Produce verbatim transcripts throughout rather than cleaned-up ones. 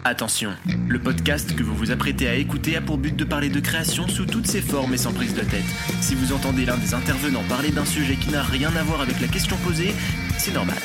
Attention, le podcast que vous vous apprêtez à écouter a pour but de parler de création sous toutes ses formes et sans prise de tête. Si vous entendez l'un des intervenants parler d'un sujet qui n'a rien à voir avec la question posée, c'est normal.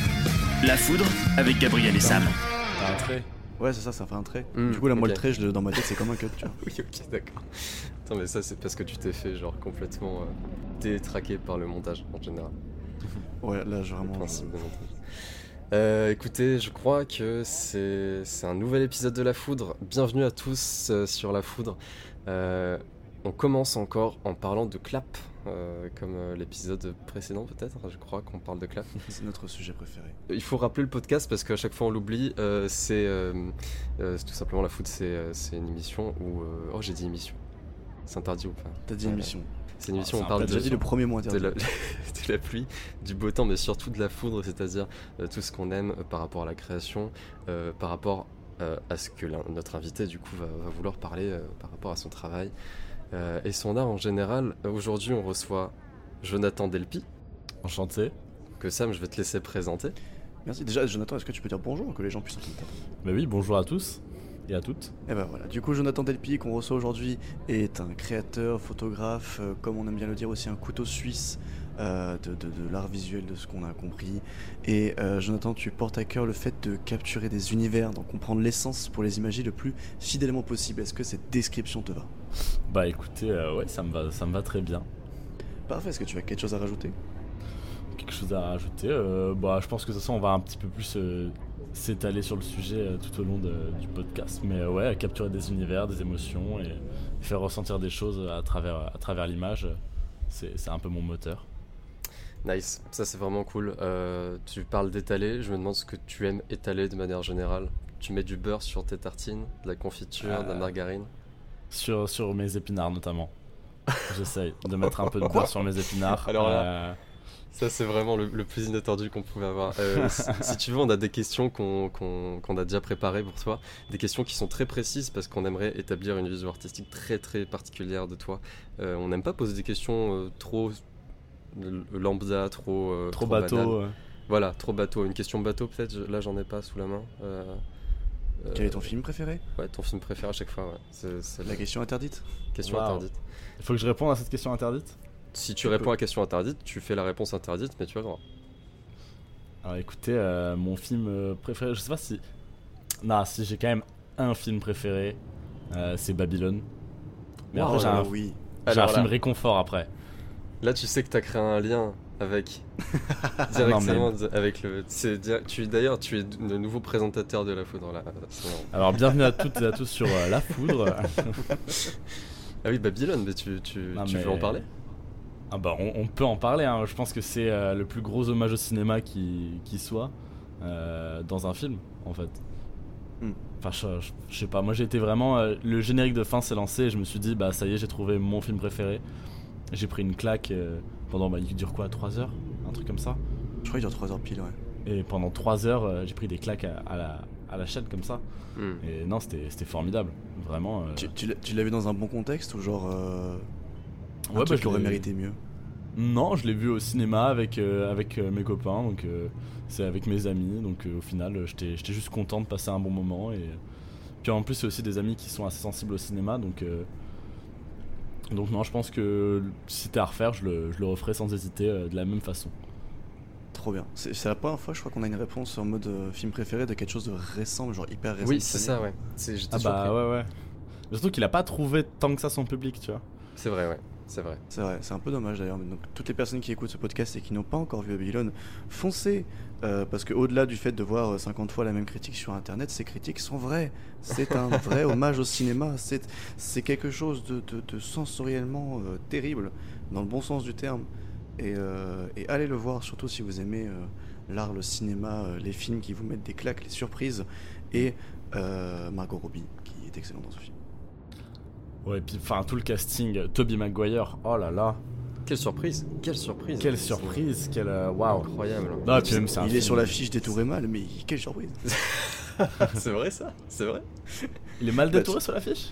La Foudre, avec Gabriel et Sam. T'as un trait. Ouais, c'est ça, ça fait un trait. Mmh, du coup, là, moi, okay. le trait, je, dans ma tête, c'est comme un cut, tu vois. Oui, ok, d'accord. Attends, mais ça, c'est parce que tu t'es fait, genre, complètement euh, détraqué par le montage, en général. Ouais, là, je, vraiment... Le principe de montage. Euh, écoutez, je crois que c'est, c'est un nouvel épisode de La Foudre. Bienvenue à tous euh, sur La Foudre. Euh, on commence encore en parlant de clap, euh, comme euh, l'épisode précédent peut-être. Je crois qu'on parle de clap. C'est notre sujet préféré. Il faut rappeler le podcast parce qu'à chaque fois on l'oublie. Euh, c'est, euh, euh, c'est tout simplement La Foudre, c'est, euh, c'est une émission où... Euh... Oh, j'ai dit émission. C'est interdit ou pas? T'as dit émission. C'est une émission ah, où on parle de, déjà dit le premier mot interdit. De, la, de la pluie, du beau temps, mais surtout de la foudre, c'est-à-dire euh, tout ce qu'on aime euh, par rapport à la création, euh, par rapport euh, à ce que notre invité du coup va, va vouloir parler euh, par rapport à son travail euh, et son art en général. Aujourd'hui, on reçoit Jonathan Delpy. Enchanté. Que Sam, je vais te laisser présenter. Merci. Déjà, Jonathan, est-ce que tu peux dire bonjour, que les gens puissent entendre? Bah oui, bonjour à tous. Et à toutes. Et ben voilà, du coup Jonathan Delpy qu'on reçoit aujourd'hui est un créateur, photographe, euh, comme on aime bien le dire aussi un couteau suisse euh, de, de, de l'art visuel de ce qu'on a compris. Et euh, Jonathan, tu portes à cœur le fait de capturer des univers, d'en comprendre l'essence pour les imaginer le plus fidèlement possible. Est-ce que cette description te va? Bah écoutez, euh, ouais, ça me va, ça me va très bien. Parfait, est-ce que tu as quelque chose à rajouter? Quelque chose à rajouter euh, Bah je pense que de toute façon on va un petit peu plus... Euh, s'étaler sur le sujet euh, tout au long de, du podcast, mais euh, ouais, capturer des univers, des émotions et faire ressentir des choses à travers, à travers l'image, c'est, c'est un peu mon moteur. Nice, ça c'est vraiment cool. Euh, tu parles d'étaler, je me demande ce que tu aimes étaler de manière générale. Tu mets du beurre sur tes tartines, de la confiture, euh, de la margarine? Sur, sur mes épinards notamment. J'essaye de mettre un peu de beurre sur mes épinards. Alors là... Euh... Ça c'est vraiment le, le plus inattendu qu'on pouvait avoir. Euh, si, si tu veux, on a des questions qu'on, qu'on, qu'on a déjà préparées pour toi, des questions qui sont très précises parce qu'on aimerait établir une vision artistique très très particulière de toi. Euh, on n'aime pas poser des questions euh, trop lambda, trop euh, trop, trop bateau. Ouais. Voilà, trop bateau. Une question bateau peut-être. Là j'en ai pas sous la main. Euh, Quel est ton film préféré? Ouais, ton film préféré à chaque fois. Ouais. C'est, c'est la question interdite. Question wow. interdite. Il faut que je réponde à cette question interdite? Si tu, tu réponds peux. à question interdite, tu fais la réponse interdite, mais tu vas voir. Alors écoutez, euh, mon film euh, préféré, je sais pas si... Non, si j'ai quand même un film préféré, euh, c'est Babylone. Mais wow, après j'ai un, oui. j'ai Alors, un là, film réconfort après. Là tu sais que t'as créé un lien avec... directement non, mais... avec le... C'est, tu, d'ailleurs tu es le nouveau présentateur de La Foudre là. Alors bienvenue à toutes et à tous sur euh, La Foudre. Ah oui, Babylone, mais tu, tu, non, tu mais... veux en parler? Ah bah on, on peut en parler, hein. Je pense que c'est euh, le plus gros hommage au cinéma qui, qui soit euh, dans un film en fait. Mm. Enfin je, je, je sais pas, moi j'ai été vraiment... Euh, le générique de fin s'est lancé et je me suis dit bah ça y est j'ai trouvé mon film préféré. J'ai pris une claque euh, pendant, bah il dure quoi, trois heures? Un truc comme ça? Je crois qu'il dure trois heures pile, ouais. Et pendant trois heures euh, j'ai pris des claques à, à, la, à la chaîne comme ça. Mm. Et non c'était, c'était formidable, vraiment. Euh... Tu, tu, l'as, tu l'as vu dans un bon contexte ou genre... Euh... Un ouais, truc bah, qui aurait mérité mieux? Non, je l'ai vu au cinéma avec, euh, avec euh, mes copains, donc euh, c'est avec mes amis, donc euh, au final j'étais, j'étais juste content de passer un bon moment. Et puis en plus c'est aussi des amis qui sont assez sensibles au cinéma, donc, euh... donc non, je pense que si c'était à refaire, je le, je le referais sans hésiter euh, de la même façon. Trop bien, c'est, c'est la première fois je crois qu'on a une réponse en mode euh, film préféré de quelque chose de récent, genre hyper récent. Oui c'est ça, ouais. C'est, ah bah surpris. ouais ouais. Surtout qu'il a pas trouvé tant que ça son public, tu vois. C'est vrai, ouais. C'est vrai. C'est vrai, c'est un peu dommage d'ailleurs. Donc, toutes les personnes qui écoutent ce podcast et qui n'ont pas encore vu Babylone, foncez euh, parce qu'au-delà du fait de voir cinquante fois la même critique sur internet, ces critiques sont vraies. C'est un vrai hommage au cinéma. C'est, c'est quelque chose de, de, de sensoriellement euh, terrible, dans le bon sens du terme. Et, euh, et allez le voir, surtout si vous aimez euh, l'art, le cinéma, euh, les films qui vous mettent des claques, les surprises. Et euh, Margot Robbie, qui est excellente dans ce film. Ouais, et puis enfin tout le casting, Tobey Maguire, oh là là. Quelle surprise, quelle surprise. Quelle surprise, quelle waouh. Incroyable. Non, puis même, c'est un il film. est sur l'affiche des Tours et Mal, mais quelle surprise. C'est vrai ça, c'est vrai. Il est mal détouré bah, sur l'affiche.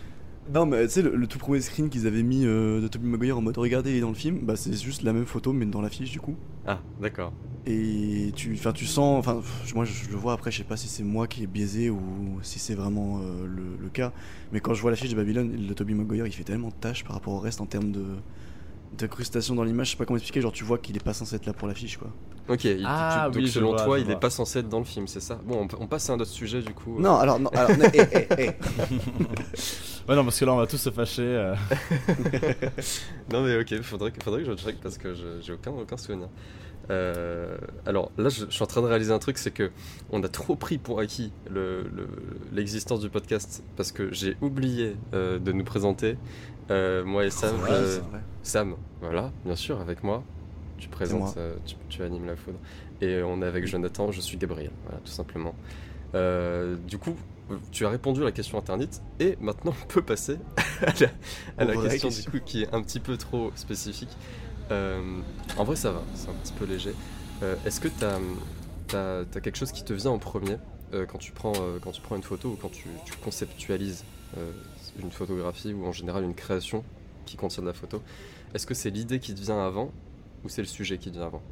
Non, mais tu sais, le, le tout premier screen qu'ils avaient mis euh, de Tobey Maguire en mode regardez, il est dans le film, bah c'est juste la même photo, mais dans l'affiche du coup. Ah, d'accord. Et tu, enfin, tu sens, enfin, moi je, je le vois après, je sais pas si c'est moi qui est biaisé ou si c'est vraiment euh, le, le cas, mais quand je vois l'affiche de Babylone, le Tobey Maguire il fait tellement de tâches par rapport au reste en termes de d'incrustation dans l'image, je sais pas comment expliquer, genre tu vois qu'il est pas censé être là pour l'affiche quoi. Ok, il- Ah, tu- oui, donc je selon vois, toi, je il est vois. pas censé être dans le film, c'est ça? Bon, on, on passe à un autre sujet du coup. Non, alors, non, alors, hé, hé, hé. Ouais, non, parce que là, on va tous se fâcher. euh. Non mais ok, faudrait que, faudrait que je check parce que je- j'ai aucun, aucun souvenir. Euh, alors là, je, je suis en train de réaliser un truc, c'est que on a trop pris pour acquis le- le- l'existence du podcast parce que j'ai oublié euh, de nous présenter. Euh, moi et Sam, Ouais, euh, c'est vrai. Sam, voilà, bien sûr, avec moi. Tu présentes, moi. euh, tu, tu animes la foudre. Et on est avec Jonathan, je suis Gabriel, voilà, tout simplement. Euh, du coup, tu as répondu à la question interdite, et maintenant on peut passer à la, à la Aux vraies question, questions. du coup, qui est un petit peu trop spécifique. Euh, en vrai, ça va, c'est un petit peu léger. Euh, Est-ce que tu as, quelque chose qui te vient en premier euh, quand, tu prends, euh, quand tu prends une photo ou quand tu, tu conceptualises euh, une photographie ou en général une création qui contient de la photo? Est-ce que c'est l'idée qui te vient avant ou c'est le sujet qui te vient avant?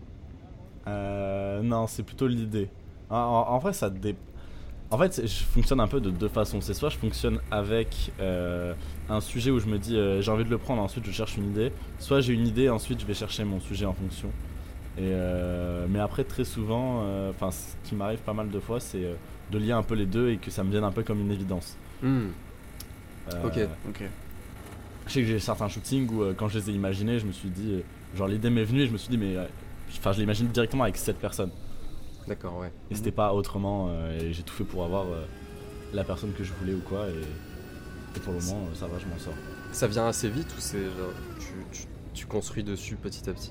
Euh, non, c'est plutôt l'idée. En, en- en vrai, ça dé... En fait, je fonctionne un peu de deux façons. C'est soit je fonctionne avec euh, un sujet où je me dis euh, j'ai envie de le prendre, ensuite je cherche une idée. Soit j'ai une idée, ensuite je vais chercher mon sujet en fonction. Et euh, mais après, très souvent, euh, enfin, ce qui m'arrive pas mal de fois, c'est euh, de lier un peu les deux et que ça me vienne un peu comme une évidence. Hmm, Euh, Ok. Ok. Je sais que j'ai certains shootings où euh, quand je les ai imaginés, je me suis dit, euh, genre l'idée m'est venue et je me suis dit, mais euh, enfin, je l'imagine directement avec cette personne. D'accord, ouais. Et c'était pas autrement, euh, et j'ai tout fait pour avoir euh, la personne que je voulais ou quoi, et, et pour le moment, euh, ça va, je m'en sors. Ça vient assez vite ou c'est genre tu, tu, tu construis dessus petit à petit?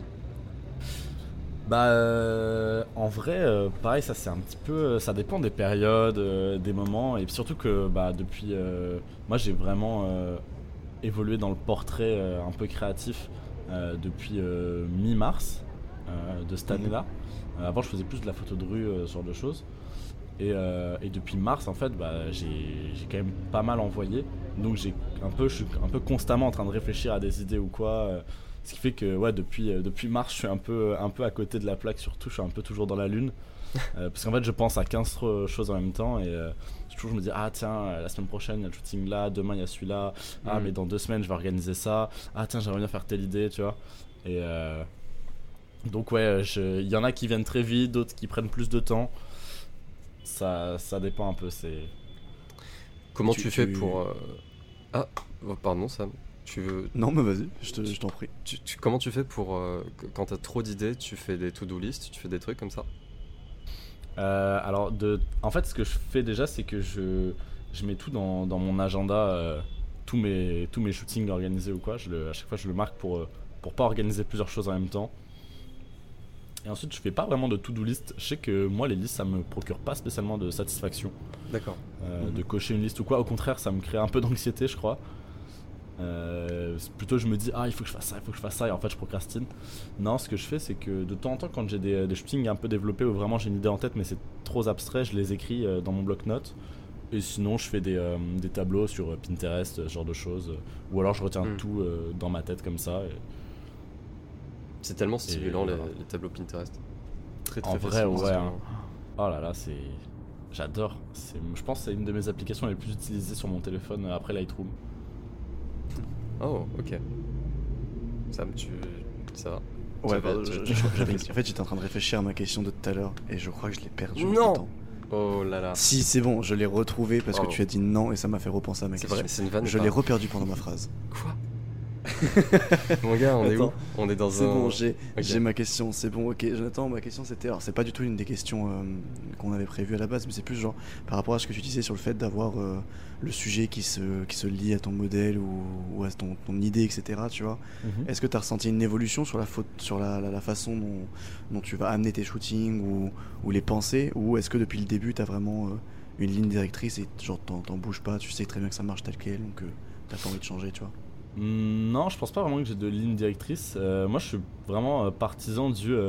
Bah, euh, en vrai, euh, pareil, ça c'est un petit peu, euh, ça dépend des périodes, euh, des moments, et puis surtout que bah depuis, euh, moi j'ai vraiment euh, évolué dans le portrait euh, un peu créatif euh, depuis euh, mi-mars euh, de cette année-là. Euh, avant, je faisais plus de la photo de rue, euh, ce genre de choses. Et, euh, et depuis mars, en fait, bah, j'ai, j'ai quand même pas mal envoyé. Donc, j'ai un peu, je suis un peu constamment en train de réfléchir à des idées ou quoi. euh, ce qui fait que, ouais, depuis, euh, depuis mars, je suis un peu, un peu à côté de la plaque, surtout. Je suis un peu toujours dans la lune. Euh, parce qu'en fait, je pense à quinze tro- choses en même temps. Et euh, toujours, je me dis, ah tiens, euh, la semaine prochaine, il y a le shooting là. Demain, il y a celui-là. Ah, Mhm. mais dans deux semaines, je vais organiser ça. Ah, tiens, j'aimerais bien faire telle idée, tu vois. Et. Euh, Donc ouais, je- il y en a qui viennent très vite, d'autres qui prennent plus de temps. Ça, ça dépend un peu. C'est Comment Tu- tu, fais tu- pour... euh, Ah, oh, pardon Sam. Tu veux... Non, mais vas-y, je te- je t'en prie. tu- tu- comment tu fais pour... euh, que- quand t'as trop d'idées, tu fais des to-do list, tu fais des trucs comme ça? Euh, alors de, en fait, ce que je fais déjà, c'est que je, je mets tout dans, dans mon agenda, euh, tous mes, tous mes shootings organisés ou quoi. Je le, à chaque fois, je le marque pour, euh, pour pas organiser plusieurs choses en même temps. Et ensuite, je fais pas vraiment de to-do list. Je sais que moi, les listes, ça me procure pas spécialement de satisfaction. D'accord. Euh, Mhm. de cocher une liste ou quoi. Au contraire, ça me crée un peu d'anxiété, je crois. Euh, c'est plutôt, je me dis, ah, il faut que je fasse ça, il faut que je fasse ça, et en fait, je procrastine. Non, ce que je fais, c'est que de temps en temps, quand j'ai des, des shootings un peu développés où vraiment j'ai une idée en tête, mais c'est trop abstrait, je les écris euh, dans mon bloc-notes. Et sinon, je fais des, euh, des tableaux sur euh, Pinterest, ce genre de choses. Ou alors, je retiens Mhm. tout euh, dans ma tête comme ça. Et... C'est tellement stimulant les, voilà. les tableaux Pinterest. Très très En vrai, facilement ouais. stimulant. hein. Oh là là, c'est. J'adore. C'est... Je pense que c'est une de mes applications les plus utilisées sur mon téléphone euh, après Lightroom. Oh, ok. Sam, tu... ça va? Ouais, Tu bah, vas- je- tu- je- j'avais- en fait, j'étais en train de réfléchir à ma question de tout à l'heure et je crois que je l'ai perdue. Non. entre-temps. Oh là là. Si, c'est bon, je l'ai retrouvé parce Bravo. que tu as dit non et ça m'a fait repenser à ma C'est question. vrai, c'est une vanne. Je ou l'ai pas reperdu pendant ma phrase. Quoi? Mon gars, on est où? Attends. On est dans C'est un... bon, j'ai Ok. j'ai ma question. C'est bon, ok. Jonathan, ma question c'était. Alors, c'est pas du tout une des questions euh, qu'on avait prévues à la base, mais c'est plus genre par rapport à ce que tu disais sur le fait d'avoir euh, le sujet qui se, qui se lie à ton modèle ou, ou à ton, ton idée, et cetera. Tu vois. Est-ce que tu as ressenti une évolution sur la, faute, sur la, la, la façon dont, dont tu vas amener tes shootings ou, ou les pensées, ou est-ce que depuis le début tu as vraiment euh, une ligne directrice et genre t'en, t'en bouges pas, tu sais très bien que ça marche tel quel, donc euh, t'as pas envie de changer, tu vois? Non, je pense pas vraiment que j'ai de ligne directrice. Euh, moi, je suis vraiment euh, partisan du euh,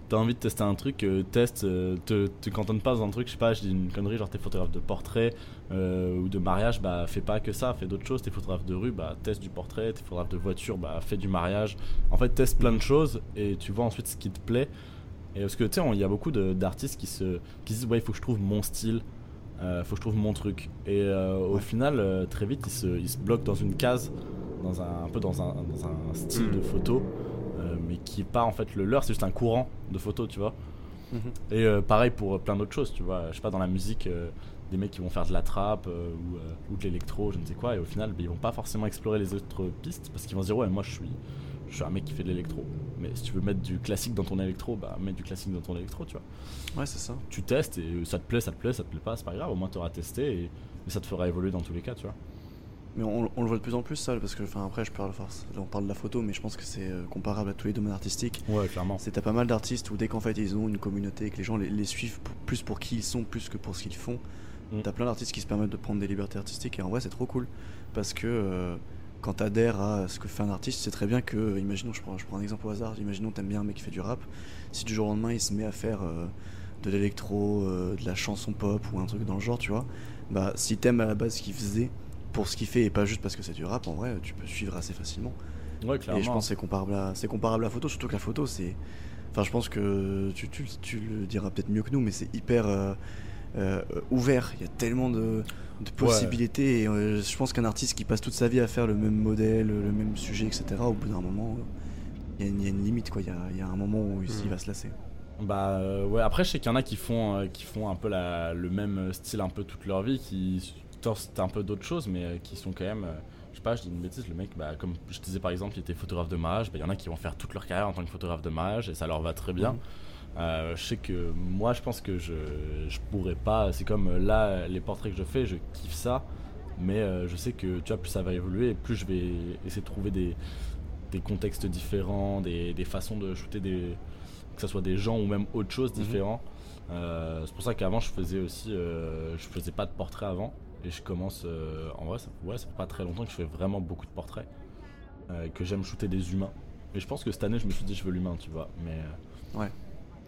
t'as envie de tester un truc, euh, teste, euh, te, te cantonne pas dans un truc, je sais pas, je dis une connerie, genre t'es photographe de portrait euh, ou de mariage, bah fais pas que ça, fais d'autres choses, t'es photographe de rue, bah teste du portrait, t'es photographe de voiture, bah fais du mariage. En fait, teste plein de choses et tu vois ensuite ce qui te plaît. Et parce que tu sais, il y a beaucoup de, d'artistes qui se, qui se disent, ouais, il faut que je trouve mon style, euh, faut que je trouve mon truc. Et euh, au Ouais. final, euh, très vite, ils se, ils se bloquent dans une case, dans un, un peu dans un, dans un style Mm. de photo. Euh, mais qui est pas en fait le leur, c'est juste un courant de photos, tu vois. Mhm. Et euh, pareil pour plein d'autres choses, tu vois. Je sais pas, dans la musique, euh, des mecs qui vont faire de la trap euh, ou, euh, ou de l'électro, je ne sais quoi, et au final, bah, ils vont pas forcément explorer les autres pistes parce qu'ils vont se dire, ouais, moi je suis, je suis un mec qui fait de l'électro. Mais si tu veux mettre du classique dans ton électro, bah mets du classique dans ton électro, tu vois. Ouais, c'est ça. Tu testes et ça te plaît, ça te plaît, ça te plaît pas, c'est pas grave, au moins tu auras testé et, et ça te fera évoluer dans tous les cas, tu vois. Mais on, on le voit de plus en plus ça, parce que enfin après je parle, enfin, là, on parle de la photo, mais je pense que c'est euh, comparable à tous les domaines artistiques. Ouais, clairement. C'est t'as pas mal d'artistes où dès qu'en fait ils ont une communauté et que les gens les, les suivent pour- plus pour qui ils sont plus que pour ce qu'ils font, Mm. t'as plein d'artistes qui se permettent de prendre des libertés artistiques et en vrai c'est trop cool parce que euh, quand t'adhères à ce que fait un artiste, c'est très bien que, euh, imaginons, je prends, je prends un exemple au hasard, imaginons t'aimes bien un mec qui fait du rap, si du jour au lendemain il se met à faire euh, de l'électro, euh, de la chanson pop ou un truc dans le genre, tu vois, bah si t'aimes à la base ce qu'il faisait pour ce qu'il fait et pas juste parce que c'est du rap, en vrai tu peux suivre assez facilement. Ouais, clairement. Et je pense que c'est comparable à, c'est comparable à la photo, surtout que la photo c'est, enfin je pense que tu, tu, tu le diras peut-être mieux que nous, mais c'est hyper euh, euh, ouvert, il y a tellement de, de possibilités et euh, je pense qu'un artiste qui passe toute sa vie à faire le même modèle, le même sujet, et cetera, au bout d'un moment, il y, a une- il y a une limite, quoi. Il y a, il y a un moment où il, Mm. il va se lasser. Bah euh, ouais, après je sais qu'il y en a qui font, euh, qui font un peu la, le même style un peu toute leur vie, qui testent un peu d'autres choses, mais euh, qui sont quand même, euh, je sais pas, je dis une bêtise, le mec, bah, comme je disais par exemple, il était photographe de mariage, bah, il y en a qui vont faire toute leur carrière en tant que photographe de mariage et ça leur va très bien. Mhm. Euh, je sais que moi je pense que je, je pourrais pas, c'est comme euh, là les portraits que je fais, je kiffe ça, mais euh, je sais que tu vois, plus ça va évoluer, et plus je vais essayer de trouver des, des contextes différents, des, des façons de shooter, des, que ce soit des gens ou même autre chose Mhm. différent. Euh, c'est pour ça qu'avant je faisais aussi, euh, je faisais pas de portraits avant, et je commence, euh, en vrai ça, ouais, ça fait pas très longtemps que je fais vraiment beaucoup de portraits, euh, que j'aime shooter des humains. Et je pense que cette année je me suis dit je veux l'humain, tu vois, mais... euh, Ouais.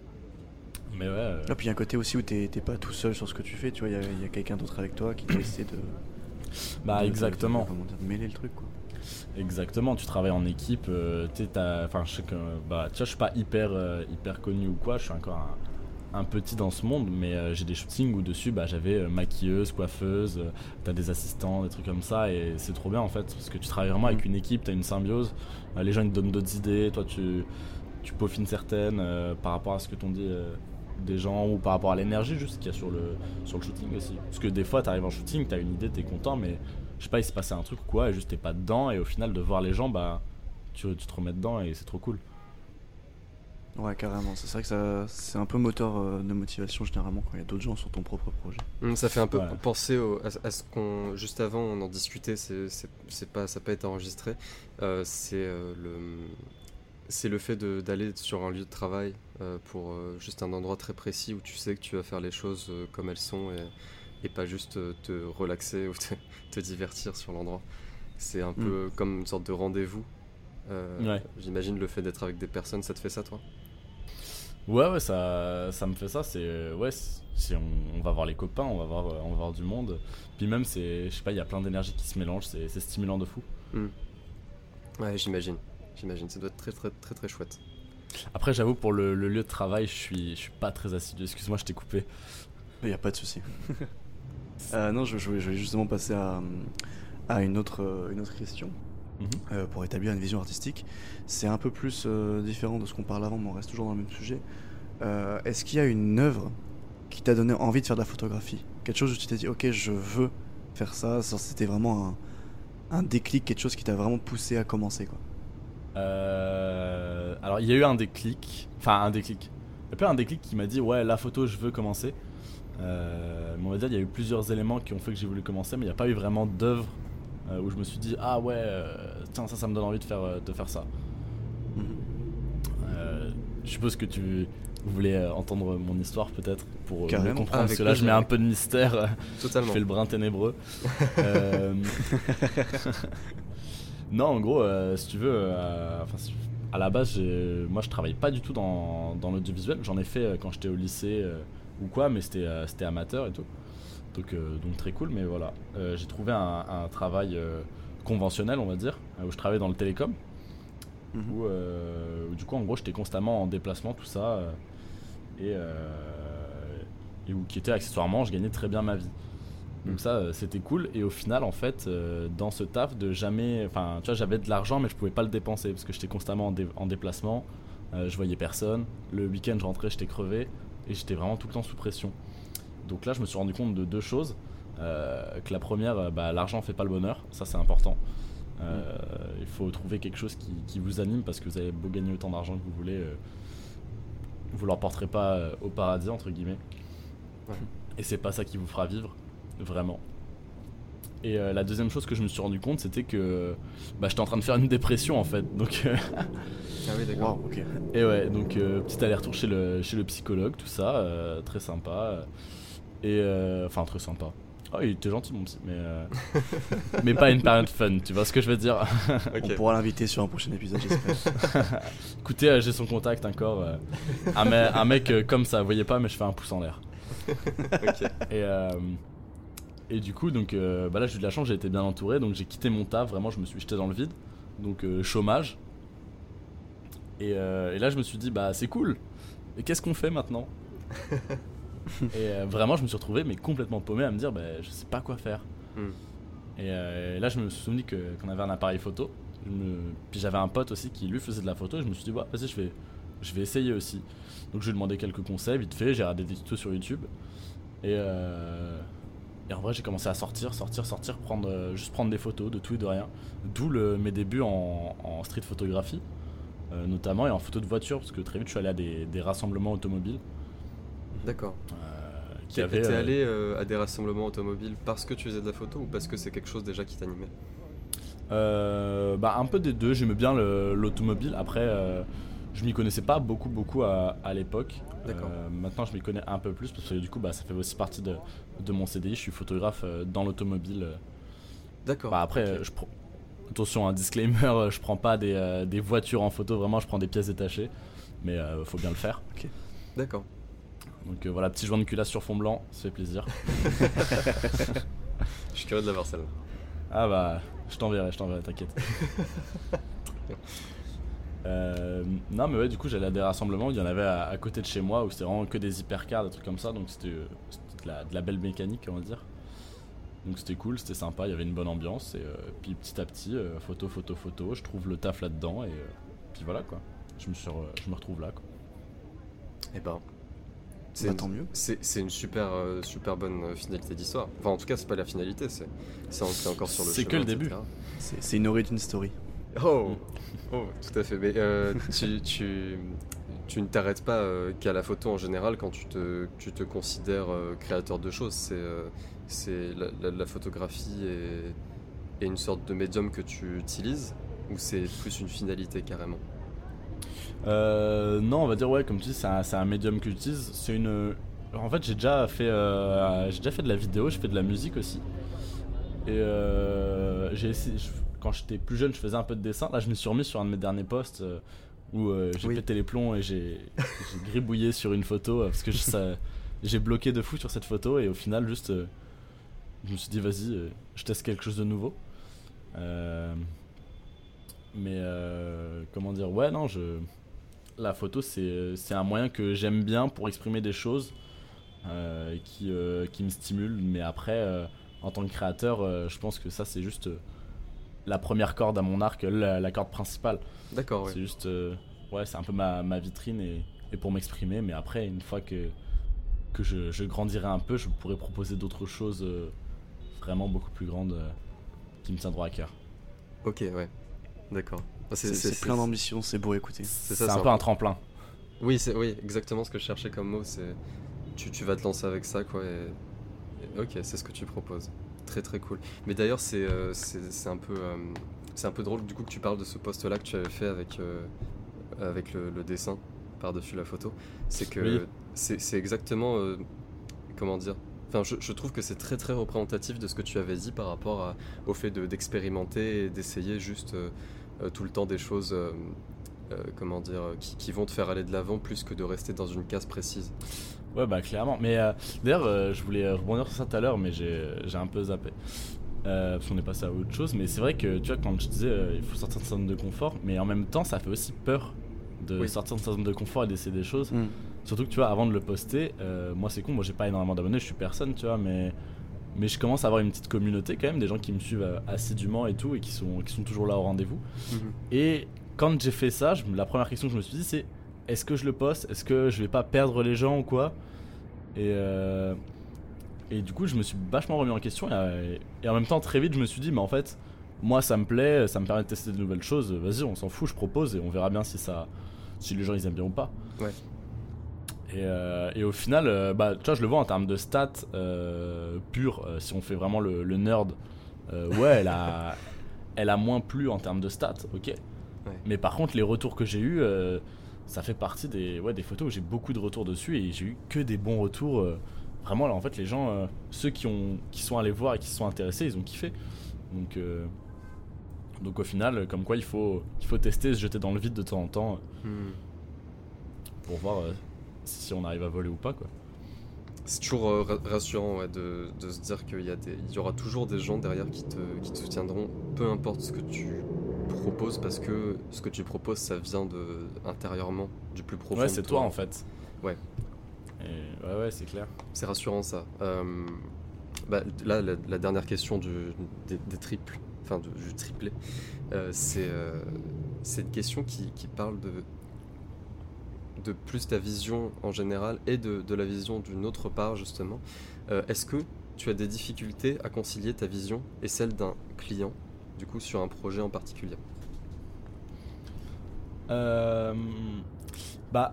Mais ouais... euh, Et puis il y a un côté aussi où t'es t'es pas tout seul sur ce que tu fais, tu vois, il y a, il y a quelqu'un d'autre avec toi qui va essayer de. bah de- de- exactement. de- comment dire, de mêler le truc, quoi. Exactement, tu travailles en équipe, euh, tu sais, t'as- enfin je sais que, bah tu vois, je suis pas hyper, euh, hyper connu ou quoi, je suis encore un, un petit dans ce monde, mais euh, j'ai des shootings où dessus bah, j'avais euh, maquilleuse, coiffeuse, euh, t'as des assistants, des trucs comme ça, et c'est trop bien en fait, parce que tu travailles vraiment avec Mhm. une équipe, t'as une symbiose, euh, les gens ils te donnent d'autres idées, toi tu, tu peaufines certaines euh, par rapport à ce que t'ont dit euh, des gens, ou par rapport à l'énergie juste qu'il y a sur le, sur le shooting aussi. Parce que des fois t'arrives en shooting, t'as une idée, t'es content, mais je sais pas, il s'est passé un truc ou quoi, et juste t'es pas dedans, et au final de voir les gens, bah tu, tu te remets dedans et c'est trop cool. Ouais, carrément. C'est vrai que ça, c'est un peu moteur euh, de motivation généralement quand il y a d'autres gens sur ton propre projet. Hum, Ça fait un peu Ouais. penser au- à, à ce qu'on juste avant on en discutait, c'est c'est- c'est pas ça n'a pas été enregistré. Euh, c'est euh, le c'est le fait de- d'aller sur un lieu de travail euh, pour euh, juste un endroit très précis où tu sais que tu vas faire les choses euh, comme elles sont et, et pas juste euh, te relaxer ou te, te divertir sur l'endroit. C'est un Mm. peu comme une sorte de rendez-vous. Euh, Ouais. J'imagine le fait d'être avec des personnes, ça te fait ça toi? Ouais, ouais, ça, ça me fait ça. C'est euh, ouais, c'est- si on, on va voir les copains, on va voir, euh, on va voir du monde. Puis même, c'est, je sais pas, il y a plein d'énergie qui se mélangent. C'est, c'est stimulant de fou. Ouais, j'imagine. J'imagine, ça doit être très très très très chouette. Après, j'avoue, pour le, le lieu de travail, je suis, je suis pas très assidu. Excuse-moi, je t'ai coupé. Il n'y a pas de souci. Euh, non, je, je voulais je voulais justement passer à, à une, autre, euh, une autre question. Mhm. Euh, pour établir une vision artistique. C'est un peu plus euh, différent de ce qu'on parle avant, mais on reste toujours dans le même sujet. Euh, Est-ce qu'il y a une œuvre qui t'a donné envie de faire de la photographie? Quelque chose où tu t'es dit, ok, je veux faire ça. Genre, c'était vraiment un, un déclic, quelque chose qui t'a vraiment poussé à commencer, quoi. Euh, alors, il y a eu un déclic. Enfin, un déclic. Il y a pas un déclic qui m'a dit, ouais, la photo, je veux commencer. Euh, mais on va dire, il y a eu plusieurs éléments qui ont fait que j'ai voulu commencer, mais il n'y a pas eu vraiment d'œuvre euh, où je me suis dit, ah ouais, euh, tiens, ça, ça me donne envie de faire, euh, de faire ça. Mhm. Euh, je suppose que tu voulais euh, entendre mon histoire peut-être pour euh, mieux Carrément. comprendre, Ah, parce avec que là je plaisir. mets un peu de mystère, euh, je Totalement. fais le brin ténébreux. Euh, Non, en gros, euh, si tu veux, euh, enfin, si- à la base, j'ai, moi je travaillais pas du tout dans, dans l'audiovisuel. J'en ai fait euh, quand j'étais au lycée euh, ou quoi, mais c'était, euh, c'était amateur et tout. Donc, euh, donc très cool, mais voilà. Euh, j'ai trouvé un, un travail euh, conventionnel, on va dire, où je travaillais dans le télécom. Mmh. Où, euh, où du coup, en gros, j'étais constamment en déplacement, tout ça. Euh, et, euh, et où qui était accessoirement, je gagnais très bien ma vie. Donc ça, euh, c'était cool. Et au final, en fait, euh, dans ce taf, de jamais... Enfin, tu vois, j'avais de l'argent, mais je pouvais pas le dépenser parce que j'étais constamment en, dé- en déplacement. Euh, je voyais personne. Le week-end, je rentrais, j'étais crevé. Et j'étais vraiment tout le temps sous pression. Donc là, je me suis rendu compte de deux choses. Euh, que la première, bah, l'argent fait pas le bonheur. Ça, c'est important. Euh, mmh. Il faut trouver quelque chose qui, qui vous anime parce que vous avez beau gagner autant d'argent que vous voulez. Euh, vous ne l'emporterez pas euh, au paradis, entre guillemets. Ouais. Et c'est pas ça qui vous fera vivre. Vraiment. Et euh, la deuxième chose que je me suis rendu compte, c'était que bah, j'étais en train de faire une dépression en fait. Donc, euh... ah oui, d'accord. Wow, ok. Et ouais, donc euh, petit aller-retour chez le, chez le psychologue, tout ça, euh, très sympa. Et euh, enfin, très sympa. Oh, il était gentil mon psy, mais, euh... mais pas une période fun, tu vois ce que je veux dire. Okay. On pourra l'inviter sur un prochain épisode, j'espère. Écoutez, euh, j'ai son contact encore. Euh, un, me- un mec euh, comme ça, vous voyez pas, mais je fais un pouce en l'air. Ok. Et. Euh... Et du coup, donc, euh, bah là, j'ai eu de la chance, j'ai été bien entouré, donc j'ai quitté mon taf, vraiment, je me suis jeté dans le vide, donc euh, chômage. Et, euh, et là, je me suis dit, bah c'est cool, et qu'est-ce qu'on fait maintenant? Et euh, vraiment, je me suis retrouvé, mais complètement paumé à me dire, bah je sais pas quoi faire. Mm. Et, euh, et là, je me suis souvenu que, qu'on avait un appareil photo, je me... puis j'avais un pote aussi qui lui faisait de la photo, et je me suis dit, bah vas-y, je vais, je vais essayer aussi. Donc, je lui ai demandé quelques conseils, vite fait, j'ai regardé des tutos sur YouTube, et. Euh... Et en vrai, j'ai commencé à sortir, sortir, sortir, prendre, euh, juste prendre des photos de tout et de rien. D'où le, mes débuts en, en street photographie, euh, notamment, et en photo de voiture, parce que très vite, je suis allé à des, des rassemblements automobiles. D'accord. Euh, qui T'es, avaient, t'es euh... allé euh, à des rassemblements automobiles parce que tu faisais de la photo ou parce que c'est quelque chose déjà qui t'animait? euh, bah, un peu des deux, j'aimais bien le, l'automobile. Après, euh, je m'y connaissais pas beaucoup, beaucoup à, à l'époque. D'accord. Euh, maintenant, je m'y connais un peu plus parce que du coup, bah, ça fait aussi partie de, de mon C D I. Je suis photographe euh, dans l'automobile. D'accord. Bah, après, okay. euh, je prends. Attention, un disclaimer, je prends pas des, euh, des voitures en photo, vraiment, je prends des pièces détachées. Mais euh, faut bien le faire. Okay. D'accord. Donc euh, voilà, petit joint de culasse sur fond blanc, ça fait plaisir. Je suis curieux de la voir celle-là. Ah bah, je t'enverrai, je t'enverrai, t'inquiète. Euh, non mais ouais, du coup j'allais à des rassemblements, il y en avait à, à côté de chez moi où c'était vraiment que des hypercars, des trucs comme ça, donc c'était, c'était de, la, de la belle mécanique on va dire. Donc c'était cool, c'était sympa, il y avait une bonne ambiance et euh, puis petit à petit, euh, photo, photo, photo, je trouve le taf là-dedans et euh, puis voilà quoi, je me, suis, je me retrouve là quoi. Et ben, c'est bah, tant mieux. C'est, c'est une super, euh, super bonne finalité d'histoire. Enfin en tout cas c'est pas la finalité, c'est, c'est, c'est encore sur le c'est chemin. C'est que le début. C'est, c'est une origin story. Oh, oh, tout à fait. Mais euh, tu, tu, tu ne t'arrêtes pas euh, qu'à la photo en général quand tu te, tu te considères euh, créateur de choses. C'est, euh, c'est la, la, la photographie et, et une sorte de médium que tu utilises ou c'est plus une finalité carrément? euh, Non, on va dire ouais, comme tu dis, c'est un, c'est un médium que j'utilise. C'est une. En fait, j'ai déjà fait, euh, j'ai déjà fait de la vidéo, j'ai fait de la musique aussi. Et euh, j'ai essayé. Je... Quand j'étais plus jeune, je faisais un peu de dessin. Là, je me suis remis sur un de mes derniers posts euh, où euh, j'ai oui. pété les plombs et j'ai, j'ai gribouillé sur une photo euh, parce que je, ça, j'ai bloqué de fou sur cette photo et au final, juste, euh, je me suis dit, vas-y, euh, je teste quelque chose de nouveau. Euh, mais euh, comment dire, ouais, non, je, la photo, c'est, c'est un moyen que j'aime bien pour exprimer des choses euh, qui, euh, qui me stimulent. Mais après, euh, en tant que créateur, euh, je pense que ça, c'est juste. Euh, la première corde à mon arc, la, la corde principale. D'accord, ouais. C'est juste, euh, ouais, c'est un peu ma, ma vitrine et, et pour m'exprimer. Mais après, une fois que, que je, je grandirai un peu, je pourrais proposer d'autres choses euh, vraiment beaucoup plus grandes euh, qui me tiendront à cœur. Ok, ouais, d'accord. C'est, c'est, c'est, c'est plein c'est... d'ambition, c'est beau à écouter. C'est, ça, c'est, c'est un peu un tremplin. Oui, c'est, oui, exactement ce que je cherchais comme mot. C'est, tu, tu vas te lancer avec ça, quoi. Et, et, ok, c'est ce que tu proposes. Très très cool. Mais d'ailleurs c'est, euh, c'est, c'est, un peu, euh, c'est un peu drôle du coup que tu parles de ce post-là que tu avais fait avec, euh, avec le, le dessin par-dessus la photo. C'est que oui. c'est, c'est exactement... Euh, comment dire Enfin, je, je trouve que c'est très très représentatif de ce que tu avais dit par rapport à, au fait de, d'expérimenter et d'essayer juste euh, euh, tout le temps des choses, euh, euh, comment dire, qui, qui vont te faire aller de l'avant plus que de rester dans une case précise. Ouais, bah clairement. Mais euh, d'ailleurs, euh, je voulais rebondir sur ça tout à l'heure, mais j'ai, j'ai un peu zappé. Euh, parce qu'on est passé à autre chose. Mais c'est vrai que, tu vois, quand je disais euh, il faut sortir de sa zone de confort, mais en même temps, ça fait aussi peur de oui. sortir de sa zone de confort et d'essayer des choses. Mm. Surtout que, tu vois, avant de le poster, euh, moi c'est con, moi j'ai pas énormément d'abonnés, je suis personne, tu vois, mais, mais je commence à avoir une petite communauté quand même, des gens qui me suivent euh, assidûment et tout, et qui sont, qui sont toujours là au rendez-vous. Mm-hmm. Et quand j'ai fait ça, je, la première question que je me suis dit, c'est est-ce que je le poste ? Est-ce que je vais pas perdre les gens ou quoi ? Et, euh, et du coup, je me suis vachement remis en question. Et, et en même temps, très vite, je me suis dit, mais en fait, moi, ça me plaît, ça me permet de tester de nouvelles choses. Vas-y, on s'en fout, je propose et on verra bien si, ça, si les gens ils aiment bien ou pas. Ouais. Et, euh, et au final, euh, bah, tu vois, je le vois en termes de stats euh, purs. Euh, si on fait vraiment le, le nerd, euh, ouais, elle a, elle a moins plu en termes de stats, ok. Ouais. Mais par contre, les retours que j'ai eus. Euh, ça fait partie des, ouais, des photos où j'ai beaucoup de retours dessus et j'ai eu que des bons retours. Euh, vraiment, là, en fait, les gens, euh, ceux qui, ont, qui sont allés voir et qui se sont intéressés, ils ont kiffé. Donc, euh, donc au final, comme quoi, il faut, il faut tester, se jeter dans le vide de temps en temps euh, hmm. pour voir euh, si on arrive à voler ou pas, quoi. C'est toujours euh, rassurant ouais, de, de se dire qu'il y, a des, il y aura toujours des gens derrière qui te, qui te soutiendront, peu importe ce que tu proposes, parce que ce que tu proposes, ça vient de, intérieurement, du plus profond. Ouais, c'est de toi, toi en fait. Ouais. Et ouais, ouais, c'est clair. C'est rassurant ça. Euh, bah, là, la, la dernière question du, des, des triples, enfin du, du triplé, euh, c'est, euh, c'est une question qui, qui parle de de plus ta vision en général et de, de la vision d'une autre part justement. Euh, est-ce que tu as des difficultés à concilier ta vision et celle d'un client, du coup sur un projet en particulier ? euh, Bah,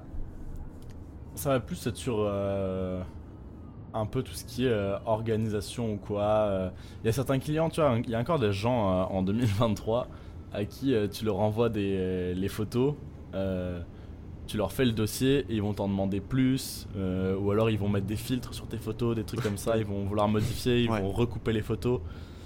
ça va plus être sur euh, un peu tout ce qui est euh, organisation ou quoi. Il euh, y a certains clients, tu vois, il y a encore des gens euh, en deux mille vingt-trois à qui euh, tu leur envoies des, euh, les photos. Euh, Tu leur fais le dossier et ils vont t'en demander plus, euh, ou alors ils vont mettre des filtres sur tes photos, des trucs comme ça, ils vont vouloir modifier, ils ouais. vont recouper les photos.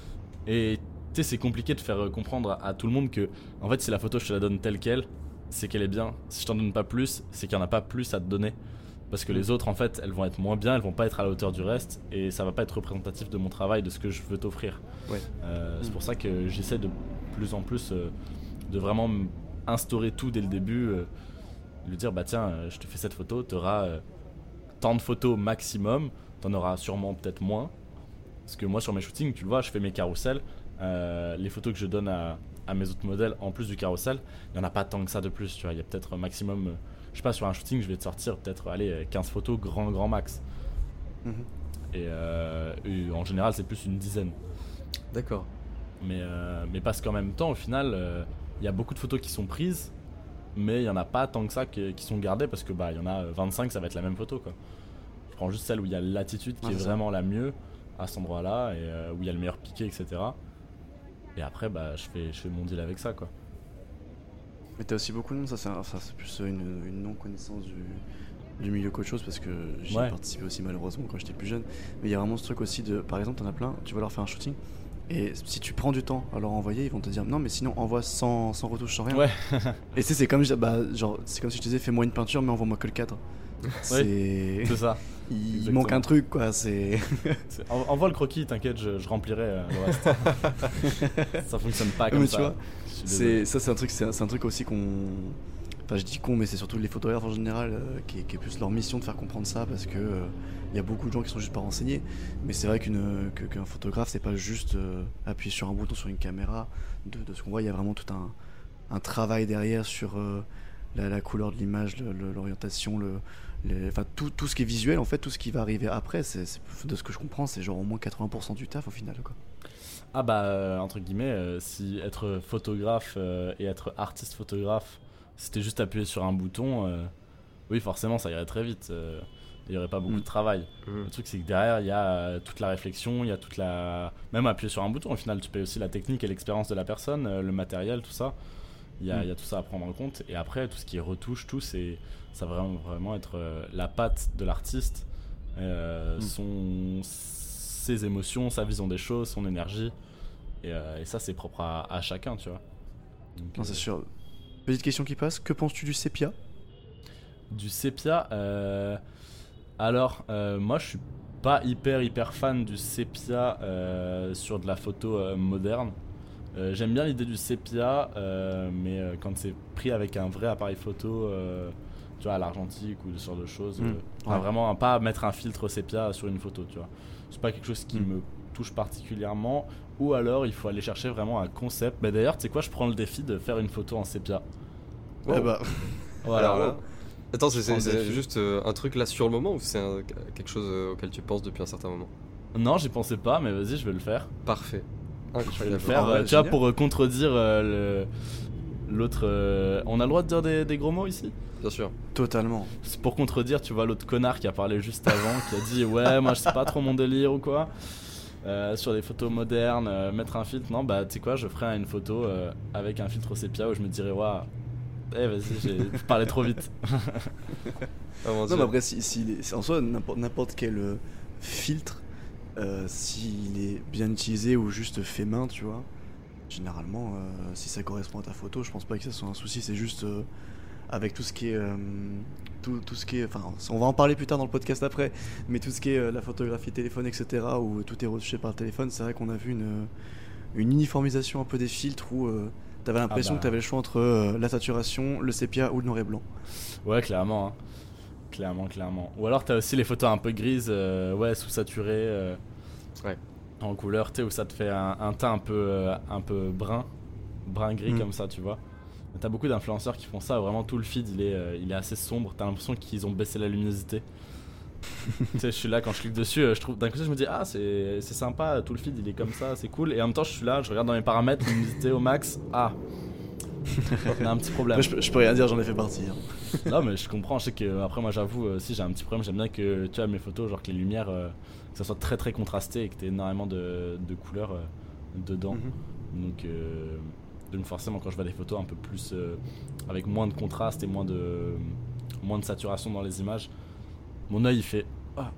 Et tu sais, c'est compliqué de faire comprendre à, à tout le monde que, en fait, si la photo je te la donne telle qu'elle, c'est qu'elle est bien. Si je t'en donne pas plus, c'est qu'il n'y en a pas plus à te donner. Parce que les autres, en fait, elles vont être moins bien, elles vont pas être à la hauteur du reste, et ça va pas être représentatif de mon travail, de ce que je veux t'offrir. Ouais. Euh, c'est pour ça que j'essaie de plus en plus euh, de vraiment instaurer tout dès le début. Euh, lui dire bah tiens euh, je te fais cette photo, tu auras euh, tant de photos maximum, tu en auras sûrement peut-être moins, parce que moi sur mes shootings tu le vois je fais mes carousels, euh, les photos que je donne à, à mes autres modèles en plus du carrousel, il n'y en a pas tant que ça de plus, tu vois, il y a peut-être un maximum, euh, je sais pas, sur un shooting je vais te sortir peut-être allez, quinze photos grand grand max. Mm-hmm. et, euh, et en général c'est plus une dizaine. D'accord. Mais, euh, mais parce qu'en même temps au final il euh, y a beaucoup de photos qui sont prises, mais il n'y en a pas tant que ça qui, qui sont gardées parce que bah il y en a vingt-cinq, ça va être la même photo quoi. Je prends juste celle où il y a l'attitude qui ah, est vraiment la mieux à cet endroit là et euh, où il y a le meilleur piqué, etc. Et après bah je fais, je fais mon deal avec ça quoi. Mais t'as aussi beaucoup de monde, ça c'est, un, ça, c'est plus une, une non-connaissance du, du milieu qu'autre chose, parce que j'y ai ouais. participé aussi malheureusement quand j'étais plus jeune. Mais il y a vraiment ce truc aussi de, par exemple t'en as plein, tu vas leur faire un shooting et si tu prends du temps à leur envoyer, ils vont te dire non mais sinon envoie sans, sans retouche, sans rien. Ouais. Et c'est, c'est, comme, bah, genre, c'est comme si je te disais fais-moi une peinture mais envoie-moi que le cadre. C'est, ouais, c'est ça. Il Exactement. manque un truc quoi, c'est... c'est... Envoie le croquis, t'inquiète, je, je remplirai euh, le reste. Ça fonctionne pas comme mais ça. Tu vois, c'est, ça c'est un, truc, c'est, un, c'est un truc aussi qu'on... Enfin je dis con mais c'est surtout les photographes en général euh, qui, est, qui est plus leur mission de faire comprendre ça, parce que euh, y a beaucoup de gens qui sont juste pas renseignés. Mais c'est vrai qu'une, que, qu'un photographe c'est pas juste euh, appuyer sur un bouton sur une caméra. De, de ce qu'on voit, il y a vraiment tout un, un travail derrière sur euh, la, la couleur de l'image, le, le, l'orientation, le, les, enfin, tout, tout ce qui est visuel en fait, tout ce qui va arriver après, c'est, c'est, de ce que je comprends c'est genre au moins quatre-vingts pour cent du taf au final quoi. Ah bah euh, entre guillemets euh, si être photographe euh, et être artiste photographe c'était juste appuyer sur un bouton, euh, oui forcément ça irait très vite, euh, il n'y aurait pas beaucoup mmh. de travail. Mmh. Le truc c'est que derrière il y a euh, toute la réflexion, il y a toute la... Même appuyer sur un bouton au final tu payes aussi la technique et l'expérience de la personne, euh, le matériel, tout ça. Il y, a, mmh. il y a tout ça à prendre en compte. Et après tout ce qui est retouche, tout c'est... ça va vraiment, vraiment être euh, la patte de l'artiste, euh, mmh. son... ses émotions, sa vision des choses, son énergie. Et, euh, et ça c'est propre à, à chacun tu vois. Donc, non, c'est euh... sûr. petite question qui passe, que penses-tu du sépia ? Du sépia, euh... alors euh, moi je suis pas hyper hyper fan du sépia euh, sur de la photo euh, moderne. Euh, j'aime bien l'idée du sépia, euh, mais euh, quand c'est pris avec un vrai appareil photo, euh, tu vois, à l'argentique ou ce genre de choses, Mmh, euh, ouais. enfin, vraiment pas mettre un filtre sépia sur une photo, tu vois. C'est pas quelque chose qui Mmh. me touche particulièrement, ou alors il faut aller chercher vraiment un concept. Bah, d'ailleurs, tu sais quoi, je prends le défi de faire une photo en sépia. Oh. Eh bah, Voilà. Alors là- Attends, c'est, c'est, prends le c'est défi. juste euh, un truc là sur le moment ou c'est un- quelque chose euh, auquel tu penses depuis un certain moment? Non, j'y pensais pas, mais vas-y, je vais le faire. Parfait. Je vais le Incroyable. faire, Ah ouais, euh, tu vois, génial. pour euh, contredire euh, le- l'autre. euh, On a le droit de dire des, des gros mots ici? Bien sûr. totalement. C'est pour contredire, tu vois, l'autre connard qui a parlé juste avant, qui a dit ouais, moi je sais pas trop mon délire ou quoi. Euh, sur des photos modernes, euh, mettre un filtre. Non, bah tu sais quoi, je ferai une photo euh, avec un filtre sépia où je me dirais waouh, eh vas-y, j'ai parlé trop vite. Ah, mon Non, Dieu. mais après, si, si les- en soi, n'importe, n'importe quel euh, filtre, euh, s'il est bien utilisé ou juste fait main, tu vois, généralement, euh, si ça correspond à ta photo, je pense pas que ça soit un souci. C'est juste euh, avec tout ce qui est. euh, tout, tout ce qui est. Enfin, on va en parler plus tard dans le podcast après, mais tout ce qui est euh, la photographie téléphone, et cetera, où tout est retouché par le téléphone, c'est vrai qu'on a vu une, une uniformisation un peu des filtres où. Euh, T'avais l'impression Ah bah. que t'avais le choix entre euh, la saturation, le sépia ou le noir et blanc. Ouais, clairement, hein. Clairement, clairement. Ou alors t'as aussi les photos un peu grises, euh, ouais, sous-saturées, euh, Ouais. en couleur, tu sais, où ça te fait un, un teint un peu, euh, un peu brun, brun gris Mm. comme ça, tu vois. T'as beaucoup d'influenceurs qui font ça, où vraiment tout le feed il est, euh, il est assez sombre, t'as l'impression qu'ils ont baissé la luminosité. Tu sais, je suis là quand je clique dessus, euh, je trouve d'un côté je me dis ah c'est c'est sympa, tout le feed il est comme ça, c'est cool, et en même temps je suis là, je regarde dans mes paramètres, luminosité au max, ah, on a un petit problème. Après, je, peux- je peux rien dire, j'en ai fait partie. hein. Non mais je comprends, je sais que euh, après moi j'avoue euh, si j'ai un petit problème, j'aime bien que tu vois mes photos, genre que les lumières, euh, que ça soit très très contrasté et que t'aies énormément de, de couleurs euh, dedans. Mhm. Donc, euh, donc forcément quand je vois des photos un peu plus euh, avec moins de contraste et moins de moins de saturation dans les images, mon œil il fait ah.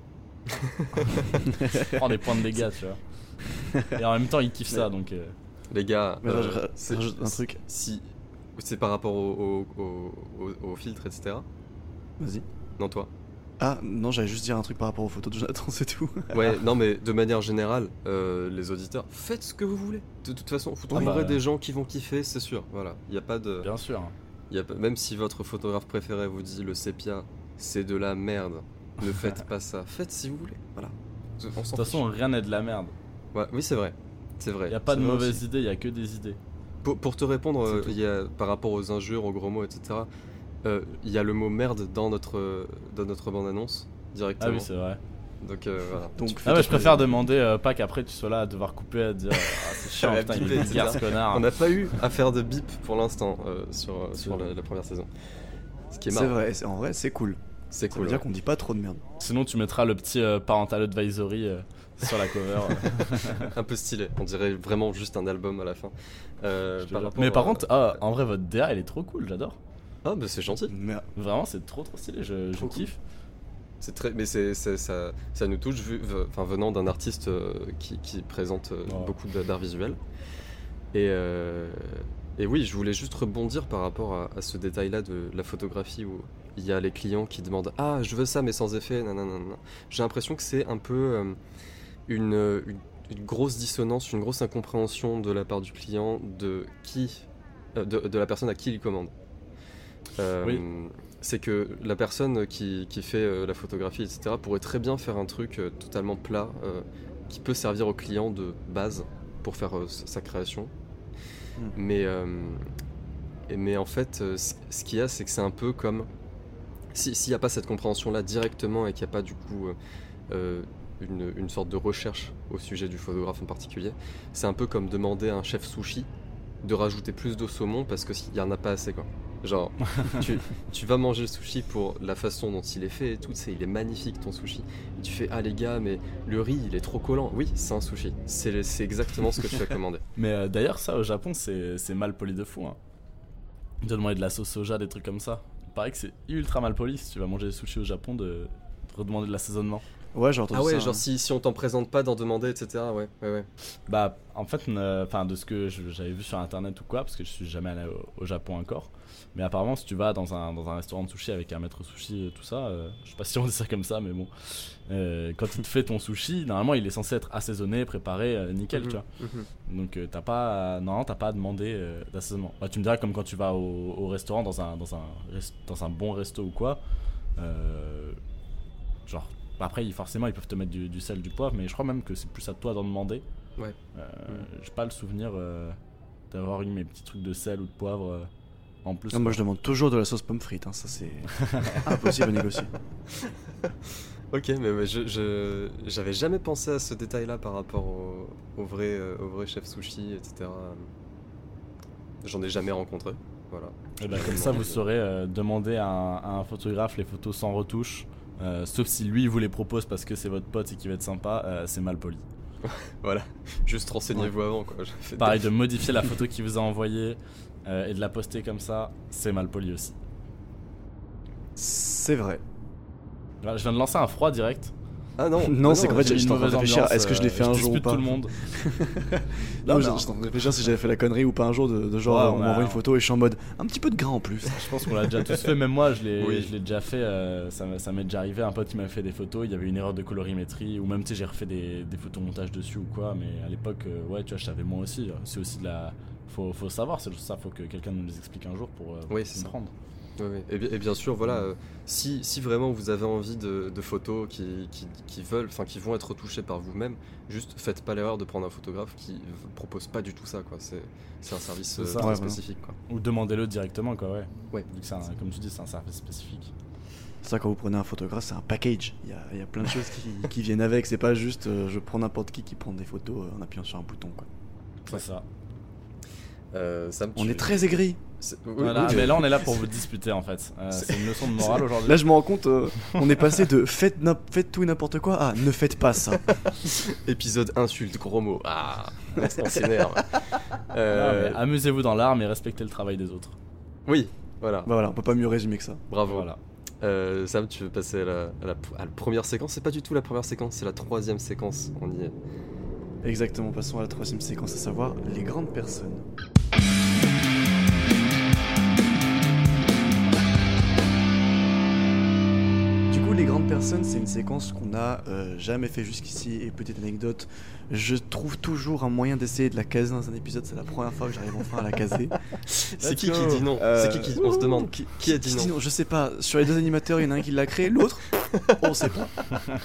Prends des points de dégâts, tu vois. Et en même temps il kiffe ça donc. euh, Les gars, Mais attends, euh, je- c'est rajoute un truc. Si c'est par rapport au, au, au, au- au filtre, et cetera. Vas-y. Non, toi. Ah non, j'allais juste dire un truc par rapport aux photos de Jonathan, c'est tout. Ouais, non, mais de manière générale, euh, les auditeurs, faites ce que vous voulez. De toute façon, vous trouverez bah, des gens qui vont kiffer, c'est sûr. Voilà, il y a pas de, Bien sûr. y a pas- même si votre photographe préféré vous dit le sépia, c'est de la merde. Ne faites pas ça. Faites si vous voulez. Voilà. On De s'en toute façon fiche. rien n'est de la merde. Ouais, oui, c'est vrai. C'est vrai. Il y a pas C'est de vrai mauvaises aussi. idées, il y a que des idées. Pour, pour te répondre, C'est euh, tout. il y a, par rapport aux injures, aux gros mots, et cetera, euh, il y a le mot merde dans notre, dans notre bande-annonce, directement. Ah oui, c'est vrai. Donc euh, voilà. Donc, Tu- Ah ouais, je préfère demander euh, pas qu'après tu sois là à devoir couper à dire ah, c'est chiant, Ouais, putain, il biper, est et vulgaire ce cetera. connard. On n'a pas eu à faire de bip pour l'instant euh, sur, euh, C'est sur vrai. la, la première saison. Ce qui est c'est marrant. vrai, c'est- en vrai, c'est cool. C'est Ça cool. veut dire ouais. qu'on dit pas trop de merde. Sinon tu mettras le petit euh, parental advisory euh, sur la cover. euh. Un peu stylé. On dirait vraiment juste un album à la fin. Euh, Je te par jure. rapport Mais par à- contre, ah, en vrai votre D A elle est trop cool, j'adore. Ah bah c'est gentil. Mais Vraiment c'est trop trop stylé, je, je Trop cool. kiffe. C'est très, mais c'est, c'est- ça, ça nous touche, vu, v- enfin venant d'un artiste euh, qui, qui présente euh, Ouais. beaucoup de- d'art visuel. Et, euh, et oui, je voulais juste rebondir par rapport à, à ce détail-là de la photographie où il y a les clients qui demandent ah je veux ça mais sans effet, nanana. J'ai l'impression que c'est un peu euh, une, une, une grosse dissonance, une grosse incompréhension de la part du client de qui, euh, de, de la personne à qui il commande. Euh, Oui. C'est que la personne qui, qui fait euh, la photographie, et cetera, pourrait très bien faire un truc euh, totalement plat euh, qui peut servir au client de base pour faire euh, sa création. Mm. Mais, euh, et- mais en fait, euh, ce ce qu'il y a, c'est que c'est un peu comme. si- S'il n'y a pas cette compréhension-là directement et qu'il n'y a pas du coup euh, euh, une, une sorte de recherche au sujet du photographe en particulier, c'est un peu comme demander à un chef sushi de rajouter plus de saumon parce qu'il n'y en a pas assez, quoi. Genre, tu, tu vas manger le sushi pour la façon dont il est fait et tout, tu sais, il est magnifique ton sushi. Et tu fais, ah les gars, mais le riz il est trop collant. Oui, c'est un sushi. C'est c'est exactement ce que tu as commandé. Mais euh, d'ailleurs ça au Japon c'est c'est mal poli de fou. Hein. De demander de la sauce soja, des trucs comme ça. Il paraît que c'est ultra mal poli si tu vas manger des sushis au Japon de, de redemander de l'assaisonnement. Ouais, j'ai entendu Ah ouais, ça, genre hein. si, si on t'en présente pas, d'en demander, et cetera. Ouais, ouais, ouais. Bah, en fait, euh, enfin, de ce que je- j'avais vu sur internet ou quoi, parce que je suis jamais allé au, au Japon encore. Mais apparemment, si tu vas dans un, dans un restaurant de sushi avec un maître sushi et tout ça, euh, je sais pas si on dit ça comme ça, mais bon. euh, quand il te fait ton sushi, normalement, il est censé être assaisonné, préparé, euh, nickel, Mhm, tu vois. mhm. Donc, euh, t'as pas, à- non, t'as pas à demander euh, d'assaisonnement. Bah, tu me diras, comme quand tu vas au, au restaurant, dans un, dans, un, rest- dans un bon resto ou quoi. euh, genre, après, ils- forcément, ils peuvent te mettre du, du sel, du poivre, mais je crois même que c'est plus à toi d'en demander. Ouais. Euh, J'ai pas le souvenir euh, d'avoir eu mes petits trucs de sel ou de poivre euh, en plus. Non, moi je demande toujours de la sauce pomme frite, hein. Ça c'est impossible à négocier. Ok, mais ouais, je, je j'avais jamais pensé à ce détail-là par rapport au, au vrai, euh, au vrai chef sushi, et cetera. J'en ai jamais rencontré, voilà. Et bah, comme ça, vous saurez euh, demander à un, à un photographe les photos sans retouche. Euh, sauf si lui il vous les propose parce que c'est votre pote et qu'il va être sympa, euh, c'est mal poli. Voilà, juste renseignez-vous avant, quoi. Faites Pareil, de modifier la photo qu'il vous a envoyée euh, et de la poster comme ça, c'est mal poli aussi. C'est vrai. Voilà, je viens de lancer un froid direct. Ah non, Non, ah c'est qu'en fait, J'ai mis j'étais une en train de mauvaise réfléchir, ambiance, est-ce que je l'ai fait euh, un je jour ou dispute pas tout le monde. Non, Non, j'ai- non. j'étais en train de réfléchir si j'avais fait la connerie ou pas un jour de, de genre Ouais, euh, on on a- m'envoie une photo et je suis en mode un petit peu de grain en plus. Je pense qu'on l'a déjà tous fait, même moi je l'ai Oui. je l'ai déjà fait, euh, ça, m'est- ça m'est déjà arrivé, un pote qui m'a fait des photos, il y avait une erreur de colorimétrie, ou même tu sais j'ai refait des, des photos montage dessus ou quoi, mais à l'époque, euh, ouais tu vois je savais moi aussi, c'est aussi de la... Faut, faut savoir, c'est juste ça, faut que quelqu'un nous les explique un jour pour euh, Oui, c'est ça. comprendre. Oui, oui. Et, bi- et bien sûr, voilà, euh, si, si vraiment vous avez envie de, de photos qui, qui, qui veulent, enfin qui vont être retouchées par vous-même, juste faites pas l'erreur de prendre un photographe qui vous propose pas du tout ça, quoi. C'est, c'est un service euh, C'est ça. très Ouais, spécifique, quoi. Ou demandez-le directement quoi, ouais. Ouais. Vu que c'est un- comme tu dis, c'est un service spécifique. C'est ça, quand vous prenez un photographe, c'est un package. Il y a, il y a plein de choses qui, qui viennent avec. C'est pas juste euh, je prends n'importe qui qui prend des photos euh, en appuyant sur un bouton, quoi. C'est Ouais. ça. Euh, Sam, On tu- est très aigris. c'est- oui, Voilà, oui, mais là on est là pour vous disputer en fait. Euh, c'est une leçon de morale aujourd'hui. Là, je me rends compte, euh, on est passé de faites, n'im- faites tout et n'importe quoi à ne faites pas ça. épisode insulte, gros mots. Ah, on s'énerve. Non, Euh, mais amusez-vous dans l'art, mais respectez le travail des autres. Oui, voilà, Bah voilà, on peut pas mieux résumer que ça. bravo. Voilà. Euh, Sam, tu veux passer à la, à la- à la première séquence? C'est pas du tout la première séquence, c'est la troisième séquence. On y est. Exactement, passons à la troisième séquence, à savoir les grandes personnes. Du coup, les grandes personnes, c'est une séquence qu'on a euh, jamais fait jusqu'ici. Et petite anecdote, je trouve toujours un moyen d'essayer de la caser dans un épisode. C'est la première fois que j'arrive enfin à la caser. C'est qui go. qui dit non Euh, C'est qui qui On se demande qui, qui a dit non Je sais pas. Sur les deux animateurs, il y en a un qui l'a créé, l'autre, on sait pas.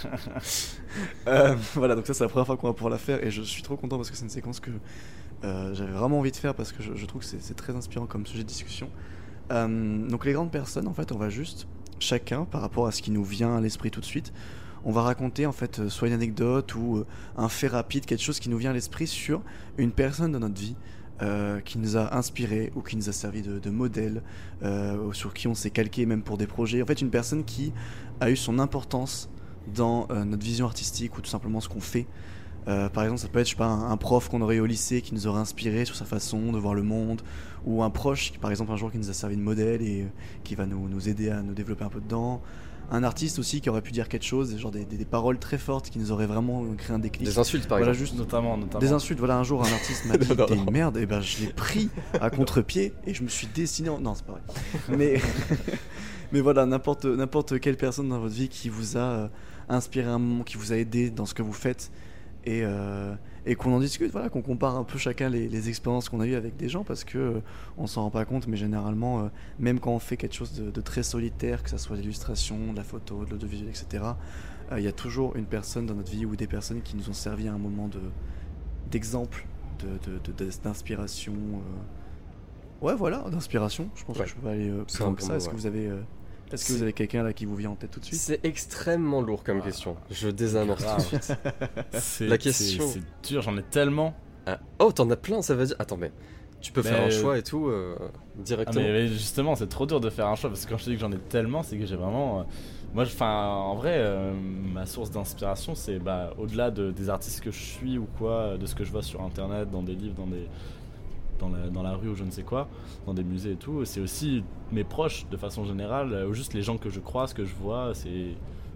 Euh, voilà, donc ça c'est la première fois qu'on va pouvoir la faire et je suis trop content parce que c'est une séquence que euh, j'avais vraiment envie de faire parce que je, je trouve que c'est, c'est très inspirant comme sujet de discussion. Euh, donc les grandes personnes, en fait, on va juste chacun par rapport à ce qui nous vient à l'esprit tout de suite, on va raconter en fait euh, soit une anecdote ou euh, un fait rapide, quelque chose qui nous vient à l'esprit sur une personne dans notre vie. Euh, qui nous a inspiré ou qui nous a servi de, de modèle, euh, ou sur qui on s'est calqué même pour des projets. En fait, une personne qui a eu son importance dans euh, notre vision artistique ou tout simplement ce qu'on fait. Euh, par exemple, ça peut être je sais pas, un, un prof qu'on aurait eu au lycée qui nous aurait inspiré sur sa façon de voir le monde, ou un proche, qui, par exemple, un jour qui nous a servi de modèle et euh, qui va nous, nous aider à nous développer un peu dedans. Un artiste aussi qui aurait pu dire quelque chose, genre des, des, des paroles très fortes qui nous auraient vraiment créé un déclic. Des insultes par Voilà, exemple. juste Notamment, notamment. des insultes. Voilà, un jour un artiste m'a dit Non, non, t'es non. une merde, et ben je l'ai pris à contre-pied et je me suis dessiné en... Non, c'est pas vrai. Mais, mais voilà, n'importe, n'importe quelle personne dans votre vie qui vous a euh, inspiré un moment, qui vous a aidé dans ce que vous faites et, euh, et qu'on en discute, voilà, qu'on compare un peu chacun les, les expériences qu'on a eues avec des gens parce que euh, on s'en rend pas compte, mais généralement, euh, même quand on fait quelque chose de, de très solitaire, que ça soit de l'illustration, de la photo, de l'audiovisuel, et cetera, il y a toujours une personne dans notre vie ou des personnes qui nous ont servi à un moment de, d'exemple, de, de, de- de- d'inspiration. euh. Ouais, voilà, d'inspiration. Je pense Ouais. que je peux pas aller euh, plus C'est un loin que bon ça. mot, Est-ce que ouais. vous avez, euh, est-ce que C'est- vous avez quelqu'un là qui vous vient en tête tout de suite? C'est extrêmement lourd comme Ah. question. Je désamorce tout de suite. C'est- La question. C'est c'est dur, j'en ai tellement. Ah, oh, t'en as plein, ça veut dire. Attends, mais tu peux Mais- faire un choix et tout euh, Ah, directement. mais, mais justement, c'est trop dur de faire un choix parce que quand je te dis que j'en ai tellement, c'est que j'ai vraiment. euh, moi, je- enfin, en vrai, euh, ma source d'inspiration, c'est bah, au-delà de, des artistes que je suis ou quoi, de ce que je vois sur internet, dans des livres, dans des. Dans la, dans la rue ou je ne sais quoi, dans des musées et tout, c'est aussi mes proches de façon générale, ou juste les gens que je croise, que je vois, c'est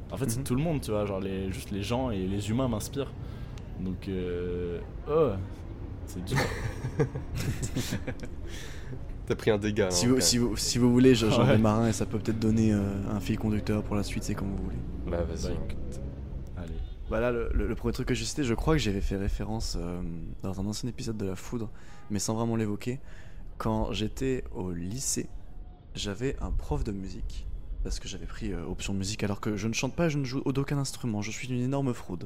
En fait, mm-hmm. c'est tout le monde, tu vois, genre les, juste les gens et les humains m'inspirent. Donc, euh, oh, c'est dur. T'as pris un dégât. Si, hein, vous, si, vous, si vous voulez, genre ouais. les marins, et ça peut peut-être donner euh, un fil conducteur pour la suite, c'est comme vous voulez. Bah, vas-y. Bah, écoute. Allez. Bah là, le, le, le premier truc que j'ai cité, je crois que j'avais fait référence euh, dans un ancien épisode de La Foudre, mais sans vraiment l'évoquer. Quand j'étais au lycée, j'avais un prof de musique, parce que j'avais pris euh, option musique, alors que je ne chante pas, je ne joue d'aucun instrument, je suis une énorme fraude.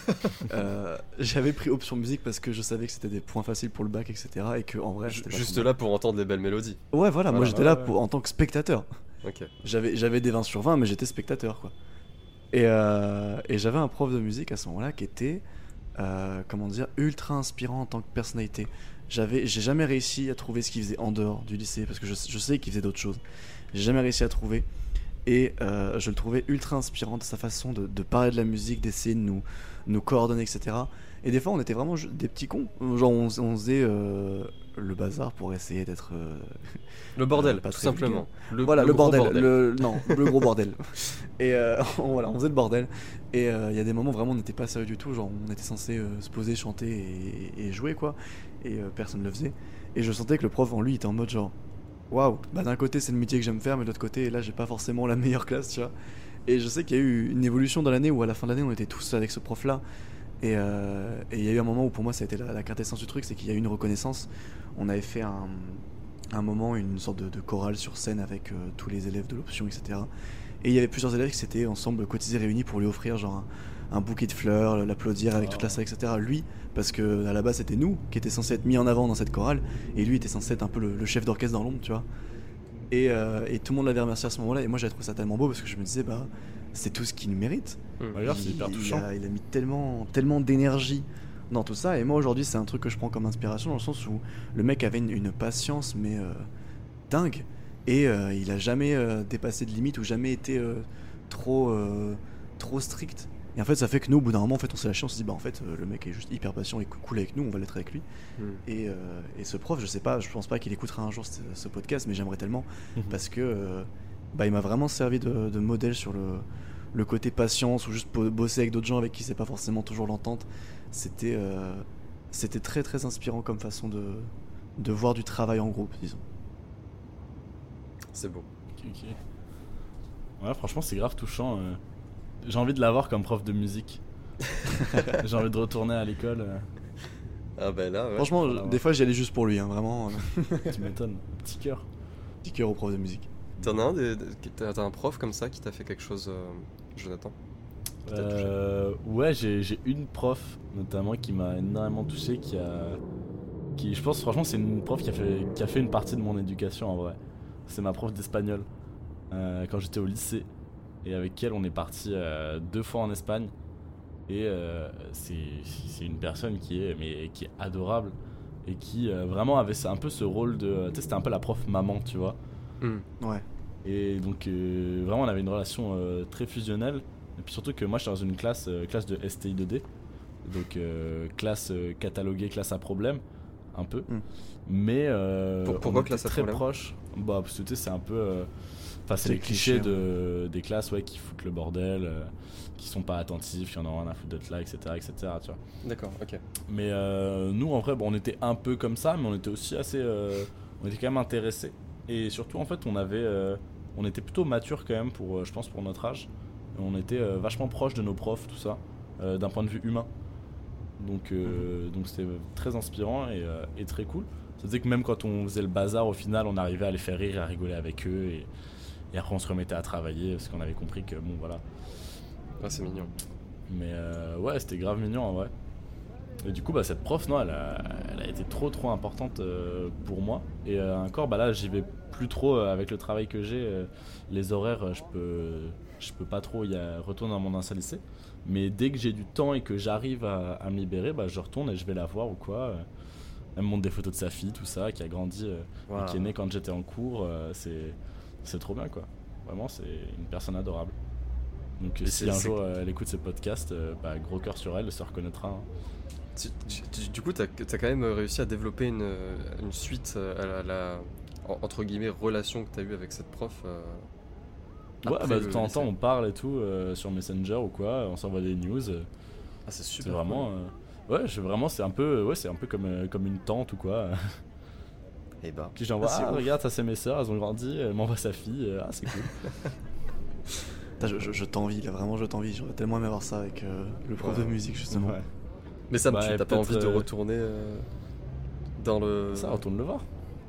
euh, j'avais pris option musique parce que je savais que c'était des points faciles pour le bac, et cetera. Et que en vrai, c'était juste là pour entendre les belles mélodies. Ouais, voilà, voilà moi j'étais ouais, là ouais. pour, en tant que spectateur. Ok. J'avais, j'avais des vingt sur vingt, mais j'étais spectateur, quoi. Et, euh, et j'avais un prof de musique à ce moment-là qui était, euh, comment dire, ultra inspirant en tant que personnalité. J'avais, j'ai jamais réussi à trouver ce qu'il faisait en dehors du lycée, parce que je, je sais qu'il faisait d'autres choses. J'ai jamais réussi à trouver. Et euh, je le trouvais ultra inspirant de sa façon de, de parler de la musique, d'essayer de nous, nous coordonner, et cetera. Et des fois, on était vraiment des petits cons. Genre, on, on faisait euh, le bazar pour essayer d'être. Euh, le bordel, euh, pas tout simplement. Le, voilà, le, le bordel. bordel. Le, non, le gros bordel. Et euh, on, voilà, on faisait le bordel. Et il euh, y a des moments vraiment, on n'était pas sérieux du tout. Genre, on était censé euh, se poser, chanter et, et jouer, quoi. Et euh, personne ne le faisait. Et je sentais que le prof, en lui, était en mode genre. Waouh, bah d'un côté c'est le métier que j'aime faire, mais de l'autre côté là j'ai pas forcément la meilleure classe, tu vois. Et je sais qu'il y a eu une évolution dans l'année où à la fin de l'année on était tous avec ce prof là. Et il euh, y a eu un moment où pour moi ça a été la, la quintessence du truc, c'est qu'il y a eu une reconnaissance. On avait fait un, un moment, une sorte de, de chorale sur scène avec euh, tous les élèves de l'option, et cetera. Et il y avait plusieurs élèves qui s'étaient ensemble cotisés, réunis pour lui offrir genre un, un bouquet de fleurs, l'applaudir avec oh. toute la salle, et cetera. Lui, parce que à la base c'était nous qui étaient censés être mis en avant dans cette chorale, et lui était censé être un peu le, le chef d'orchestre dans l'ombre, tu vois. Et, euh, et tout le monde l'avait remercié à ce moment-là, et moi j'ai trouvé ça tellement beau parce que je me disais bah c'est tout ce qu'il mérite. Mmh. Il, c'est hyper touchant. Il a, il a mis tellement, tellement d'énergie dans tout ça, et moi aujourd'hui c'est un truc que je prends comme inspiration dans le sens où le mec avait une, une patience mais euh, dingue, et euh, il a jamais euh, dépassé de limite ou jamais été euh, trop, euh, trop strict. Et en fait, ça fait que nous, au bout d'un moment, en fait, on s'est lâché, on s'est dit, bah en fait, euh, le mec est juste hyper patient et cool avec nous, on va l'être avec lui. Mm. Et, euh, et ce prof, je sais pas, je pense pas qu'il écoutera un jour ce, ce podcast, mais j'aimerais tellement, mm-hmm. parce que euh, bah, il m'a vraiment servi de, de modèle sur le, le côté patience, ou juste bosser avec d'autres gens avec qui c'est pas forcément toujours l'entente. C'était, euh, c'était très très inspirant comme façon de, de voir du travail en groupe, disons. C'est beau. Ok, ok. Ouais, franchement, c'est grave touchant. Euh... J'ai envie de l'avoir comme prof de musique. J'ai envie de retourner à l'école. Euh... Ah bah là, ouais. Franchement, des ouais. fois j'y allais juste pour lui, hein, vraiment. Tu m'étonnes, petit cœur. Petit cœur au prof de musique. T'en as un, des, des, t'as un prof comme ça qui t'a fait quelque chose, euh, Jonathan? euh, Ouais, j'ai, j'ai une prof notamment qui m'a énormément touché, qui a, qui, je pense franchement c'est une prof qui a fait, qui a fait une partie de mon éducation en vrai. C'est ma prof d'espagnol euh, quand j'étais au lycée. Et avec qui on est parti euh, deux fois en Espagne. Et euh, c'est, c'est une personne qui est, mais, qui est adorable. Et qui euh, vraiment avait un peu ce rôle de... Tu sais, c'était un peu la prof maman, tu vois. Mm. Ouais. Et donc, euh, vraiment, on avait une relation euh, très fusionnelle. Et puis surtout que moi, j'étais dans une classe, euh, classe de S T I deux D. Donc, euh, classe euh, cataloguée, classe à problème. Un peu. Mm. Mais euh, Pour, pourquoi classe à très problème? Proche. Bah, parce que tu sais, c'est un peu... Euh, Enfin, c'est, c'est les clichés, clichés de, ouais. des classes ouais, qui foutent le bordel, euh, qui sont pas attentifs, qui en ont rien à foutre d'être là, et cetera, et cetera. Tu vois. D'accord, ok. Mais euh, nous, en vrai, bon, on était un peu comme ça, mais on était aussi assez, euh, on était quand même intéressés. Et surtout, en fait, on avait, euh, on était plutôt matures quand même pour, euh, je pense, pour notre âge. Et on était euh, vachement proches de nos profs, tout ça, euh, d'un point de vue humain. Donc, euh, mmh. donc c'était très inspirant et, euh, et très cool. Ça veut dire que même quand on faisait le bazar, au final, on arrivait à les faire rire et à rigoler avec eux. Et, Et après on se remettait à travailler parce qu'on avait compris que bon voilà. Ah c'est mignon. Mais euh, ouais c'était grave mignon en vrai. Et du coup bah cette prof non elle a, elle a été trop trop importante euh, pour moi. Et euh, encore bah là j'y vais plus trop euh, avec le travail que j'ai. Euh, les horaires je peux je peux pas trop y a, retourner dans mon ancien lycée. Mais dès que j'ai du temps et que j'arrive à, à me libérer bah je retourne et je vais la voir ou quoi. Elle me montre des photos de sa fille tout ça qui a grandi euh, wow. et qui est née quand j'étais en cours. Euh, c'est C'est trop bien quoi, vraiment c'est une personne adorable. Donc et si c'est, un c'est... jour euh, elle écoute ce podcast, euh, bah, gros cœur sur elle, elle se reconnaîtra. Hein. Tu, tu, du coup t'as, t'as quand même réussi à développer une, une suite à la, à la entre guillemets relation que t'as eue avec cette prof euh, Ouais, après bah, de le temps en lycée. temps, on parle et tout euh, sur Messenger ou quoi, on s'envoie des news. euh, Ah, c'est C'est super. vraiment. euh, Ouais, je, vraiment, c'est un peu, ouais, c'est un peu comme, euh, comme une tante ou quoi. Et bah. Puis j'envoie, Ah, c'est ah, ouf. regarde, ça c'est mes sœurs, elles ont grandi, elle m'envoie sa fille, euh, ah, c'est cool. Putain, je, je- je t'envie, là, vraiment, je t'envie. J'aurais tellement aimé avoir ça avec euh, le prof Ouais. de musique, justement. Ouais. Mais Sam, Bah, tu et t'as pas peut-être, envie de euh, retourner euh, dans le. Ça, retourne le voir.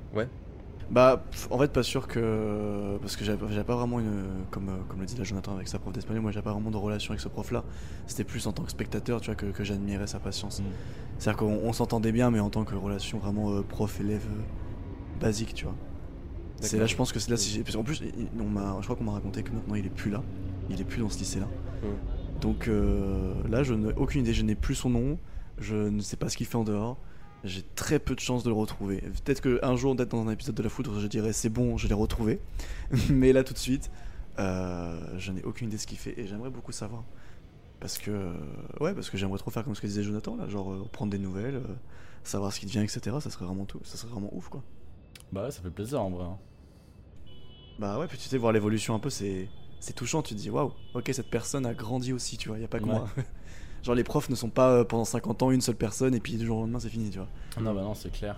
Bah, pff, en fait, pas sûr que. Parce que j'avais j'avais pas vraiment une. Comme, euh, comme le dit là Jonathan avec sa prof d'espagnol, moi j'avais pas vraiment de relation avec ce prof-là. C'était plus en tant que spectateur, tu vois, que, que j'admirais sa patience. Mm. C'est-à-dire qu'on on s'entendait bien, mais en tant que relation vraiment euh, prof-élève euh, basique, tu vois. C'est D'accord. là, je pense que c'est là si j'ai. Parce qu'en plus, il- on m'a- je crois qu'on m'a raconté que maintenant il est plus là. Il est plus dans ce lycée-là. Mm. Donc euh, là, je n'ai aucune idée. Je n'ai plus son nom. Je ne sais pas ce qu'il fait en dehors. J'ai très peu de chances de le retrouver. Peut-être qu'un jour, d'être dans un épisode de La Foudre, je dirais c'est bon, je l'ai retrouvé. Mais là, tout de suite, euh, je n'ai aucune idée de ce qu'il fait et j'aimerais beaucoup savoir. Parce que, euh, ouais, parce que j'aimerais trop faire comme ce que disait Jonathan, là, genre euh, prendre des nouvelles, euh, savoir ce qu'il devient, et cetera. Ça serait vraiment tout. Ça serait vraiment ouf, quoi. Bah ouais, ça fait plaisir en vrai. hein. Bah ouais, puis tu sais, voir l'évolution un peu, c'est c'est touchant. Tu te dis, waouh, ok, cette personne a grandi aussi, tu vois. Y a pas que Ouais. moi. Genre, les profs ne sont pas euh, pendant cinquante ans une seule personne et puis du jour au lendemain, c'est fini, tu vois. Non, bah non, c'est clair.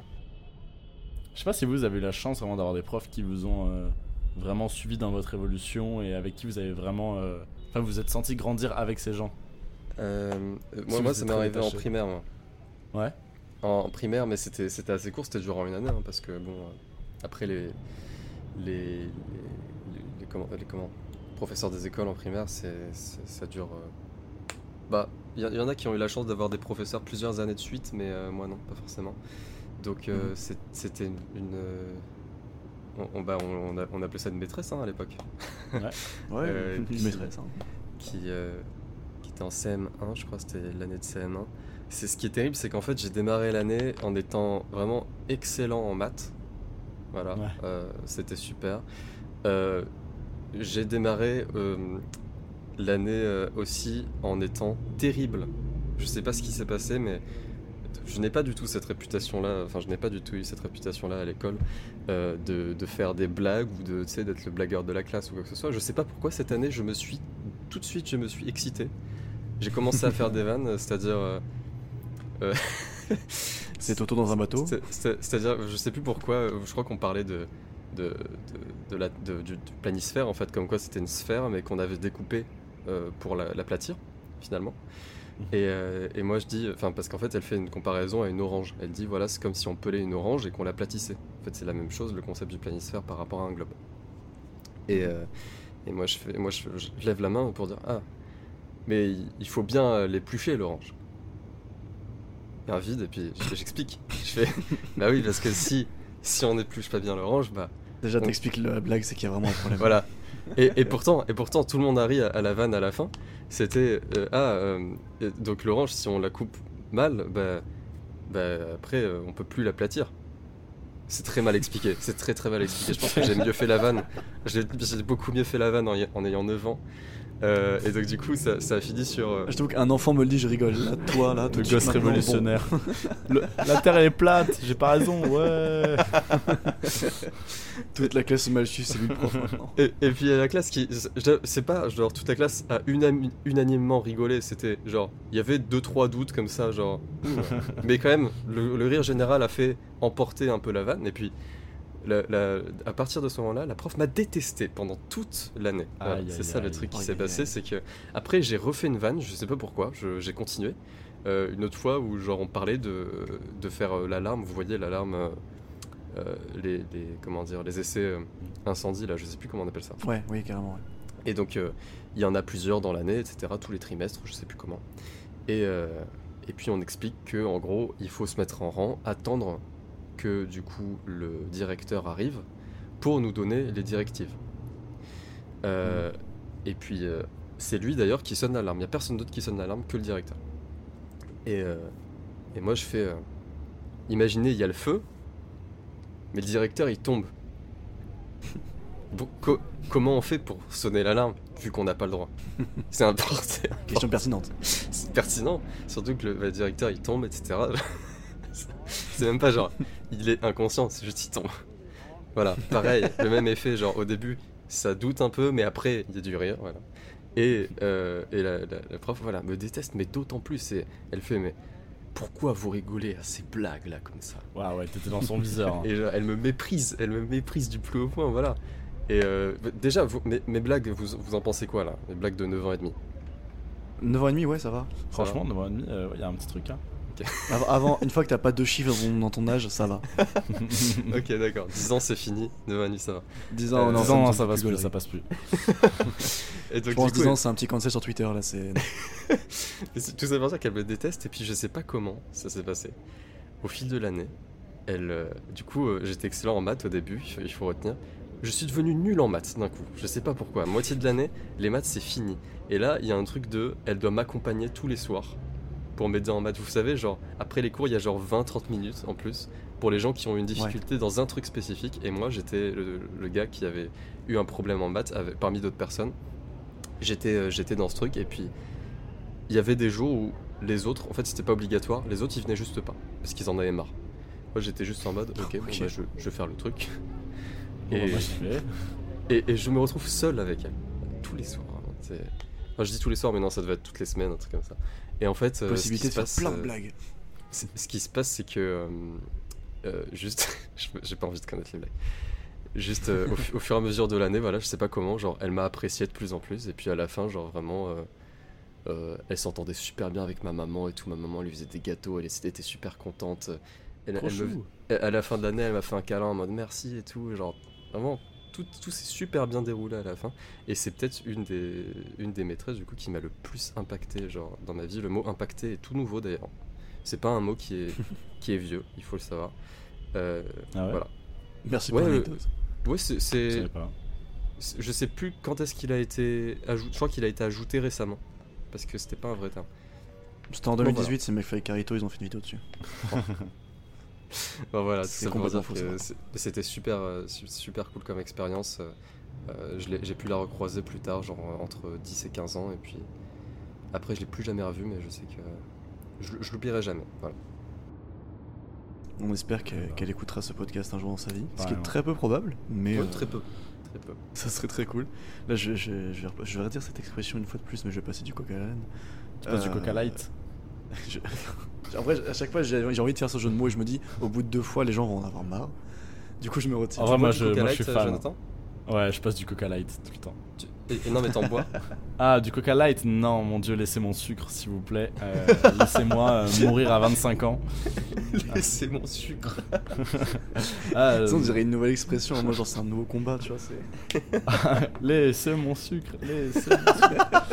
Je sais pas si vous avez eu la chance vraiment d'avoir des profs qui vous ont euh, vraiment suivi dans votre évolution et avec qui vous avez vraiment. euh, Enfin, vous vous êtes senti grandir avec ces gens. Euh, euh, Si moi, vous moi êtes ça m'est très arrivé en détaché. primaire, moi. Ouais. En primaire, mais c'était c'était assez court, c'était durant une année, hein, parce que bon, euh, après les les, les, les- les comment, les comment professeurs des écoles en primaire, c'est c'est- ça dure. euh, Bah, il y, y en a qui ont eu la chance d'avoir des professeurs plusieurs années de suite, mais euh, moi non, pas forcément. Donc euh, Mhm. c'est- c'était une, une, euh, on, on- bah, on, on a- on appelait ça une maîtresse hein, à l'époque, Ouais, Euh, une qui- maîtresse. Hein. qui euh, qui était en C M un, je crois, c'était l'année de C M un. C'est ce qui est terrible, c'est qu'en fait j'ai démarré l'année en étant vraiment excellent en maths. Voilà, Ouais. euh, c'était super. Euh, j'ai démarré euh, l'année euh, aussi en étant terrible. Je sais pas ce qui s'est passé, mais je n'ai pas du tout cette réputation-là. Enfin, je n'ai pas du tout eu cette réputation-là à l'école euh, de, de faire des blagues ou de, tu sais, d'être le blagueur de la classe ou quoi que ce soit. Je sais pas pourquoi cette année, je me suis tout de suite, je me suis excité. J'ai commencé à faire des vannes, c'est-à-dire. euh, euh, C'est Toto dans un bateau. c'est- c'est- C'est-à-dire, je sais plus pourquoi, euh, je crois qu'on parlait de, de, de, de la, de- du, du planisphère, en fait, comme quoi c'était une sphère, mais qu'on avait découpée euh, pour la- l'aplatir, finalement. Et, euh, et moi je dis, enfin, parce qu'en fait, elle fait une comparaison à une orange. Elle dit, voilà, c'est comme si on pelait une orange et qu'on l'aplatissait. En fait, c'est la même chose, le concept du planisphère par rapport à un globe. Et, euh, et moi, je, fais, moi je, je lève la main pour dire, ah, mais il, il faut bien l'éplucher, l'orange. Il y a un vide, et puis j'explique. Je fais, bah oui, parce que si, si on n'épluche pas bien l'orange, bah Déjà, on- t'expliques la blague, c'est qu'il y a vraiment un problème. voilà. Et, et pourtant, et pourtant, tout le monde a ri à, à la vanne à la fin. C'était euh, ah, euh, et donc l'orange, si on la coupe mal, bah, bah après, euh, on peut plus l'aplatir. C'est très mal expliqué. C'est très très mal expliqué. Je pense que j'ai mieux fait la vanne. J'ai j'ai beaucoup mieux fait la vanne en, y- en ayant neuf ans. Euh, et donc du coup, ça, ça a fini sur. euh, Je trouve qu'un enfant me le dit, je rigole. Là, toi, là, tout Le de suite, gosse maintenant, révolutionnaire. Le- la terre elle est plate, j'ai pas raison, ouais. bon, toute la classe mal suit, c'est lui le prof maintenant. Et, et puis il y a la classe qui, je- c'est pas genre toute la classe a unam- unanimement rigolé, c'était genre il y avait deux trois doutes comme ça genre, ouh. Mais quand même le, le rire général a fait emporter un peu la vanne et puis la- la- à partir de ce moment-là la prof m'a détesté pendant toute l'année. Voilà, Aïe, c'est aïe, ça le aïe. truc qui Aïe, s'est aïe, passé, aïe. c'est que après j'ai refait une vanne, je sais pas pourquoi, je- j'ai continué. Euh, une autre fois où genre on parlait de, de faire euh, l'alarme, vous voyez l'alarme, euh, euh, les, les comment dire les essais euh, incendie là, je sais plus comment on appelle ça. Ouais, oui, carrément. Ouais. Et donc, euh, il y en a plusieurs dans l'année, et cetera, tous les trimestres, je sais plus comment. Et, euh, et puis, on explique que en gros, il faut se mettre en rang, attendre que, du coup, le directeur arrive pour nous donner les directives. Euh, Et puis, euh, c'est lui, d'ailleurs, qui sonne l'alarme. Il n'y a personne d'autre qui sonne l'alarme que le directeur. Et, euh, et moi, je fais... euh, imaginez, il y a le feu, mais le directeur, il tombe. Bon, co- comment on fait pour sonner l'alarme vu qu'on n'a pas le droit? C'est important, c'est Question pertinente. c'est pertinent, surtout que le, le directeur il tombe, et cetera. C'est même pas genre il est inconscient, c'est juste il tombe. Voilà, pareil, le même effet, genre au début ça doute un peu, mais après, il y a du rire, voilà. Et, euh, et la, la, la prof, voilà, me déteste, mais d'autant plus. Et elle fait, mais pourquoi vous rigolez à ces blagues là comme ça? Ouais, ouais, t'étais dans son viseur. Hein. Et genre, elle me méprise, elle me méprise du plus haut point, voilà. Et euh, déjà, vous, mes, mes blagues, vous, vous en pensez quoi là? Les blagues de neuf ans et demi? neuf ans et demi, ouais, ça va. Franchement, neuf ans et demi, il euh, y a un petit truc. Hein. Okay. Avant, une fois que t'as pas deux chiffres dans ton âge, ça va. Ok, d'accord. dix ans, c'est fini. neuf ans et demi, ça va. dix ans, euh, non, dix ans, ça passe plus, ça passe plus. Et donc, je pense dix coup, ans, c'est un petit cancel sur Twitter, là, c'est... Tout ça pour ça qu'elle me déteste, et puis je sais pas comment ça s'est passé. Au fil de l'année, elle... Euh, du coup, euh, j'étais excellent en maths au début, il faut retenir. Je suis devenu nul en maths d'un coup, je sais pas pourquoi. À moitié de l'année, les maths, c'est fini. Et là, il y a un truc de... Elle doit m'accompagner tous les soirs pour m'aider en maths. Vous savez, genre, après les cours, il y a genre vingt à trente minutes en plus pour les gens qui ont une difficulté ouais. dans un truc spécifique. Et moi, j'étais le, le gars qui avait eu un problème en maths avec, parmi d'autres personnes. J'étais, euh, j'étais dans ce truc, et puis il y avait des jours où les autres, en fait, c'était pas obligatoire, les autres, ils venaient juste pas, parce qu'ils en avaient marre. Moi, j'étais juste en mode, ok, okay. Bon, bah, je, je vais faire le truc. Bon, et, bah, et, et je me retrouve seul avec elle, tous les soirs. Hein, c'est... Enfin, je dis tous les soirs, mais non, ça devait être toutes les semaines, un truc comme ça. Et en fait, possibilité euh, ce qui de se faire passe, plein de blagues. Euh, ce qui se passe, c'est que euh, euh, juste, j'ai pas envie de connaître les blagues. Juste euh, au, au fur et à mesure de l'année, voilà, je sais pas comment, genre, elle m'a apprécié de plus en plus, et puis à la fin, genre vraiment, euh, euh, elle s'entendait super bien avec ma maman et tout. Ma maman lui faisait des gâteaux, elle était super contente. Elle, elle me, à la fin de l'année, elle m'a fait un câlin en mode merci et tout, genre vraiment. Tout, tout s'est super bien déroulé à la fin, et c'est peut-être une des, une des maîtresses du coup qui m'a le plus impacté genre, dans ma vie. Le mot impacté est tout nouveau d'ailleurs, c'est pas un mot qui est, qui est vieux, il faut le savoir. Euh, ah ouais voilà. Merci ouais, pour l'anecdote. Euh, ouais, c'est, c'est, je sais pas. C'est, je sais plus quand est-ce qu'il a été ajouté, je crois qu'il a été ajouté récemment, parce que c'était pas un vrai terme. C'était en deux mille dix-huit, bon, voilà. C'est McFly et Carito, ils ont fait une vidéo dessus. Bon, voilà, c'est tout ça pour dire faux, que c'était super, euh, super cool comme expérience. Euh, je j'ai pu la recroiser plus tard, genre entre dix et quinze ans, et puis après je l'ai plus jamais revue, mais je sais que je, je l'oublierai jamais. Voilà. On espère qu'elle, qu'elle écoutera ce podcast un jour dans sa vie, ce ouais, qui est ouais. très peu probable, mais ouais, euh, très peu, très peu. Ça serait très cool. Là, je, je, je, vais, je vais redire cette expression une fois de plus, mais je vais passer du coca à l'âne. Tu passes euh, du coca light. je... En vrai, à chaque fois, j'ai, j'ai envie de faire ce jeu de mots et je me dis, au bout de deux fois, les gens vont en avoir marre. Du coup, je me retire. En vrai, moi, je, moi je suis fan. Jonathan ouais, je passe du coca light tout le temps. Tu... Et, et non, mais t'en bois? Ah, du coca light? Non, mon dieu, laissez mon sucre, s'il vous plaît. Euh, laissez-moi euh, mourir à vingt-cinq ans. Laissez mon sucre. ah, euh... Ça, on dirait une nouvelle expression. Moi, genre, c'est un nouveau combat, tu vois. C'est... laissez mon sucre, laissez mon sucre.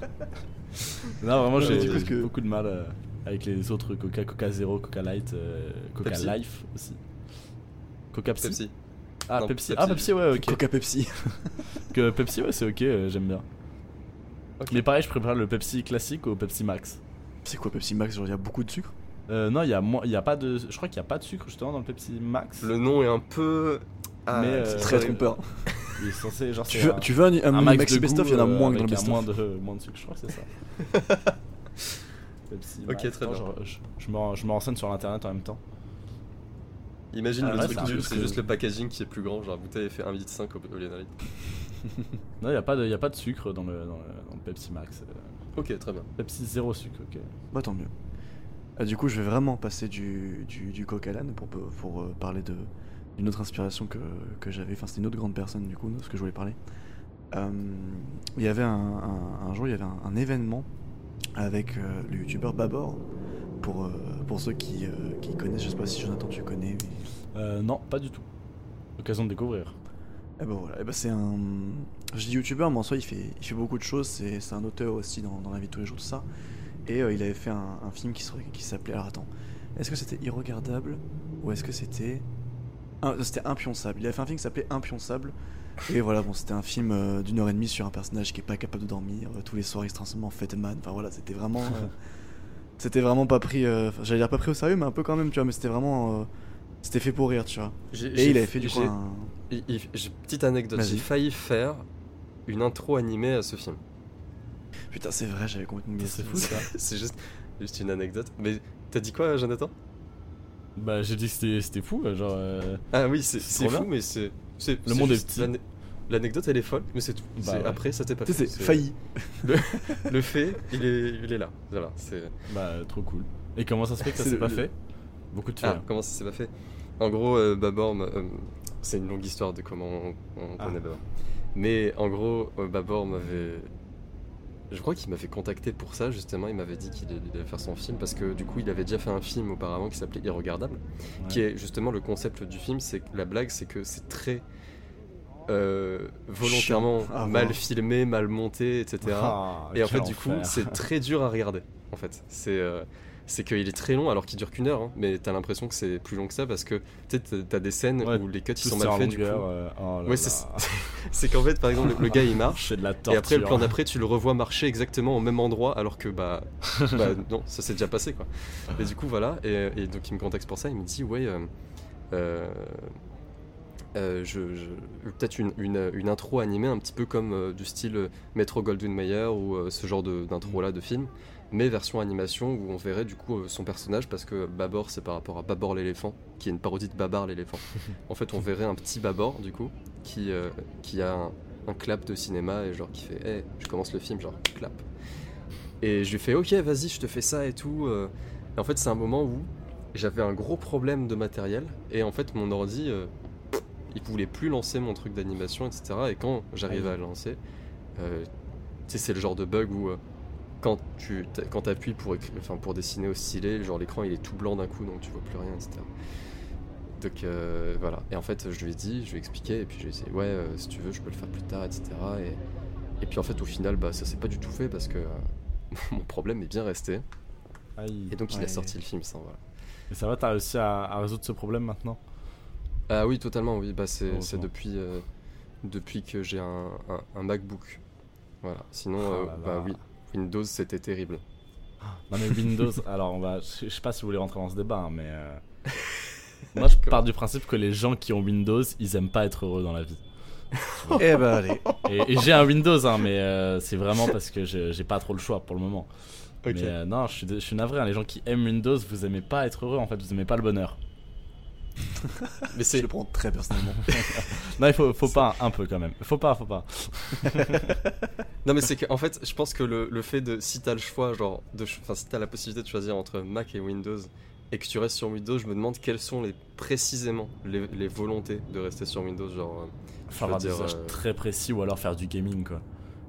Non, vraiment, j'ai, j'ai que... beaucoup de mal. Euh... Avec les autres Coca, Coca Zero, Coca Light, euh, Coca Pepsi. Life aussi. Coca Pepsi. Pepsi. Ah, non, Pepsi. Pepsi. Ah, Pepsi, ouais, ok. Coca Pepsi. Que Pepsi, ouais, c'est ok, euh, j'aime bien. Okay. Mais pareil, je préfère le Pepsi classique au Pepsi Max. C'est quoi Pepsi Max? Genre, il y a beaucoup de sucre? euh, Non, il y a, mo- y a pas de. Je crois qu'il n'y a pas de sucre justement dans le Pepsi Max. Le nom est un peu. Ah, mais c'est euh, très trompeur. Il est censé, genre, tu, veux, un, tu veux un, un, un Max Max de best-of, il y en a moins que dans le best-of. Moins de, moins de sucre, je crois que c'est ça. Pepsi ok, Max. très bien. Je, je, je, me, je me renseigne sur l'internet en même temps. Imagine ah, le ouais, truc, c'est, juste, c'est juste le packaging qui est plus grand, genre la bouteille fait un virgule cinq litre au lieu d'un litre. Non, il n'y a, a pas de sucre dans le, dans le, dans le Pepsi Max. Ok, très bien. Pepsi zéro sucre, ok. Bah tant mieux. Ah, du coup, je vais vraiment passer du, du, du coq à l'âne pour, pour, pour euh, parler de, d'une autre inspiration que, que j'avais. Enfin, c'était une autre grande personne, du coup, de ce que je voulais parler. Euh, il y avait un, un, un jour, il y avait un, un événement avec euh, le youtubeur Babor. Pour, euh, pour ceux qui, euh, qui connaissent, je sais pas si Jonathan tu connais. Mais... Euh, non, pas du tout. Occasion de découvrir. Et ben voilà, et ben c'est un. Je dis youtubeur, mais en soi il fait, il fait beaucoup de choses. C'est, c'est un auteur aussi dans, dans la vie de tous les jours, tout ça. Et euh, il avait fait un, un film qui, serait, qui s'appelait. Alors attends, est-ce que c'était Irregardable ou est-ce que c'était. Un, c'était Impionçable. Il avait fait un film qui s'appelait Impionçable. Et voilà, bon, c'était un film euh, d'une heure et demie sur un personnage qui est pas capable de dormir. Euh, tous les soirs il se transforme en Fatman. Enfin voilà, c'était vraiment. Euh, C'était vraiment pas pris, euh, j'allais dire pas pris au sérieux, mais un peu quand même, tu vois. Mais c'était vraiment, euh, c'était fait pour rire, tu vois. J'ai, et j'ai, il avait fait du coup un... il, il, j'ai petite anecdote. Vas-y. J'ai failli faire une intro animée à ce film. Putain, c'est vrai, j'avais complètement oublié. C'est fou ça. C'est juste, juste une anecdote. Mais t'as dit quoi, Jonathan? Bah j'ai dit que c'était, c'était fou, genre. Euh... Ah oui, c'est, c'est, c'est fou, mais c'est, c'est le c'est monde est petit. l'anecdote elle est folle, mais c'est tout. Bah c'est, ouais. Après, ça t'est pas Tu fait. sais, c'est failli. Le, le fait, il est, il est là. Voilà, c'est... Bah, trop cool. Et comment ça se fait que ça C'est s'est le- pas le- fait? Beaucoup de Ah, faits. comment ça s'est pas fait? En gros, euh, Babor, m'a- euh, c'est une longue histoire de comment on, on Ah. connaît Babor. Mais en gros, euh, Babor m'avait. Je crois qu'il m'avait contacté pour ça, justement. Il m'avait dit qu'il allait faire son film parce que du coup, il avait déjà fait un film auparavant qui s'appelait Irregardable. Ouais. Qui est justement le concept du film. C'est que la blague, c'est que c'est très. euh, volontairement Chiant à mal voir. filmé, mal monté, et cetera. Ah, Et en quel fait, du coup, enfer. c'est très dur à regarder. En fait, c'est euh, c'est qu'il est très long alors qu'il dure qu'une heure, hein, mais t'as l'impression que c'est plus long que ça parce que tu sais, t'as- t'as des scènes Ouais, où les cuts ils Tout sont se tient mal en faits du coup. longueur, euh, oh là Ouais, c'est là. c'est qu'en fait, par exemple, le, le gars il marche. C'est de la Et torture. après, le plan d'après, tu le revois marcher exactement au même endroit, alors que bah, bah non, ça s'est déjà passé quoi. Et du coup, voilà, et, et donc il me contacte pour ça, il me dit, ouais, euh, euh, euh, je, je- peut-être une, une, une intro animée un petit peu comme euh, du style euh, Metro Goldwyn Mayer ou euh, ce genre de- d'intro là de film, mais version animation où on verrait du coup euh, son personnage parce que Babor c'est par rapport à Babor l'éléphant, qui est une parodie de Babar l'éléphant. En fait, on verrait un petit Babor du coup qui, euh, qui a un, un clap de cinéma et genre qui fait hey, je commence le film genre clap et je lui fais ok vas-y je te fais ça et tout euh. Et en fait c'est un moment où j'avais un gros problème de matériel et en fait mon ordi euh, il voulait plus lancer mon truc d'animation etc et quand j'arrivais à le lancer euh, tu sais c'est le genre de bug où euh, quand tu t'a- quand t'appuies pour écrire, enfin pour dessiner au stylet genre l'écran il est tout blanc d'un coup donc tu vois plus rien etc. Donc euh, voilà, et en fait je lui ai dit, je lui ai expliqué, et puis je lui ai dit ouais euh, si tu veux je peux le faire plus tard, et cetera. Et, et puis en fait au final bah, ça s'est pas du tout fait parce que euh, mon problème est bien resté, Aïe. et donc il Ouais. a sorti le film sans voilà. Et ça va, t'as réussi à, à résoudre ce problème maintenant? Ah oui totalement, oui, bah c'est, Heureusement. c'est depuis, euh, depuis que j'ai un, un, un MacBook. Voilà, sinon Oh euh, là bah là. oui, Windows c'était terrible. Non mais Windows, alors on va, je je sais pas si vous voulez rentrer dans ce débat, hein, mais euh, moi je pars du principe que les gens qui ont Windows, ils aiment pas être heureux dans la vie. Eh ben allez. Et, et j'ai un Windows, hein, mais euh, c'est vraiment parce que je- j'ai pas trop le choix pour le moment. Ok. Mais euh, non, je suis, dé- je suis navré, hein, les gens qui aiment Windows, vous aimez pas être heureux en fait, vous aimez pas le bonheur. Mais Je c'est, le prends très personnellement. Non, il faut, faut pas, un peu quand même. Faut pas, faut pas. non mais c'est qu'en fait je pense que le, le fait de si t'as le choix genre de ch- enfin si t'as la possibilité de choisir entre Mac et Windows et que tu restes sur Windows, je me demande quelles sont les précisément les, les volontés de rester sur Windows genre euh, Faut je avoir veux des dire, usages euh, très précis ou alors faire du gaming quoi.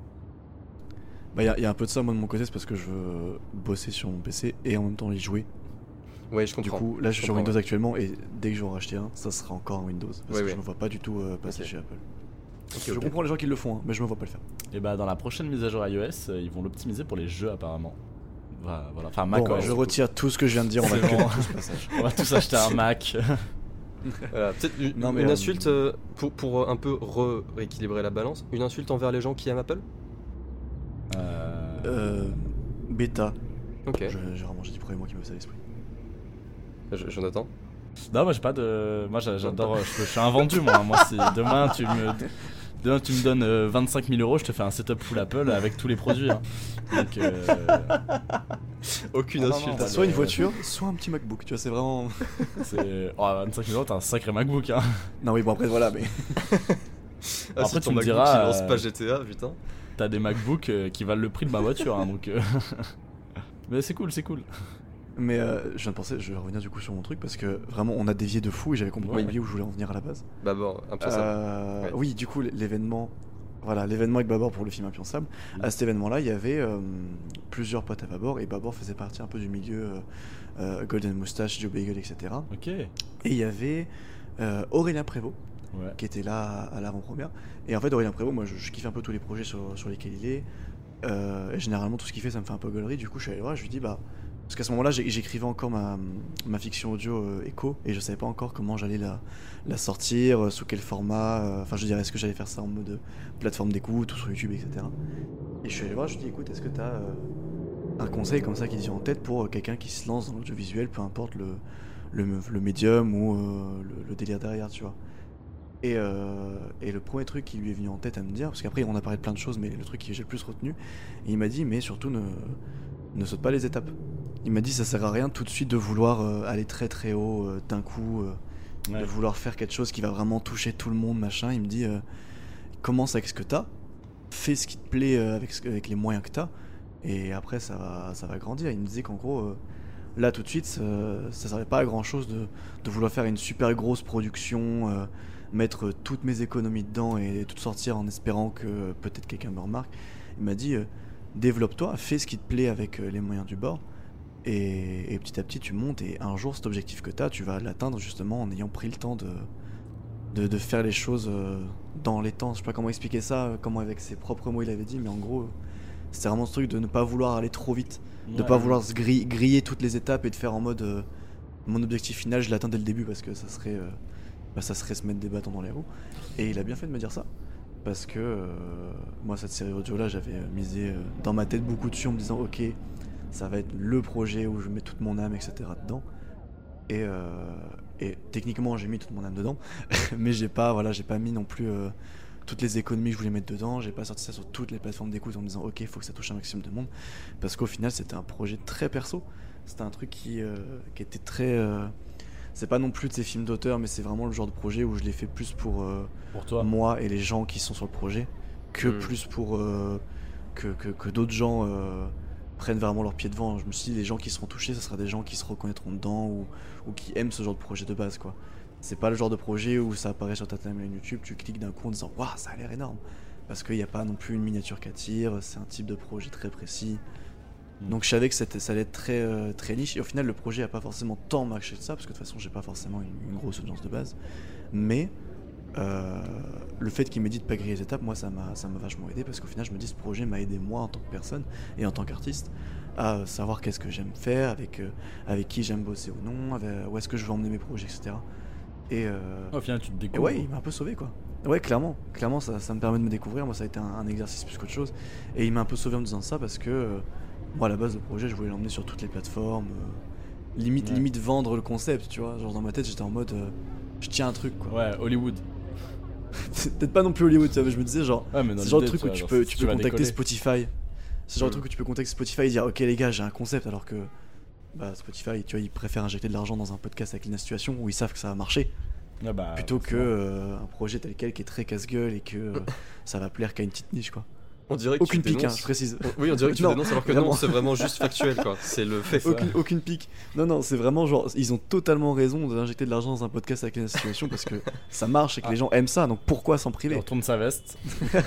Bah, il y, a- y a un peu de ça, moi de mon côté, c'est parce que je veux bosser sur mon P C et en même temps y jouer. ouais je Du comprends. coup, là je suis sur comprends, Windows ouais. actuellement et dès que je vais en racheter un, ça sera encore un Windows. Parce Ouais, que ouais. je me vois pas du tout euh, passer Ok. chez Apple. Ok, Je ok. comprends les gens qui le font, hein, mais je me vois pas le faire. Et bah dans la prochaine mise à jour iOS, euh, ils vont l'optimiser pour les jeux apparemment. Voilà, voilà. Enfin Mac Bon, OS, je du coup. retire tout ce que je viens de dire, on va C'est cut bon. tout ce passage. On va tous acheter un Mac. Voilà, peut-être une, Non, mais, une euh, insulte euh, pour, pour euh, un peu re- rééquilibrer la balance, une insulte envers les gens qui aiment Apple. Euh, Euh, bêta. Ok, Je- J'ai vraiment j'ai dit premier mois qui me faisait à l'esprit. Je- Jonathan. Non, moi j'ai pas de. Moi j'a- j'adore. euh, Je, je suis un vendu moi. Moi si demain tu me. Demain tu me donnes euh, vingt-cinq mille euros, je te fais un setup full Apple avec tous les produits. Hein. Donc. Euh... Aucune Ah, non, insulte. non, T'as bah, soit le- une voiture, soit un petit MacBook, tu vois, c'est vraiment. C'est. Oh, vingt-cinq mille euros, t'as un sacré MacBook. Hein. Non, oui, bon, après, voilà, mais. Ah, Après, si tu ton me MacBook, diras, il lance euh, pas G T A, putain. T'as des MacBooks euh, qui valent le prix de ma voiture. Hein, donc. euh, Mais c'est cool, c'est cool. Mais euh, je viens de penser, je vais revenir du coup sur mon truc parce que vraiment on a dévié de fou et j'avais complètement Oui. oublié où je voulais en venir à la base. Babor, impensable. Euh, Ouais. Oui, du coup, l'événement. Voilà, l'événement avec Babor pour le film Impensable. Oui. À cet événement-là, il y avait euh, plusieurs potes à Babor et Babor faisait partie un peu du milieu euh, euh, Golden Moustache, Joe Bagel, et cetera. Ok. Et il y avait euh, Aurélien Prévost Ouais. qui était là à l'avant-première. Et en fait, Aurélien Prévost, moi je, je kiffe un peu tous les projets sur, sur lesquels il est. Euh, et généralement, tout ce qu'il fait, ça me fait un peu gaulerie. Du coup, je suis allé le voir, je lui dis, bah. Parce qu'à ce moment-là, j'ai- j'écrivais encore ma, ma fiction audio euh, Echo et je savais pas encore comment j'allais la, la sortir, euh, sous quel format. euh, Enfin, je dirais, est-ce que j'allais faire ça en mode euh, plateforme d'écoute ou sur YouTube, et cetera. Et je suis allé le voir, je lui dis, écoute, est-ce que tu as un conseil comme ça qui te vient en tête pour euh, quelqu'un qui se lance dans l'audiovisuel, peu importe le, le, le médium ou euh, le, le délire derrière, tu vois. Et, euh, et le premier truc qui lui est venu en tête à me dire, parce qu'après on a parlé de plein de choses, mais le truc que j'ai le plus retenu, et il m'a dit, mais surtout ne, ne saute pas les étapes. Il m'a dit, ça sert à rien tout de suite de vouloir euh, aller très très haut euh, d'un coup, euh, Ouais. de vouloir faire quelque chose qui va vraiment toucher tout le monde, machin. Il me dit, euh, commence avec ce que t'as, fais ce qui te plaît euh, avec, ce, avec les moyens que t'as, et après ça va, ça va grandir. Il me disait qu'en gros, euh, là tout de suite, ça, ça servait pas à grand chose de, de vouloir faire une super grosse production, euh, mettre toutes mes économies dedans et tout sortir en espérant que peut-être quelqu'un me remarque. Il m'a dit, euh, développe-toi, fais ce qui te plaît avec euh, les moyens du bord. Et, et petit à petit tu montes, et un jour cet objectif que tu as, tu vas l'atteindre justement en ayant pris le temps de, de, de faire les choses euh, dans les temps. Je sais pas comment expliquer ça, comment avec ses propres mots il avait dit, mais en gros c'était vraiment ce truc de ne pas vouloir aller trop vite, ouais, de pas ouais. vouloir se griller, griller toutes les étapes et de faire en mode euh, mon objectif final je l'atteins dès le début, parce que ça serait, euh, bah, ça serait se mettre des bâtons dans les roues. Et il a bien fait de me dire ça, parce que euh, moi cette série audio là j'avais misé euh, dans ma tête beaucoup dessus en me disant ok, ça va être le projet où je mets toute mon âme, et cetera dedans. Et, euh, et techniquement, j'ai mis toute mon âme dedans, mais j'ai pas, voilà, j'ai pas mis non plus euh, toutes les économies que je voulais mettre dedans. J'ai pas sorti ça sur toutes les plateformes d'écoute en me disant ok, il faut que ça touche un maximum de monde, parce qu'au final, c'était un projet très perso. C'était un truc qui, euh, qui était très. Euh, c'est pas non plus de ces films d'auteur, mais c'est vraiment le genre de projet où je l'ai fait plus pour, euh, pour toi. moi et les gens qui sont sur le projet, que mmh. plus pour euh, que, que, que d'autres gens. Euh, prennent vraiment leur pied devant. Je me suis dit, les gens qui seront touchés, ce sera des gens qui se reconnaîtront dedans, ou, ou qui aiment ce genre de projet de base, quoi. C'est pas le genre de projet où ça apparaît sur ta timeline YouTube, tu cliques d'un coup en disant waouh, ça a l'air énorme, parce qu'il n'y a pas non plus une miniature qui attire, c'est un type de projet très précis. Mmh. Donc je savais que c'était, ça allait être très, euh, très niche, et au final le projet a pas forcément tant marché que ça, parce que de toute façon j'ai pas forcément une, une grosse audience de base, mais euh, le fait qu'il m'ait dit de pas griller les étapes, moi ça m'a, ça m'a vachement aidé, parce qu'au final je me dis, ce projet m'a aidé moi en tant que personne et en tant qu'artiste à savoir qu'est-ce que j'aime faire, avec, euh, avec qui j'aime bosser ou non, avec, où est-ce que je veux emmener mes projets, et cetera. Et euh, au final tu te découvres. Et ouais, il m'a un peu sauvé, quoi. Ouais, clairement, clairement ça, ça me permet de me découvrir. Moi ça a été un, un exercice plus qu'autre chose, et il m'a un peu sauvé en me disant ça, parce que euh, moi à la base le projet je voulais l'emmener sur toutes les plateformes, euh, limite, ouais. limite vendre le concept, tu vois, genre dans ma tête j'étais en mode euh, je tiens un truc, quoi. Ouais, Hollywood. C'est peut-être pas non plus Hollywood, tu vois, mais je me disais genre, ouais, c'est le genre de truc vois, où tu genre, peux, si tu tu peux contacter décoller. Spotify. C'est le genre de truc où tu peux contacter Spotify et dire ok les gars, j'ai un concept, alors que bah, Spotify, tu vois, ils préfèrent injecter de l'argent dans un podcast avec une situation où ils savent que ça va marcher, ah bah, plutôt que euh, un projet tel quel qui est très casse-gueule et que euh, ça va plaire qu'à une petite niche, quoi. On dirait que aucune tu pique, dénonces. hein, je précise. Oui, on dirait que tu non, dénonces, alors que vraiment. non, c'est vraiment juste factuel, quoi. C'est le fait. Aucune, aucune pique. Non, non, c'est vraiment genre, ils ont totalement raison d'injecter de l'argent dans un podcast avec une situation, parce que ça marche et que ah. les gens aiment ça, donc pourquoi s'en priver ? On retourne sa veste.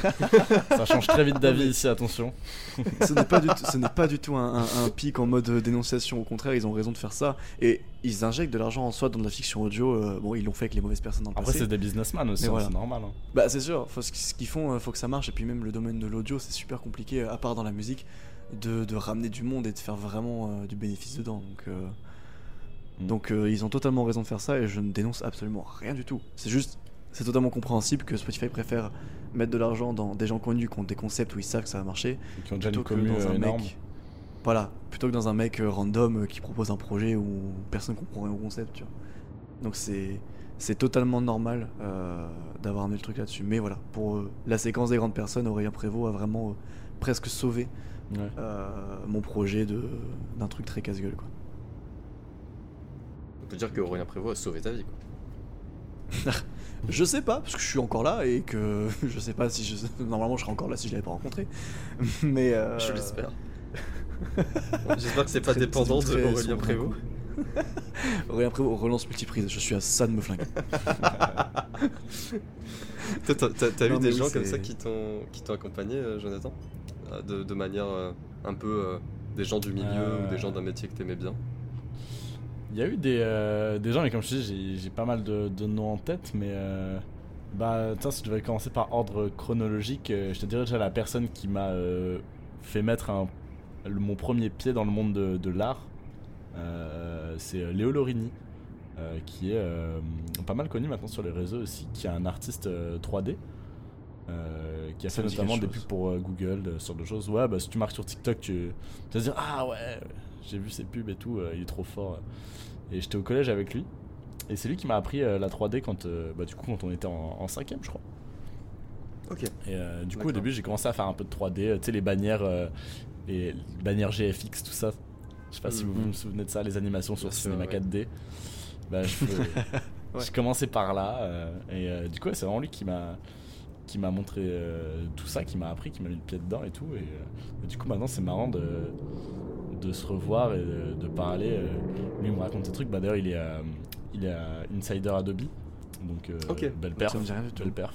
Ça change très vite d'avis ici, attention. Ce n'est pas du tout, ce n'est pas du tout un, un, un pic en mode dénonciation, au contraire, ils ont raison de faire ça, et ils injectent de l'argent en soi dans de la fiction audio. Euh, bon, ils l'ont fait avec les mauvaises personnes dans le Après, passé. c'est des businessmen aussi, hein, voilà. C'est normal. Hein. Bah, c'est sûr, faut, ce qu'ils font, faut que ça marche, et puis même le domaine de l'audio, c'est super compliqué, à part dans la musique, de, de ramener du monde et de faire vraiment euh, du bénéfice dedans. Donc, euh, mm. donc euh, ils ont totalement raison de faire ça, et je ne dénonce absolument rien du tout. C'est juste, c'est totalement compréhensible que Spotify préfère mettre de l'argent dans des gens connus qui ont des concepts où ils savent que ça va marcher, et qui ont déjà plutôt une que dans un énorme. mec. Voilà, plutôt que dans un mec euh, random euh, qui propose un projet où personne comprend rien au concept, tu vois. Donc c'est, c'est totalement normal euh, d'avoir amené le truc là-dessus. Mais voilà, pour euh, la séquence des grandes personnes, Aurélien Prévost a vraiment euh, presque sauvé ouais. euh, mon projet de, d'un truc très casse-gueule, quoi. On peut dire que Aurélien Prévost a sauvé ta vie, quoi. Je sais pas, parce que je suis encore là, et que je sais pas si je... Normalement je serais encore là si je l'avais pas rencontré. Mais euh... je l'espère. J'espère que c'est pas dépendant de Aurélien Prévost. Aurélien Prévost relance multiprise, je suis à ça de me flinguer. T'as, t'as, t'as non, eu des oui, gens c'est... comme ça qui t'ont, qui t'ont accompagné, euh, Jonathan, de, de manière euh, un peu euh, des gens du milieu euh... ou des gens d'un métier que t'aimais bien? Il y a eu des, euh, des gens, mais comme je te dis, j'ai, j'ai pas mal de, de noms en tête, mais euh, bah, tiens, si je devais commencer par ordre chronologique, euh, je te dirais déjà la personne qui m'a euh, fait mettre un, le, mon premier pied dans le monde de, de l'art, euh, c'est Léo Lorini, euh, qui est euh, pas mal connu maintenant sur les réseaux aussi, qui est un artiste euh, trois D, euh, qui a fait notamment des pubs pour euh, Google, euh, ce genre de choses. Ouais, bah si tu marques sur TikTok, tu, tu vas te dire ah ouais, j'ai vu ses pubs et tout, euh, il est trop fort. Et j'étais au collège avec lui, et c'est lui qui m'a appris euh, la trois D quand, euh, bah, du coup, quand on était en, en cinquième, je crois. Ok. Et euh, du coup, D'accord. au début, j'ai commencé à faire un peu de trois D, euh, tu sais, les bannières, euh, les bannières G F X, tout ça. Je sais pas mmh. si vous vous souvenez de ça, les animations sur Cinéma ouais. quatre D. Bah, je, ouais. je commençais par là, euh, et euh, du coup, c'est vraiment lui qui m'a, qui m'a montré euh, tout ça, qui m'a appris, qui m'a mis le pied dedans et tout. Et, euh, et du coup, maintenant, c'est marrant de, de se revoir et de, de parler. Euh, lui, il me raconte des trucs. Bah, d'ailleurs, il est, euh, il est euh, Insider Adobe. Donc, euh, Ok. belle perf. Ça me dit rien du tout. Belle perf.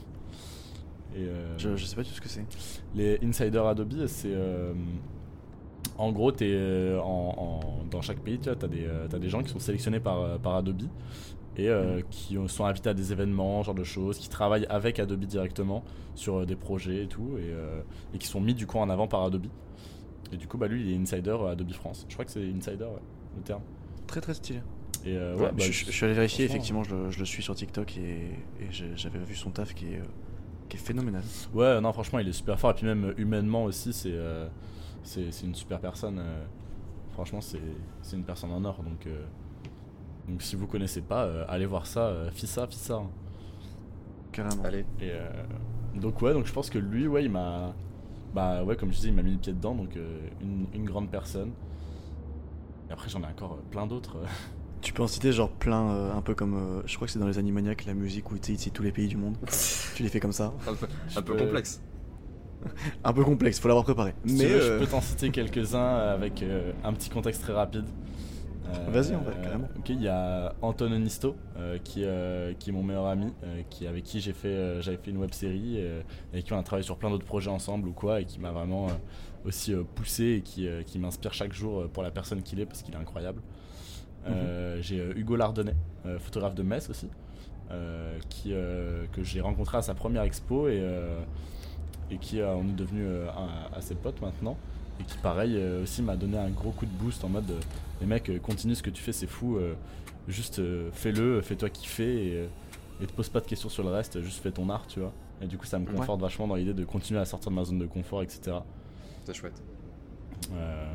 Et, euh, Je, je sais pas du tout ce que c'est. les Insider Adobe, c'est. Euh, en gros, t'es, euh, en, en, dans chaque pays, tu vois, t'as des, euh, t'as des gens qui sont sélectionnés par, euh, par Adobe et euh, qui sont invités à des événements, genre de choses, qui travaillent avec Adobe directement sur euh, des projets et tout, et, euh, et qui sont mis du coup en avant par Adobe. Et du coup, bah, lui, il est Insider euh, Adobe France. Je crois que c'est Insider, ouais, le terme. Très très stylé. Et euh, Ouais, ouais, bah, je, je- je suis allé vérifier, franchement, effectivement, je, le- je le suis sur TikTok et, et j'ai- j'avais vu son taf qui est, euh, qui est phénoménal. Ouais, non, franchement, il est super fort. Et puis même euh, humainement aussi, c'est euh, c'est c'est une super personne. euh, franchement, c'est c'est une personne en or. Donc, euh, donc si vous connaissez pas, euh, allez voir ça. Euh, Fissa, Fissa. hein. Carrément. Allez. Et euh, donc ouais, donc je pense que lui, ouais, il m'a, bah ouais, comme je disais, il m'a mis le pied dedans. Donc euh, une, une grande personne. Et après, j'en ai encore euh, plein d'autres. Tu peux en citer genre plein, euh, un peu comme, euh, je crois que c'est dans les Animaniacs, la musique où tu sais, il cite tous les pays du monde. Tu les fais comme ça. Un peu, Je un peu peux- complexe. Un peu complexe, faut l'avoir préparé. Si tu Mais veux, euh, je peux t'en citer quelques-uns avec euh, un petit contexte très rapide. Euh, Vas-y, en vrai, carrément. Ok, il y a Anton Onisto, euh, qui, euh, qui est mon meilleur ami, euh, qui, avec qui j'ai fait, euh, j'avais fait une web série, euh, avec qui on a travaillé sur plein d'autres projets ensemble ou quoi, et qui m'a vraiment euh, aussi euh, poussé et qui, euh, qui m'inspire chaque jour euh, pour la personne qu'il est, parce qu'il est incroyable. Euh, j'ai euh, Hugo Lardonnet, euh, photographe de Metz aussi, euh, qui, euh, que j'ai rencontré à sa première expo et, euh, et qui euh, on est devenu euh, un- assez potes maintenant. Et qui pareil euh, aussi m'a donné un gros coup de boost en mode euh, les mecs, euh, continue ce que tu fais, c'est fou, euh, juste euh, fais-le, fais-toi kiffer et, euh, et te pose pas de questions sur le reste, juste fais ton art, tu vois. Et du coup ça me Ouais. conforte vachement dans l'idée de continuer à sortir de ma zone de confort, et cetera. C'est chouette. Euh,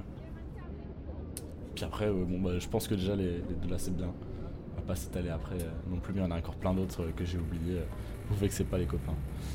Puis après, euh, bon, bah, je pense que déjà les, les deux là c'est bien. On va pas s'étaler après euh, non plus, mais il y en a encore plein d'autres euh, que j'ai oubliés. Euh, vous vexez pas les copains.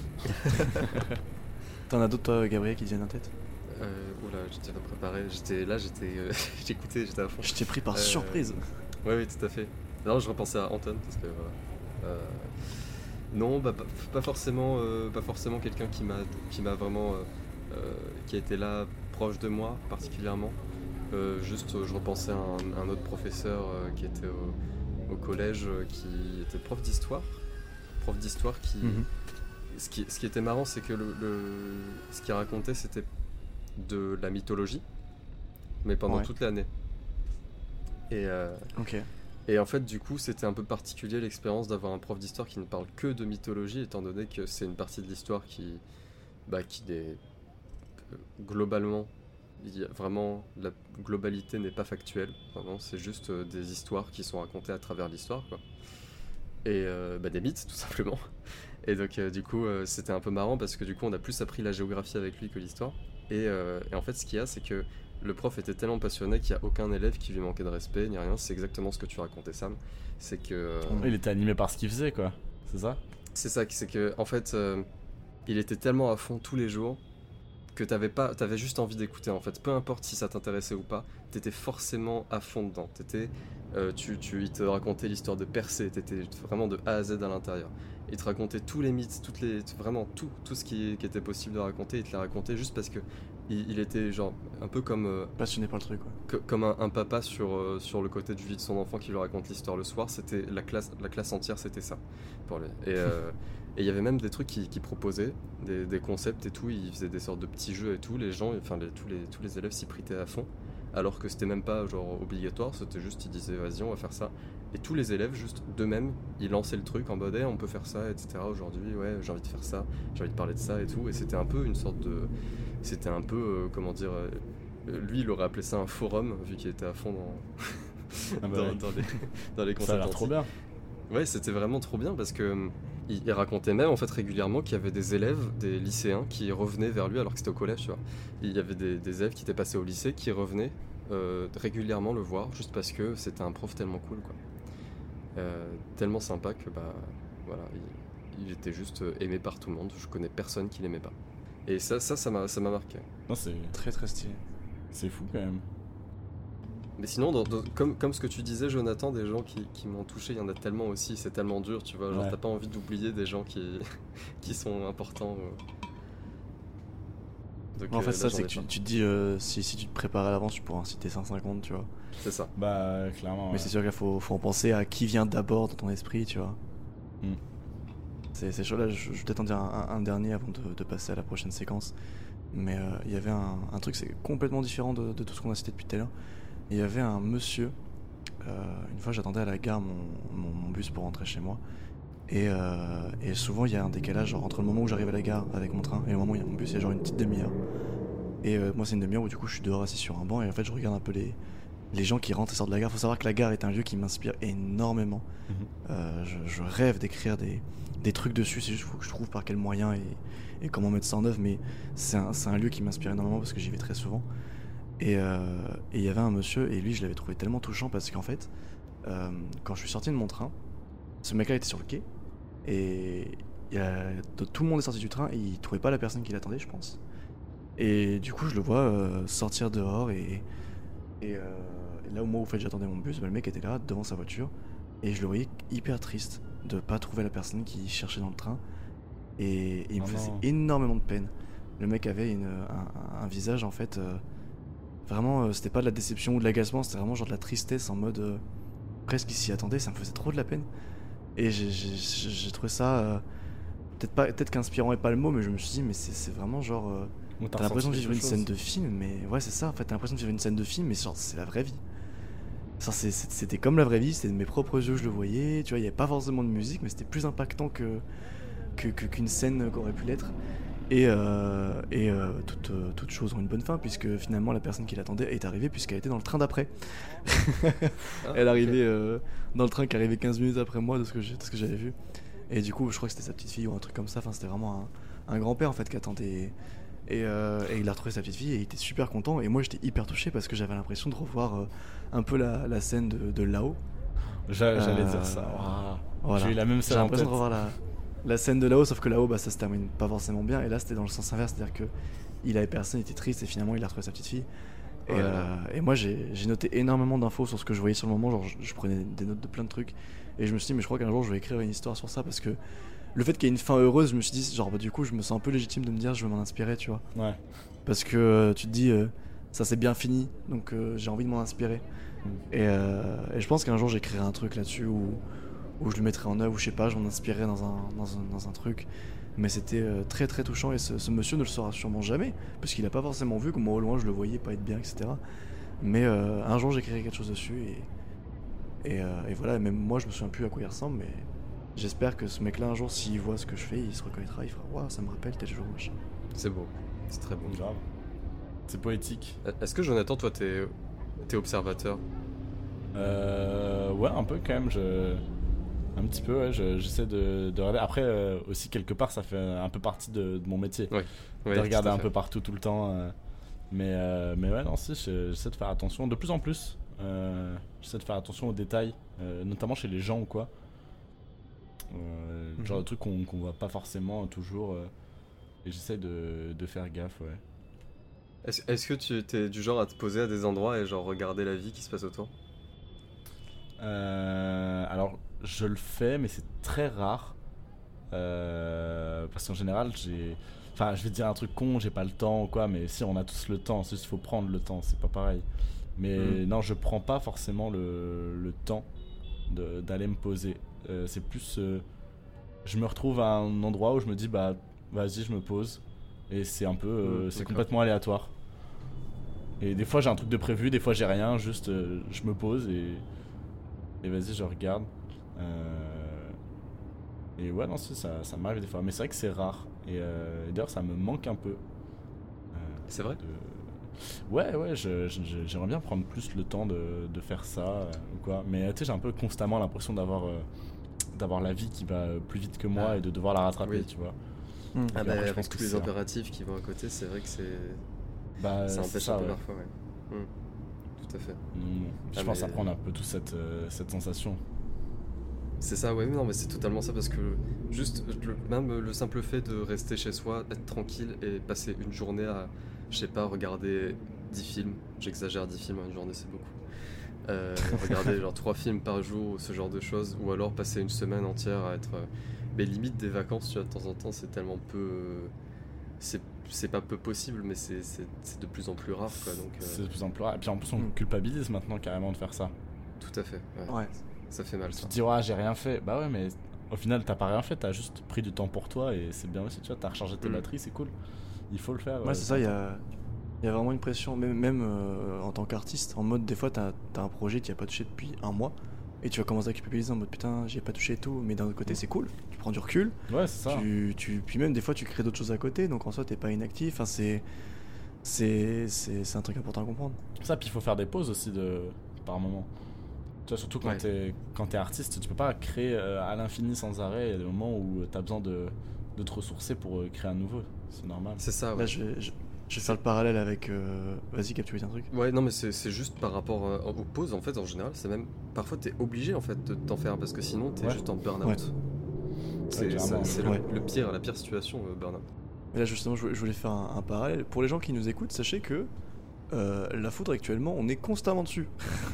t'en as d'autres toi, Gabriel, qui te viennent en tête? Euh, oula, j'étais pas préparé. J'étais là, j'étais, euh, j'écoutais, j'étais à fond. Je t'ai pris par Euh, surprise. Ouais, oui, tout à fait. Non, je repensais à Anton parce que voilà. Euh, non, bah, pas, pas forcément, euh, pas forcément quelqu'un qui m'a, qui m'a vraiment, euh, euh, qui a été là proche de moi particulièrement. Euh, juste, euh, je repensais à un, un autre professeur euh, qui était au, au collège, euh, qui était prof d'histoire, prof d'histoire qui. Mhm. Ce qui, ce qui était marrant, c'est que le, le- ce qu'il racontait, c'était de la mythologie, mais pendant Ouais. toute l'année. Et, euh, Ok. et en fait, du coup, c'était un peu particulier l'expérience d'avoir un prof d'histoire qui ne parle que de mythologie, étant donné que c'est une partie de l'histoire qui, bah, qui est euh, globalement, il y a vraiment la globalité n'est pas factuelle. Vraiment, c'est juste euh, des histoires qui sont racontées à travers l'histoire, quoi. Et euh, bah, des mythes, tout simplement. Et donc, euh, du coup, euh, c'était un peu marrant parce que du coup, on a plus appris la géographie avec lui que l'histoire. Et, euh, et en fait, ce qu'il y a, c'est que le prof était tellement passionné qu'il n'y a aucun élève qui lui manquait de respect ni rien. C'est exactement ce que tu racontais, Sam. C'est que. euh, Il était animé par ce qu'il faisait, quoi. C'est ça? c'est ça, c'est que en fait, euh, il était tellement à fond tous les jours que t'avais pas, t'avais juste envie d'écouter en fait. Peu importe si ça t'intéressait ou pas, t'étais forcément à fond dedans. T'étais, euh, tu, tu, il te racontait l'histoire de Persée, t'étais vraiment de A à Z à l'intérieur. Il te racontait tous les mythes, toutes les, vraiment tout, tout ce qui, qui était possible de raconter. Il te l'a raconté juste parce que il, il était genre un peu comme, euh, Passionné par le truc, quoi. que- comme un, un papa sur, euh, sur le côté du lit de son enfant qui lui raconte l'histoire le soir. C'était la classe, la classe entière, c'était ça pour lui. Et euh, et il y avait même des trucs qu'il qui proposait, des, des concepts et tout. Il faisait des sortes de petits jeux et tout. Les gens, enfin les, tous les tous les élèves s'y prêtaient à fond, alors que c'était même pas genre obligatoire. C'était juste, ils disaient vas-y, on va faire ça. Et tous les élèves, juste d'eux-mêmes, ils lançaient le truc en mode hey, on peut faire ça, et cetera. Aujourd'hui, ouais, j'ai envie de faire ça, j'ai envie de parler de ça et tout. Et c'était un peu une sorte de, c'était un peu euh, comment dire. euh, lui, il aurait appelé ça un forum, vu qu'il était à fond dans, Ah bah dans, ouais. dans les, dans les Ça a concepts l'air trop antiques. bien. Ouais, c'était vraiment trop bien parce que euh, il, il racontait même en fait régulièrement qu'il y avait des élèves, des lycéens qui revenaient vers lui alors que c'était au collège, tu vois. Il y avait des, des élèves qui étaient passés au lycée qui revenaient euh, régulièrement le voir juste parce que c'était un prof tellement cool, quoi. Euh, tellement sympa que bah voilà, il, il était juste euh, aimé par tout le monde. Je connais personne qui l'aimait pas. Et ça, ça, ça m'a, ça m'a marqué. Non, c'est Très très stylé. c'est fou quand même. Mais sinon, dans, dans, comme, comme ce que tu disais, Jonathan, des gens qui, qui m'ont touché, il y en a tellement aussi, c'est tellement dur, tu vois. Genre, ouais. T'as pas envie d'oublier des gens qui, qui sont importants. Donc, en fait, euh, ça, c'est que tu, tu te dis, euh, si, si tu te prépares à l'avance, tu pourras en citer cent cinquante, tu vois. C'est ça. Bah, clairement. Mais ouais. c'est sûr qu'il faut, faut en penser à qui vient d'abord dans ton esprit, tu vois. Mm. C'est, c'est chaud, là, je, je vais peut-être en dire un, un, un dernier avant de, de passer à la prochaine séquence. Mais il euh, y avait un, un truc, c'est complètement différent de, de tout ce qu'on a cité depuis tout à l'heure. Il y avait un monsieur, euh, une fois j'attendais à la gare mon, mon, mon bus pour rentrer chez moi. Et, euh, et souvent il y a un décalage genre, entre le moment où j'arrive à la gare avec mon train et le moment où il y a mon bus, il y a genre une petite demi-heure. Et euh, moi c'est une demi-heure où du coup je suis dehors assis sur un banc et en fait je regarde un peu les, les gens qui rentrent et sortent de la gare. Faut savoir que la gare est un lieu qui m'inspire énormément. Mmh. Euh, je, je rêve d'écrire des, des trucs dessus, c'est juste faut que je trouve par quel moyen et, et comment mettre ça en œuvre, mais c'est un, c'est un lieu qui m'inspire énormément parce que j'y vais très souvent. Et il euh, y avait un monsieur, et lui je l'avais trouvé tellement touchant parce qu'en fait, euh, quand je suis sorti de mon train, ce mec-là était sur le quai, et y a, tout le monde est sorti du train et il trouvait pas la personne qui l'attendait, je pense. Et du coup je le vois euh, sortir dehors, et, et, euh, et là au moment où en fait, j'attendais mon bus, bah, le mec était là devant sa voiture, et je le voyais hyper triste de pas trouver la personne qu'il cherchait dans le train, et, et il me oh faisait non. énormément de peine. Le mec avait une, un, un visage en fait... Euh, Vraiment, euh, c'était pas de la déception ou de l'agacement, c'était vraiment genre de la tristesse en mode euh, presque il s'y attendait, ça me faisait trop de la peine. Et j'ai, j'ai, j'ai trouvé ça, euh, peut-être, pas, peut-être qu'inspirant est pas le mot, mais je me suis dit, mais c'est, c'est vraiment genre. Euh, t'as, t'as l'impression de vivre une chose. Scène de film, mais ouais, c'est ça, en fait, t'as l'impression de vivre une scène de film, mais genre, c'est la vraie vie. Genre, c'est, c'est, c'était comme la vraie vie, c'était de mes propres yeux, je le voyais, tu vois, il y avait pas forcément de musique, mais c'était plus impactant que, que, que, qu'une scène qu'aurait pu l'être. Et, euh, et euh, toutes, euh, toutes choses ont une bonne fin, puisque finalement la personne qui l'attendait est arrivée, puisqu'elle était dans le train d'après. ah, Elle arrivait okay. euh, dans le train qui arrivait quinze minutes après moi de ce que, j'ai, de ce que j'avais vu. Et du coup je crois que c'était sa petite fille ou un truc comme ça, enfin c'était vraiment un, un grand-père en fait qui attendait. Et, euh, et il a retrouvé sa petite fille et il était super content. Et moi j'étais hyper touché parce que j'avais l'impression de revoir euh, un peu la, la scène de, de là-haut. J'allais euh, dire ça. Wow. Voilà. J'ai eu la même scène J'ai en l'impression tête. de revoir la... La scène de là-haut, sauf que là-haut, bah, ça se termine pas forcément bien. Et là, c'était dans le sens inverse, c'est-à-dire que il avait personne, il était triste et finalement, il a retrouvé sa petite fille. Et, ouais, euh, et moi, j'ai, j'ai noté énormément d'infos sur ce que je voyais sur le moment. Genre, je, je prenais des notes de plein de trucs. Et je me suis dit, mais je crois qu'un jour, je vais écrire une histoire sur ça parce que le fait qu'il y ait une fin heureuse, je me suis dit, genre, bah, du coup, je me sens un peu légitime de me dire, je vais m'en inspirer, tu vois. Ouais. Parce que euh, tu te dis, euh, ça c'est bien fini, donc euh, j'ai envie de m'en inspirer. Mm. Et, euh, et je pense qu'un jour, j'écrirai un truc là-dessus où. où je le mettrais en œuvre, ou je sais pas, je m'en inspirerais dans un, dans un, dans un truc. Mais c'était euh, très très touchant, et ce, ce monsieur ne le saura sûrement jamais, parce qu'il a pas forcément vu que moi au loin je le voyais pas être bien, et cetera. Mais euh, un jour j'écrirai quelque chose dessus, et, et, euh, et voilà, même moi je me souviens plus à quoi il ressemble, mais j'espère que ce mec-là un jour, s'il voit ce que je fais, il se reconnaîtra, il fera waouh, ça me rappelle tel jour, machin. C'est beau, c'est très beau. Grave. C'est poétique. Est-ce que Jonathan, toi t'es, t'es observateur ? Euh. Ouais, un peu quand même, je. Un petit peu, ouais, je, j'essaie de, de regarder. Après, euh, aussi, quelque part, ça fait un peu partie de, de mon métier. Oui. Oui, de regarder un peu partout, tout le temps. Euh, mais, euh, mais ouais, non, si, j'essaie de faire attention. De plus en plus, euh, j'essaie de faire attention aux détails, euh, notamment chez les gens ou quoi. Euh, mm-hmm. Genre de trucs qu'on, qu'on voit pas forcément toujours. Euh, et j'essaie de, de faire gaffe, ouais. Est-ce, est-ce que tu es du genre à te poser à des endroits et genre regarder la vie qui se passe autour ? Euh, alors, je le fais, mais c'est très rare. Euh, parce qu'en général, j'ai. Enfin, je vais te dire un truc con, j'ai pas le temps ou quoi, mais si, on a tous le temps, c'est juste qu'il faut prendre le temps, c'est pas pareil. Mais mmh. non, je prends pas forcément le, le temps de, d'aller me poser. Euh, c'est plus. Euh, je me retrouve à un endroit où je me dis, bah, vas-y, je me pose. Et c'est un peu. Euh, mmh, c'est complètement aléatoire. Et des fois, j'ai un truc de prévu, des fois, j'ai rien, juste euh, je me pose et. Et vas-y, je regarde. Euh... Et ouais, non, si, ça, ça m'arrive des fois. Mais c'est vrai que c'est rare. Et, euh... et d'ailleurs, ça me manque un peu. Euh, c'est vrai de... Ouais, ouais, je, je, j'aimerais bien prendre plus le temps de, de faire ça. Euh, ou quoi. Mais tu sais, j'ai un peu constamment l'impression d'avoir, euh, d'avoir la vie qui va plus vite que moi ah. et de devoir la rattraper, oui. tu vois. Mmh. Ah, bah, après, avec tous les impératifs qui vont à côté, c'est vrai que c'est. Bah, ça empêche ça, un peu ouais. parfois, ouais. Mmh. Tout à fait. Mmh. Je ah pense mais... apprendre un peu toute cette, euh, cette sensation. C'est ça, ouais, non, mais c'est totalement ça parce que juste le, même le simple fait de rester chez soi, être tranquille et passer une journée à, je sais pas, regarder dix films, j'exagère, dix films en une journée, c'est beaucoup. euh, regarder genre trois films par jour, ce genre de choses, ou alors passer une semaine entière à être. Euh, mais limite des vacances, tu vois, de temps en temps, c'est tellement peu. Euh, c'est, c'est pas peu possible, mais c'est, c'est, c'est de plus en plus rare, quoi. Donc, euh... C'est de plus en plus rare. Et puis en plus, on Mm. culpabilise maintenant carrément de faire ça. Tout à fait. Ouais. Ouais. Ça fait mal, Tu ça. te dis, ouais, j'ai rien fait. Bah ouais, mais au final, t'as pas rien fait, t'as juste pris du temps pour toi et c'est bien aussi, tu vois, t'as rechargé tes Mm. batteries, c'est cool. Il faut le faire. Ouais, euh, c'est ça, il y temps. a, il y a vraiment une pression, même, même euh, en tant qu'artiste, en mode des fois t'as as un projet qui a pas touché depuis un mois et tu vas commencer à culpabiliser en mode putain j'y ai pas touché et tout, mais d'un autre côté Mm. c'est cool, tu prends du recul, Ouais, c'est ça. tu, tu, puis même des fois tu crées d'autres choses à côté, donc en soi t'es pas inactif, enfin c'est, c'est, c'est, c'est un truc important à comprendre. Ça, puis il faut faire des pauses aussi de... par moment. Tu vois, surtout quand Ouais. t'es quand t'es artiste, tu peux pas créer euh, à l'infini sans arrêt. Il y a des moments où t'as besoin de, de te ressourcer pour euh, créer à nouveau. C'est normal. C'est ça, ouais. Là je vais, je, je vais faire le parallèle avec, euh... vas-y Cap, tu veux dire un truc? Ouais, non, mais c'est, c'est juste par rapport euh, aux pauses, en fait, en général, c'est même. Parfois, t'es obligé, en fait, de t'en faire, parce que sinon, t'es Ouais. juste en burn-out. Ouais. C'est, Ouais, ça- clairement. c'est Ouais. le, le pire, la pire situation, euh, burn-out. Et là justement je voulais, je voulais faire un, un parallèle. Pour les gens qui nous écoutent, sachez que euh, la foudre actuellement, on est constamment dessus.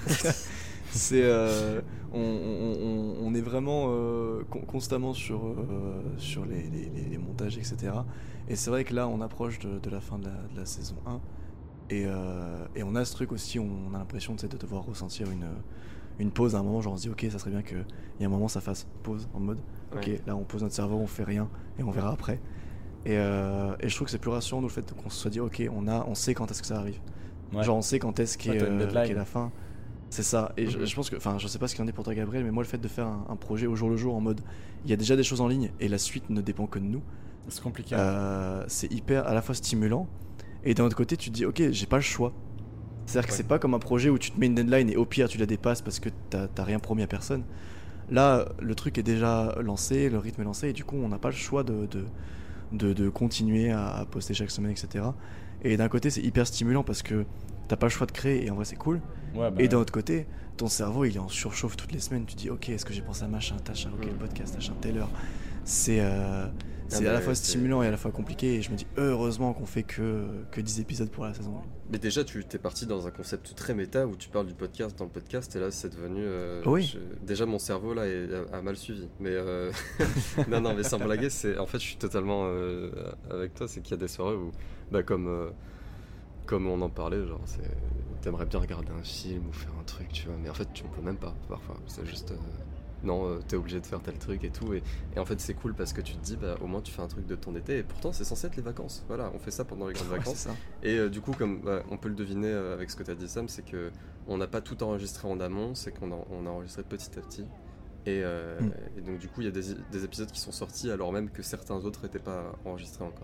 C'est, euh, on, on- on- on est vraiment euh, con- constamment sur, euh, sur les, les- les- les montages, et cetera. Et c'est vrai que là, on approche de, de la fin de la, de la saison un. Et, euh, et on a ce truc aussi, on a l'impression tu sais, de devoir ressentir une, une pause à un moment. Genre on se dit, ok, ça serait bien qu'il y ait un moment, ça fasse pause en mode, ok, Ouais. là on pose notre cerveau, on fait rien et on verra après. Et, euh, et je trouve que c'est plus rassurant, nous, le fait qu'on se soit dit, ok, on, a, on sait quand est-ce que ça arrive. Ouais. Genre on sait quand est-ce qu'est Ouais, t'as une euh, deadline. qu'est la fin. C'est ça. Et je, Mhm. je pense que, enfin, je sais pas ce qu'il en est pour toi, Gabriel, mais moi, le fait de faire un, un projet au jour le jour en mode, il y a déjà des choses en ligne et la suite ne dépend que de nous, C'est compliqué. euh, c'est hyper à la fois stimulant et d'un autre côté, tu te dis, ok, j'ai pas le choix. C'est-à-dire que Ouais. c'est pas comme un projet où tu te mets une deadline et au pire tu la dépasses parce que t'as t'as rien promis à personne. Là, le truc est déjà lancé, le rythme est lancé et du coup, on n'a pas le choix de, de, de, de continuer à, à poster chaque semaine, et cetera. Et d'un côté, c'est hyper stimulant parce que t'as pas le choix de créer et en vrai, c'est cool. Ouais, bah, Et d'un autre côté, ton cerveau il est en surchauffe toutes les semaines. Tu dis, ok, est-ce que j'ai pensé à machin, tachin, ok, Mm. le podcast, tachin, telle heure. C'est euh, c'est à mais la fois c'est- stimulant et à la fois compliqué. Et je me dis, heureusement qu'on fait que, que dix épisodes pour la saison. Mais déjà, tu t'es parti dans un concept très méta où tu parles du podcast dans le podcast, et là, c'est devenu. euh, Oui. je- Déjà, mon cerveau là est- a, a mal suivi. Mais euh, non, non, mais sans blaguer, c'est en fait, je suis totalement euh, avec toi. C'est qu'il y a des soirées où, bah, comme euh, comme on en parlait, genre, c'est t'aimerais bien regarder un film ou faire un truc, tu vois, mais en fait, tu ne peux même pas parfois. C'est juste. euh, Non, euh, t'es obligé de faire tel truc et tout. Et, et en fait, c'est cool parce que tu te dis, bah, au moins tu fais un truc de ton été. Et pourtant, c'est censé être les vacances. Voilà, on fait ça pendant les grandes Ouais, vacances. c'est ça. Et euh, du coup, comme bah, on peut le deviner euh, avec ce que tu as dit, Sam, c'est que on n'a pas tout enregistré en amont, c'est qu'on a, on a enregistré petit à petit. Et, euh, Mm. et donc, du coup, il y a des, des épisodes qui sont sortis alors même que certains autres n'étaient pas enregistrés encore.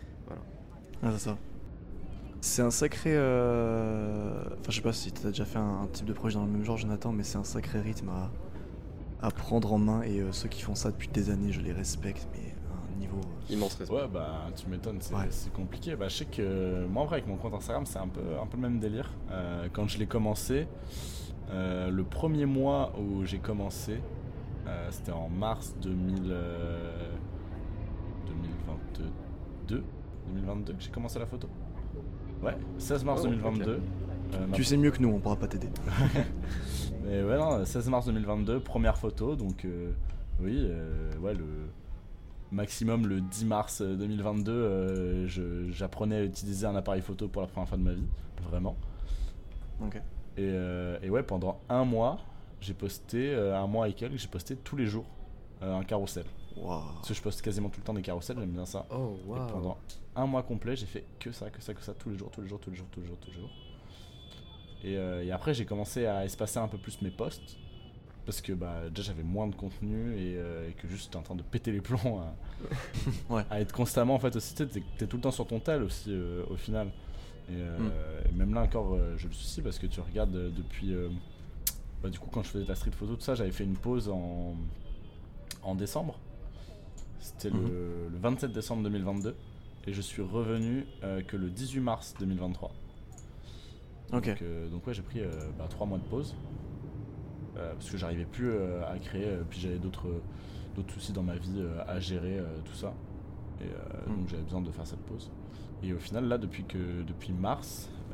Ah, c'est ça. C'est un sacré. euh, Enfin, je sais pas si t'as déjà fait un, un type de projet dans le même genre, Jonathan, mais c'est un sacré rythme à, à prendre en main. Et euh, ceux qui font ça depuis des années, je les respecte, mais à un niveau. euh, Immense respect. Ouais, bah tu m'étonnes, c'est Ouais. c'est compliqué. Bah, je sais que moi, en vrai, avec mon compte Instagram, c'est un peu, un peu le même délire. Euh, quand je l'ai commencé, euh, le premier mois où j'ai commencé, euh, c'était en mars deux mille, euh, deux mille vingt-deux. deux mille vingt-deux que j'ai commencé la photo. Ouais, seize mars Oh, deux mille vingt-deux. ok. Euh, ma Tu sais mieux que nous, on pourra pas t'aider. Mais ouais, non, seize mars deux mille vingt-deux, première photo, donc euh, oui, euh, ouais, le maximum le dix mars deux mille vingt-deux, euh, je- j'apprenais à utiliser un appareil photo pour la première fois de ma vie, vraiment. Ok. Et, euh, et ouais, pendant un mois, j'ai posté, euh, un mois et quelques, j'ai posté tous les jours euh, un carrousel. Waouh. Parce que je poste quasiment tout le temps des carousels, j'aime bien ça. Oh, Et waouh. pendant un mois complet, j'ai fait que ça, que ça, que ça, tous les jours, tous les jours, tous les jours, tous les jours, tous les jours. Et, euh, et après, j'ai commencé à espacer un peu plus mes posts. Parce que bah, déjà, j'avais moins de contenu et, euh, et que juste j'étais en train de péter les plombs à, Ouais. à être constamment. En fait, aussi, tu sais, t'es, t'es tout le temps sur ton tel aussi, euh, au final. Et, euh, et même là encore, euh, je le suis parce que tu regardes euh, depuis. euh, bah, du coup, quand je faisais de la street photo, tout ça, j'avais fait une pause en, en décembre. C'était le, le vingt-sept décembre deux mille vingt-deux et je suis revenu euh, que le dix-huit mars deux mille vingt-trois. Ok. Donc, euh, donc ouais, j'ai pris euh, bah, trois mois de pause euh, parce que j'arrivais plus euh, à créer, euh, puis j'avais d'autres d'autres soucis dans ma vie euh, à gérer, euh, tout ça. Et euh, Mm. donc j'avais besoin de faire cette pause. Et au final, là, depuis que depuis mars,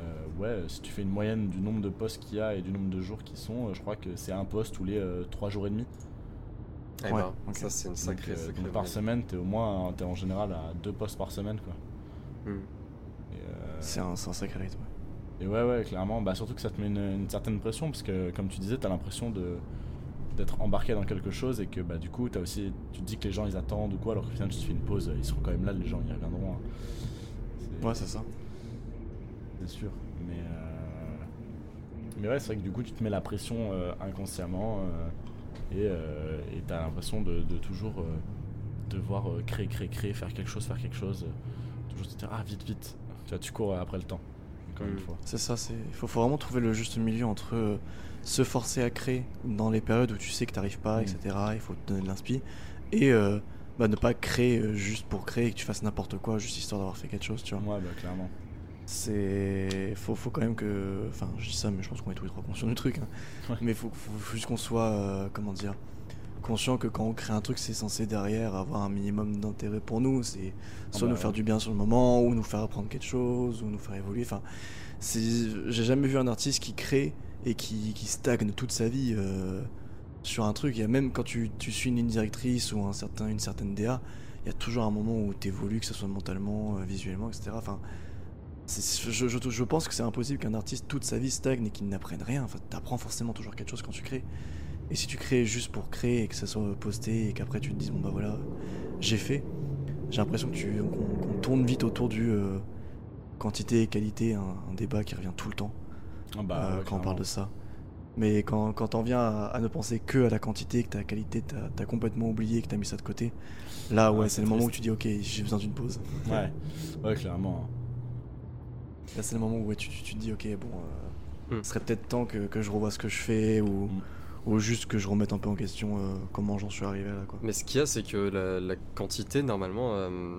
euh, ouais, si tu fais une moyenne du nombre de posts qu'il y a et du nombre de jours qui sont, euh, je crois que c'est un post tous les trois jours et demi. Eh Ouais, ben, ok. ça c'est une sacrée, donc, euh, sacrée donc par moyenne. semaine, t'es au moins, t'es en général à deux posts par semaine, quoi. Hmm. Et, euh, C'est un, c'est un sacré rythme. ouais. Et ouais, ouais, clairement, bah, surtout que ça te met une, une certaine pression, parce que comme tu disais, t'as l'impression de d'être embarqué dans quelque chose et que bah du coup, t'as aussi, tu te dis que les gens ils attendent ou quoi, alors qu'au final, tu te fais une pause, ils seront quand même là, les gens ils reviendront. hein. C'est- Ouais, c'est ça. C'est sûr, mais euh... mais ouais, c'est vrai que du coup, tu te mets la pression euh, inconsciemment euh, et euh, et t'as l'impression de, de toujours euh, devoir euh, créer, créer, créer, faire quelque chose, faire quelque chose, euh, toujours te dire ah vite, vite, tu vois, tu cours après le temps. Encore Mm. une fois. C'est ça, c'est... il faut, faut vraiment trouver le juste milieu entre euh, se forcer à créer dans les périodes où tu sais que t'arrives pas, Mm. et cetera. Il faut te donner de l'inspi. Et euh, bah, ne pas créer euh, juste pour créer et que tu fasses n'importe quoi, juste histoire d'avoir fait quelque chose, tu vois. Ouais, bah clairement. C'est... Faut, faut quand même que... Enfin, je dis ça, mais je pense qu'on est tous les trois conscients du truc. hein. Ouais. Mais faut, faut, faut juste qu'on soit, euh, comment dire, conscient que quand on crée un truc, c'est censé derrière avoir un minimum d'intérêt pour nous. C'est soit Ah bah nous faire ouais. du bien sur le moment, ou nous faire apprendre quelque chose, ou nous faire évoluer. Enfin, c'est... j'ai jamais vu un artiste qui crée et qui, qui stagne toute sa vie euh, sur un truc. Il y a même quand tu, tu suis une ligne directrice ou un certain, une certaine D A, il y a toujours un moment où tu évolues, que ce soit mentalement, euh, visuellement, et cetera. Enfin, c'est- je, je, je pense que c'est impossible qu'un artiste toute sa vie stagne et qu'il n'apprenne rien. Enfin, t'apprends forcément toujours quelque chose quand tu crées. Et si tu crées juste pour créer et que ça soit posté et qu'après tu te dises bon bah voilà, j'ai fait, j'ai l'impression que tu qu'on, qu'on tourne vite autour du euh, quantité et qualité, un, un débat qui revient tout le temps Ah bah, euh, ouais, quand on clairement. parle de ça. Mais quand, quand t'en viens à, à ne penser que à la quantité, que ta qualité t'as, t'as complètement oublié, que t'as mis ça de côté, là ouais, Ouais, c'est, c'est le moment où triste. tu dis ok, j'ai besoin d'une pause. Ouais, ouais, clairement. Là c'est le moment où ouais, tu, tu, tu te dis ok bon, euh, Mm. ce serait peut-être temps que, que je revoie ce que je fais ou, Mm. ou juste que je remette un peu en question euh, comment j'en suis arrivé là quoi. Mais ce qu'il y a, c'est que la, la quantité, normalement, euh,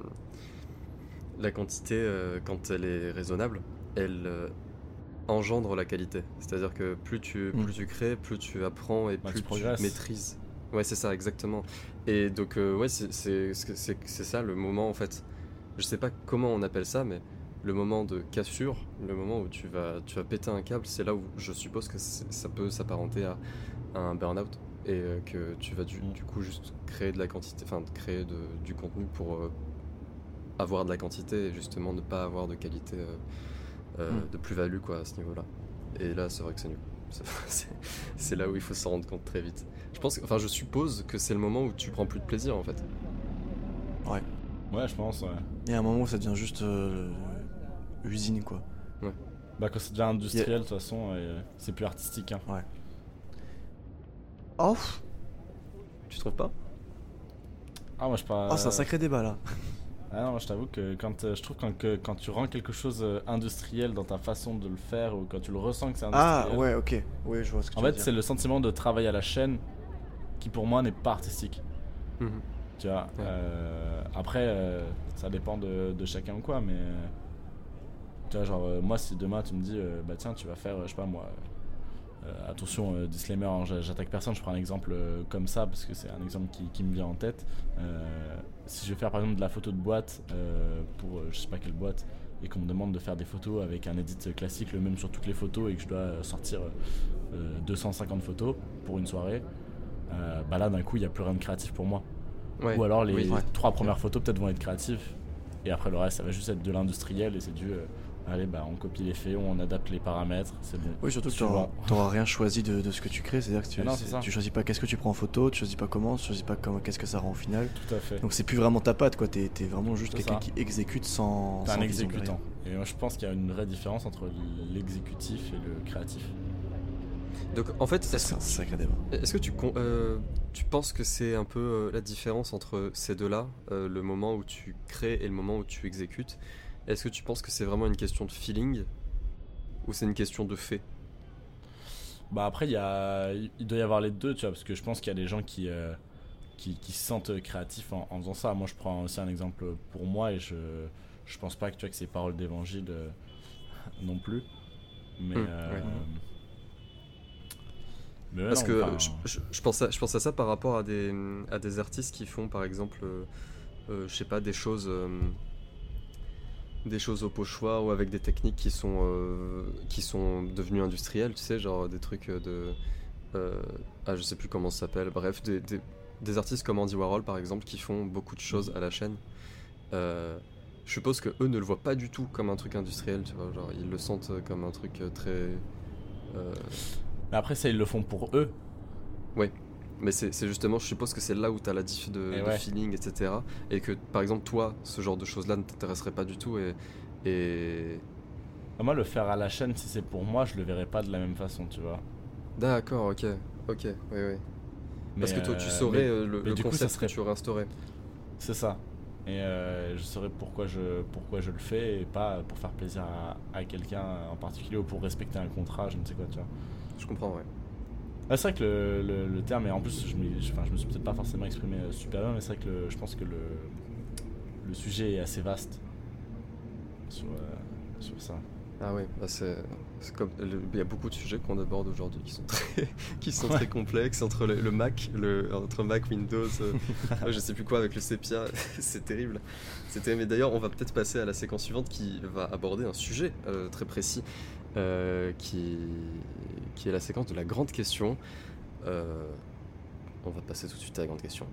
la quantité, euh, quand elle est raisonnable, elle euh, engendre la qualité. C'est-à-dire que plus tu, Mm. plus tu crées, plus tu apprends et Bah, plus tu tu progresses. maîtrises. Ouais, c'est ça, exactement. Et donc, euh, ouais, c'est c'est- c'est- c'est- c'est ça le moment, en fait. Je sais pas comment on appelle ça, mais le moment de cassure, le moment où tu vas, tu vas péter un câble, c'est là où je suppose que c'est- ça peut s'apparenter à, à un burn-out et euh, que tu vas du, Mm. du coup juste créer de la quantité, enfin créer de, du contenu pour euh, avoir de la quantité et justement ne pas avoir de qualité euh, euh, Mm. de plus-value quoi à ce niveau-là. Et là, c'est vrai que c'est nul. C'est- C'est c'est là où il faut s'en rendre compte très vite. Je pense, que- enfin, je suppose que c'est le moment où tu prends plus de plaisir en fait. Ouais. Ouais, je pense, ouais. Il y a un moment où ça devient juste euh, usine quoi. Bah, quand ça devient industriel, de toute façon, euh, c'est plus artistique. Hein. Ouais. Oh, Tu trouves pas? Ah, moi je parle. oh c'est un sacré débat là. Ah non, moi je t'avoue que quand euh, je trouve quand, que quand tu rends quelque chose euh, industriel dans ta façon de le faire ou quand tu le ressens que c'est Ah industriel. ouais ok. Ouais je vois ce que En tu veux fait, dire. c'est le sentiment de travail à la chaîne qui pour moi n'est pas artistique. Mhm. Tu vois. Ouais. euh, après, euh, ça dépend de, de chacun ou quoi, mais euh, tu vois, genre euh, moi si demain tu me dis euh, bah tiens tu vas faire, euh, je sais pas moi. Euh, attention, euh, disclaimer, hein, j'a- j'attaque personne, je prends un exemple euh, comme ça parce que c'est un exemple qui, qui me vient en tête. Euh, si je vais faire par exemple de la photo de boîte euh, pour euh, je sais pas quelle boîte et qu'on me demande de faire des photos avec un edit classique, le même sur toutes les photos et que je dois euh, sortir euh, deux cent cinquante photos pour une soirée, euh, bah là d'un coup il n'y a plus rien de créatif pour moi. Ouais. Ou alors les Oui. Ouais. trois premières photos peut-être vont être créatives et après le reste ça va juste être de l'industriel et c'est du euh, allez bah on copie les faits, on adapte les paramètres, c'est bon. Oui, surtout que Suivant. t'auras, t'auras rien choisi de, de ce que tu crées, c'est-à-dire que tu, Mais non, c'est c'est- ça. tu choisis pas qu'est-ce que tu prends en photo, tu choisis pas comment, tu choisis pas comment, qu'est-ce que ça rend au final. Tout à fait. Donc c'est plus vraiment ta patte quoi, t'es, t'es vraiment juste C'est quelqu'un ça. qui exécute sans. T'es sans un vision exécutant. Et moi je pense qu'il y a une vraie différence entre l'exécutif et le créatif. Donc en fait, derrière. est-ce C'est un sacré débat. Est-ce que tu, con- euh, tu penses que c'est un peu euh, la différence entre ces deux-là, euh, le moment où tu crées et le moment où tu exécutes? Est-ce que tu penses que c'est vraiment une question de feeling ou c'est une question de fait? Bah après il y a, il doit y avoir les deux, tu vois, parce que je pense qu'il y a des gens qui, euh, qui, qui se sentent créatifs en, en faisant ça. Moi je prends aussi un exemple pour moi et je, je pense pas que tu vois que c'est paroles d'évangile euh, non plus. Mais, Mmh, euh, ouais. mais ouais, Parce non, que enfin, je, je- je pense à, je pense à ça par rapport à des, à des artistes qui font par exemple, euh, euh, je sais pas, des choses, euh, des choses au pochoir ou avec des techniques qui sont, euh, qui sont devenues industrielles, tu sais, genre des trucs de... Euh, ah, je sais plus comment ça s'appelle, bref, des, des, des artistes comme Andy Warhol par exemple qui font beaucoup de choses à la chaîne. Euh, je suppose que eux ne le voient pas du tout comme un truc industriel, tu vois, genre ils le sentent comme un truc très... Euh... Mais après ça ils le font pour eux. Oui. Mais c'est, c'est justement, je suppose que c'est là où tu as la diff de, de ouais. feeling, et cetera. Et que, par exemple, toi, ce genre de choses-là ne t'intéresserait pas du tout. Et, et... Moi, le faire à la chaîne, si c'est pour moi, je le verrais pas de la même façon, tu vois. D'accord, ok. Ok, oui, oui. Mais Parce que toi, tu euh, saurais mais, euh, le, mais le du concept coup, ça serait... que tu aurais instauré. C'est ça. Et euh, je saurais pourquoi je, pourquoi je le fais et pas pour faire plaisir à, à quelqu'un en particulier ou pour respecter un contrat, je ne sais quoi, tu vois. Je comprends, ouais. Ah, c'est vrai que le, le, le terme, et en plus je me, enfin, je me suis peut-être pas forcément exprimé super bien, mais c'est vrai que le, je pense que le, le sujet est assez vaste sur, euh, sur ça. Ah oui, bah c'est, c'est comme, il y a beaucoup de sujets qu'on aborde aujourd'hui qui sont très, qui sont Ouais. très complexes entre le, le Mac, le, entre Mac, Windows, euh, je sais plus quoi avec le Sepia, c'est terrible. C'était, mais d'ailleurs, on va peut-être passer à la séquence suivante qui va aborder un sujet euh, très précis. Euh, qui, qui est la séquence de la grande question. Euh, on va passer tout de suite à la grande question.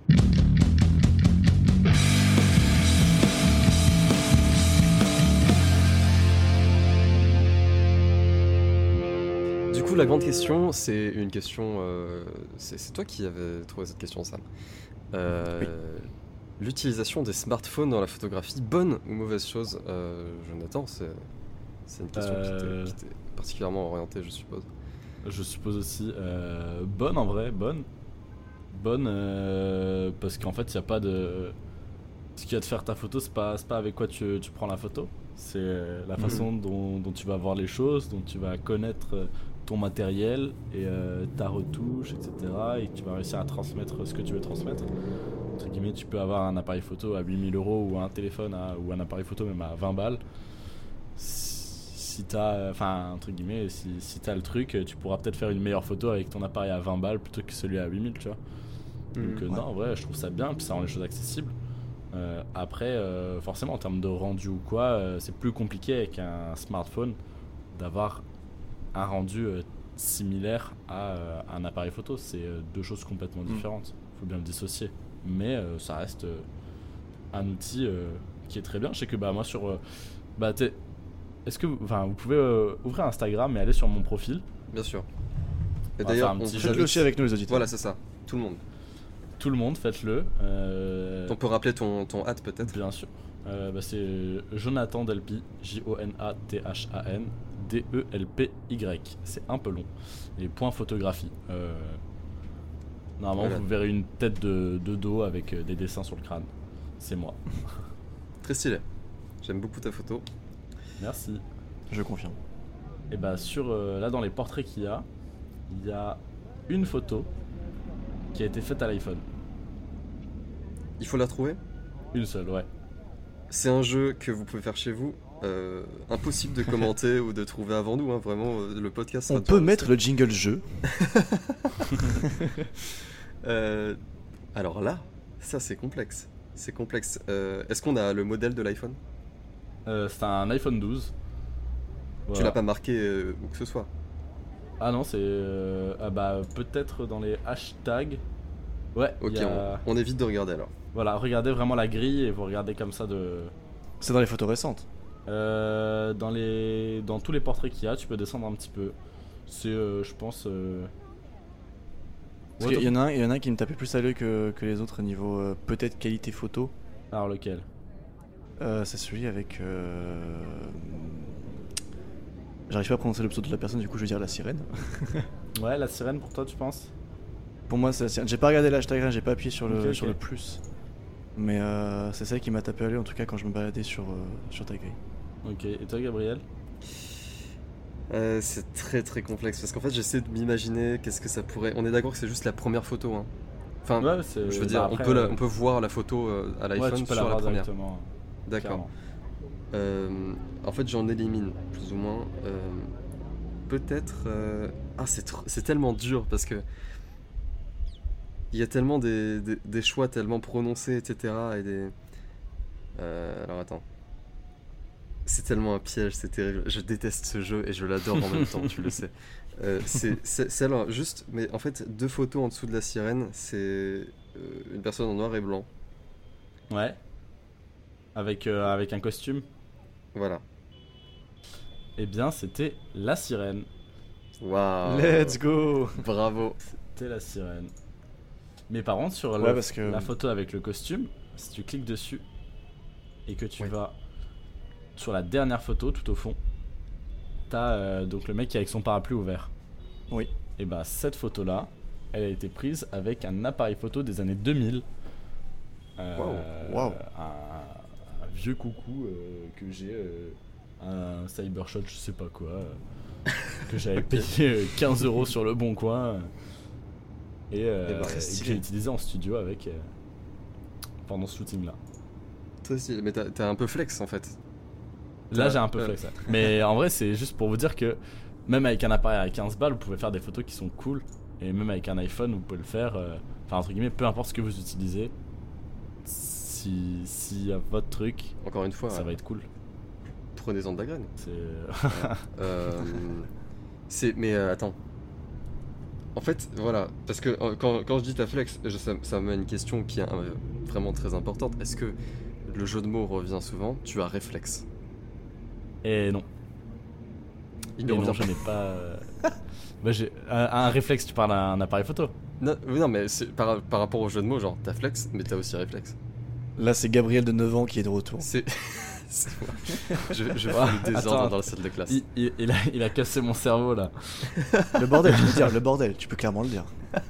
Du coup, la grande question, c'est une question... Euh, c'est, c'est toi qui avais trouvé cette question, Sam. Euh, oui. L'utilisation des smartphones dans la photographie, bonne ou mauvaise chose euh, Jonathan, c'est... C'est une question euh... qui, t'est, qui t'est particulièrement orientée, je suppose. Je suppose aussi. Euh, bonne en vrai, bonne. Bonne euh, parce qu'en fait, il n'y a pas de... Ce qui va te faire ta photo, c'est pas, c'est pas avec quoi tu, tu prends la photo. C'est la façon mmh. dont, dont tu vas voir les choses, dont tu vas connaître ton matériel et euh, ta retouche, et cetera. Et tu vas réussir à transmettre ce que tu veux transmettre. Entre guillemets, tu peux avoir un appareil photo à huit mille euros ou un téléphone à, ou un appareil photo même à vingt balles. Si t'as, enfin, entre guillemets, si, si t'as le truc, tu pourras peut-être faire une meilleure photo avec ton appareil à vingt balles plutôt que celui à huit mille, tu vois. Mmh, Donc, euh, ouais. non, en vrai, je trouve ça bien, puis ça rend les choses accessibles. Euh, après, euh, forcément, en termes de rendu ou quoi, euh, c'est plus compliqué avec un smartphone d'avoir un rendu euh, similaire à euh, un appareil photo. C'est euh, deux choses complètement différentes. Il faut bien le dissocier. Mais euh, ça reste euh, un outil euh, qui est très bien. Je sais que bah, moi, sur. Euh, bah, t'es. Est-ce que vous, enfin, vous pouvez euh, ouvrir Instagram et aller sur mon profil. Bien sûr. Et on d'ailleurs, on faites-le aussi avec nous les auditeurs. Voilà, c'est ça. Tout le monde. Tout le monde, faites-le. Euh... On peut rappeler ton, ton hâte peut-être. Bien sûr. Euh, bah, c'est Jonathan Delpy, J O N A T H A N D E L P Y. C'est un peu long. Et point photographie. Euh... Normalement, voilà. Vous verrez une tête de, de dos avec des dessins sur le crâne. C'est moi. Très stylé. J'aime beaucoup ta photo. Merci. Je confirme. Et bah sur euh, là dans les portraits qu'il y a, il y a une photo qui a été faite à l'iPhone. Il faut la trouver ? Une seule, ouais. C'est un jeu que vous pouvez faire chez vous. Euh, impossible de commenter ou de trouver avant nous, hein, vraiment. Le podcast sera On peut mettre le jingle jeu. euh, alors là, ça c'est complexe. C'est complexe. Euh, est-ce qu'on a le modèle de l'iPhone ? Euh, c'est un iPhone douze. Voilà. Tu l'as pas marqué euh, où que ce soit ? Ah non, c'est euh, ah bah peut-être dans les hashtags. Ouais. Ok, a... on, on évite de regarder alors. Voilà, regardez vraiment la grille et vous regardez comme ça de. C'est dans les photos récentes. Euh, dans les, dans tous les portraits qu'il y a, tu peux descendre un petit peu. C'est, euh, je pense. Euh... Parce ouais, qu'il y en a un, il y en a un qui me tapait plus à l'œil que, que les autres niveau euh, peut-être qualité photo. Alors lequel ? Euh, c'est celui avec. Euh... J'arrive pas à prononcer le pseudo de la personne, du coup je vais dire la sirène. Ouais, la sirène pour toi, tu penses ? Pour moi, c'est la sirène. J'ai pas regardé l'hashtag, j'ai pas appuyé sur le, okay, okay. sur le plus. Mais euh, c'est celle qui m'a tapé à l'œil en tout cas quand je me baladais sur, euh, sur ta grille. Ok, et toi Gabriel ? euh, C'est très très complexe parce qu'en fait j'essaie de m'imaginer qu'est-ce que ça pourrait. On est d'accord que c'est juste la première photo, hein. Enfin, ouais, je veux dire, bah après, on, peut la, on peut voir la photo euh, à l'iPhone ouais, tu peux sur la, la première. D'accord. Euh, en fait, j'en élimine plus ou moins. Euh, peut-être. Euh... Ah, c'est, tr- c'est tellement dur parce que il y a tellement des, des, des choix tellement prononcés, et cetera. Et des. Euh, alors attends. C'est tellement un piège, c'est terrible. Je déteste ce jeu et je l'adore en même temps, tu le sais. Euh, c'est, c'est, c'est alors juste, mais en fait, deux photos en dessous de la sirène, c'est euh, une personne en noir et blanc. Ouais. Avec, euh, avec un costume. Voilà. Eh bien, c'était la sirène. Waouh. Let's go. Bravo. C'était la sirène. Mais par contre, sur Ouais, la, parce que- la photo avec le costume, si tu cliques dessus et que tu Oui. vas sur la dernière photo tout au fond, t'as euh, donc le mec qui est avec son parapluie ouvert. Oui. Et bah cette photo là, elle a été prise avec un appareil photo des années deux mille. Euh, Wow. Wow. Un, un vieux coucou euh, que j'ai, euh, un Cybershot, je sais pas quoi, euh, que j'avais payé euh, quinze euros sur le bon coin. euh, Et, euh, Eh ben, et que stylé. j'ai utilisé en studio avec euh, pendant ce shooting là. Toi aussi, mais t'as, t'as un peu flex en fait. Là T'as- j'ai un peu euh. flex. Ouais. Mais en vrai c'est juste pour vous dire que même avec un appareil à quinze balles vous pouvez faire des photos qui sont cool. Et même avec un iPhone vous pouvez le faire. euh, Enfin entre guillemets peu importe ce que vous utilisez. Si, si y a votre truc Encore une fois, ça euh, va être cool. prenez-en de la graine. C'est Euh, c'est, mais euh, attends. En fait, voilà, parce que euh, quand, quand je dis ta flex, je- ça, ça me met une question qui est euh, vraiment très importante. Est-ce que le jeu de mots revient souvent? Tu as réflexe. Et non. Il Et ne non revient je n'ai pas. euh, bah, j'ai un, un réflexe. Tu parles d'un appareil photo. Non, oui, non, mais c'est par, par rapport au jeu de mots, genre t'as flex, mais t'as aussi réflexe. Là, c'est Gabriel de neuf ans qui est de retour. C'est. c'est moi. Je, je fais Ah, le désordre attends. dans la salle de classe. Il, il- il a, il a cassé mon cerveau là. Le bordel, je veux dire, le bordel, tu peux clairement le dire.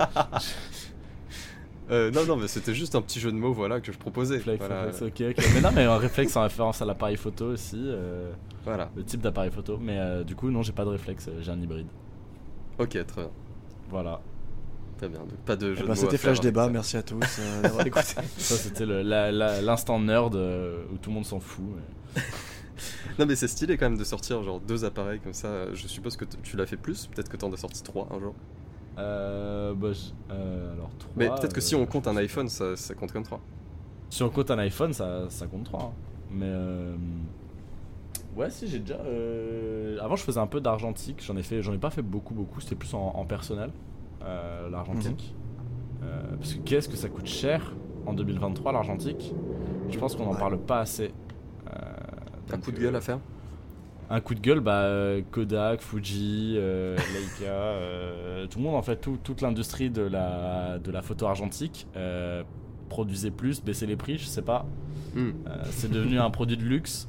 Euh, non, non, mais c'était juste un petit jeu de mots, voilà, que je proposais. Réflexe, Voilà, réflexe, ok, ok. Mais non, mais un réflexe en référence à l'appareil photo aussi, euh, voilà. le type d'appareil photo. Mais euh, du coup, non, j'ai pas de réflexe, euh, j'ai un hybride. Ok, très bien. Voilà. Très bien. Donc, pas de jeu Eh de ben, mots. c'était à faire Flash Débat, avec ça. merci à tous euh, d'avoir écouté. Ça, c'était le- la- la- l'instant nerd euh, où tout le monde s'en fout. mais- Non, mais c'est stylé quand même de sortir genre deux appareils comme ça. Je suppose que t- tu l'as fait plus. Peut-être que t'en as sorti trois un jour. Euh, bah, j- euh, alors, trois, Mais peut-être que si euh, on compte je un sais iPhone, ça, ça compte comme trois. pas. Si on compte un iPhone, ça, ça compte trois. hein. Mais. euh, Ouais, si, j'ai déjà. euh, Avant, je faisais un peu d'argentique. J'en ai, fait... J'en ai pas fait beaucoup, beaucoup. C'était plus en, en personnel, euh, l'argentique. Euh, parce que qu'est-ce que ça coûte cher en deux mille vingt-trois, l'argentique? Je pense qu'on n'en Ouais. parle pas assez. Euh, Un donc, coup de euh, gueule à faire. Un coup de gueule, bah, euh, Kodak, Fuji, euh, Leica, euh, tout le monde en fait, tout- toute l'industrie de la, de la photo argentique euh, produisait plus, baissait les prix, je sais pas. Hmm. Euh, c'est devenu un produit de luxe.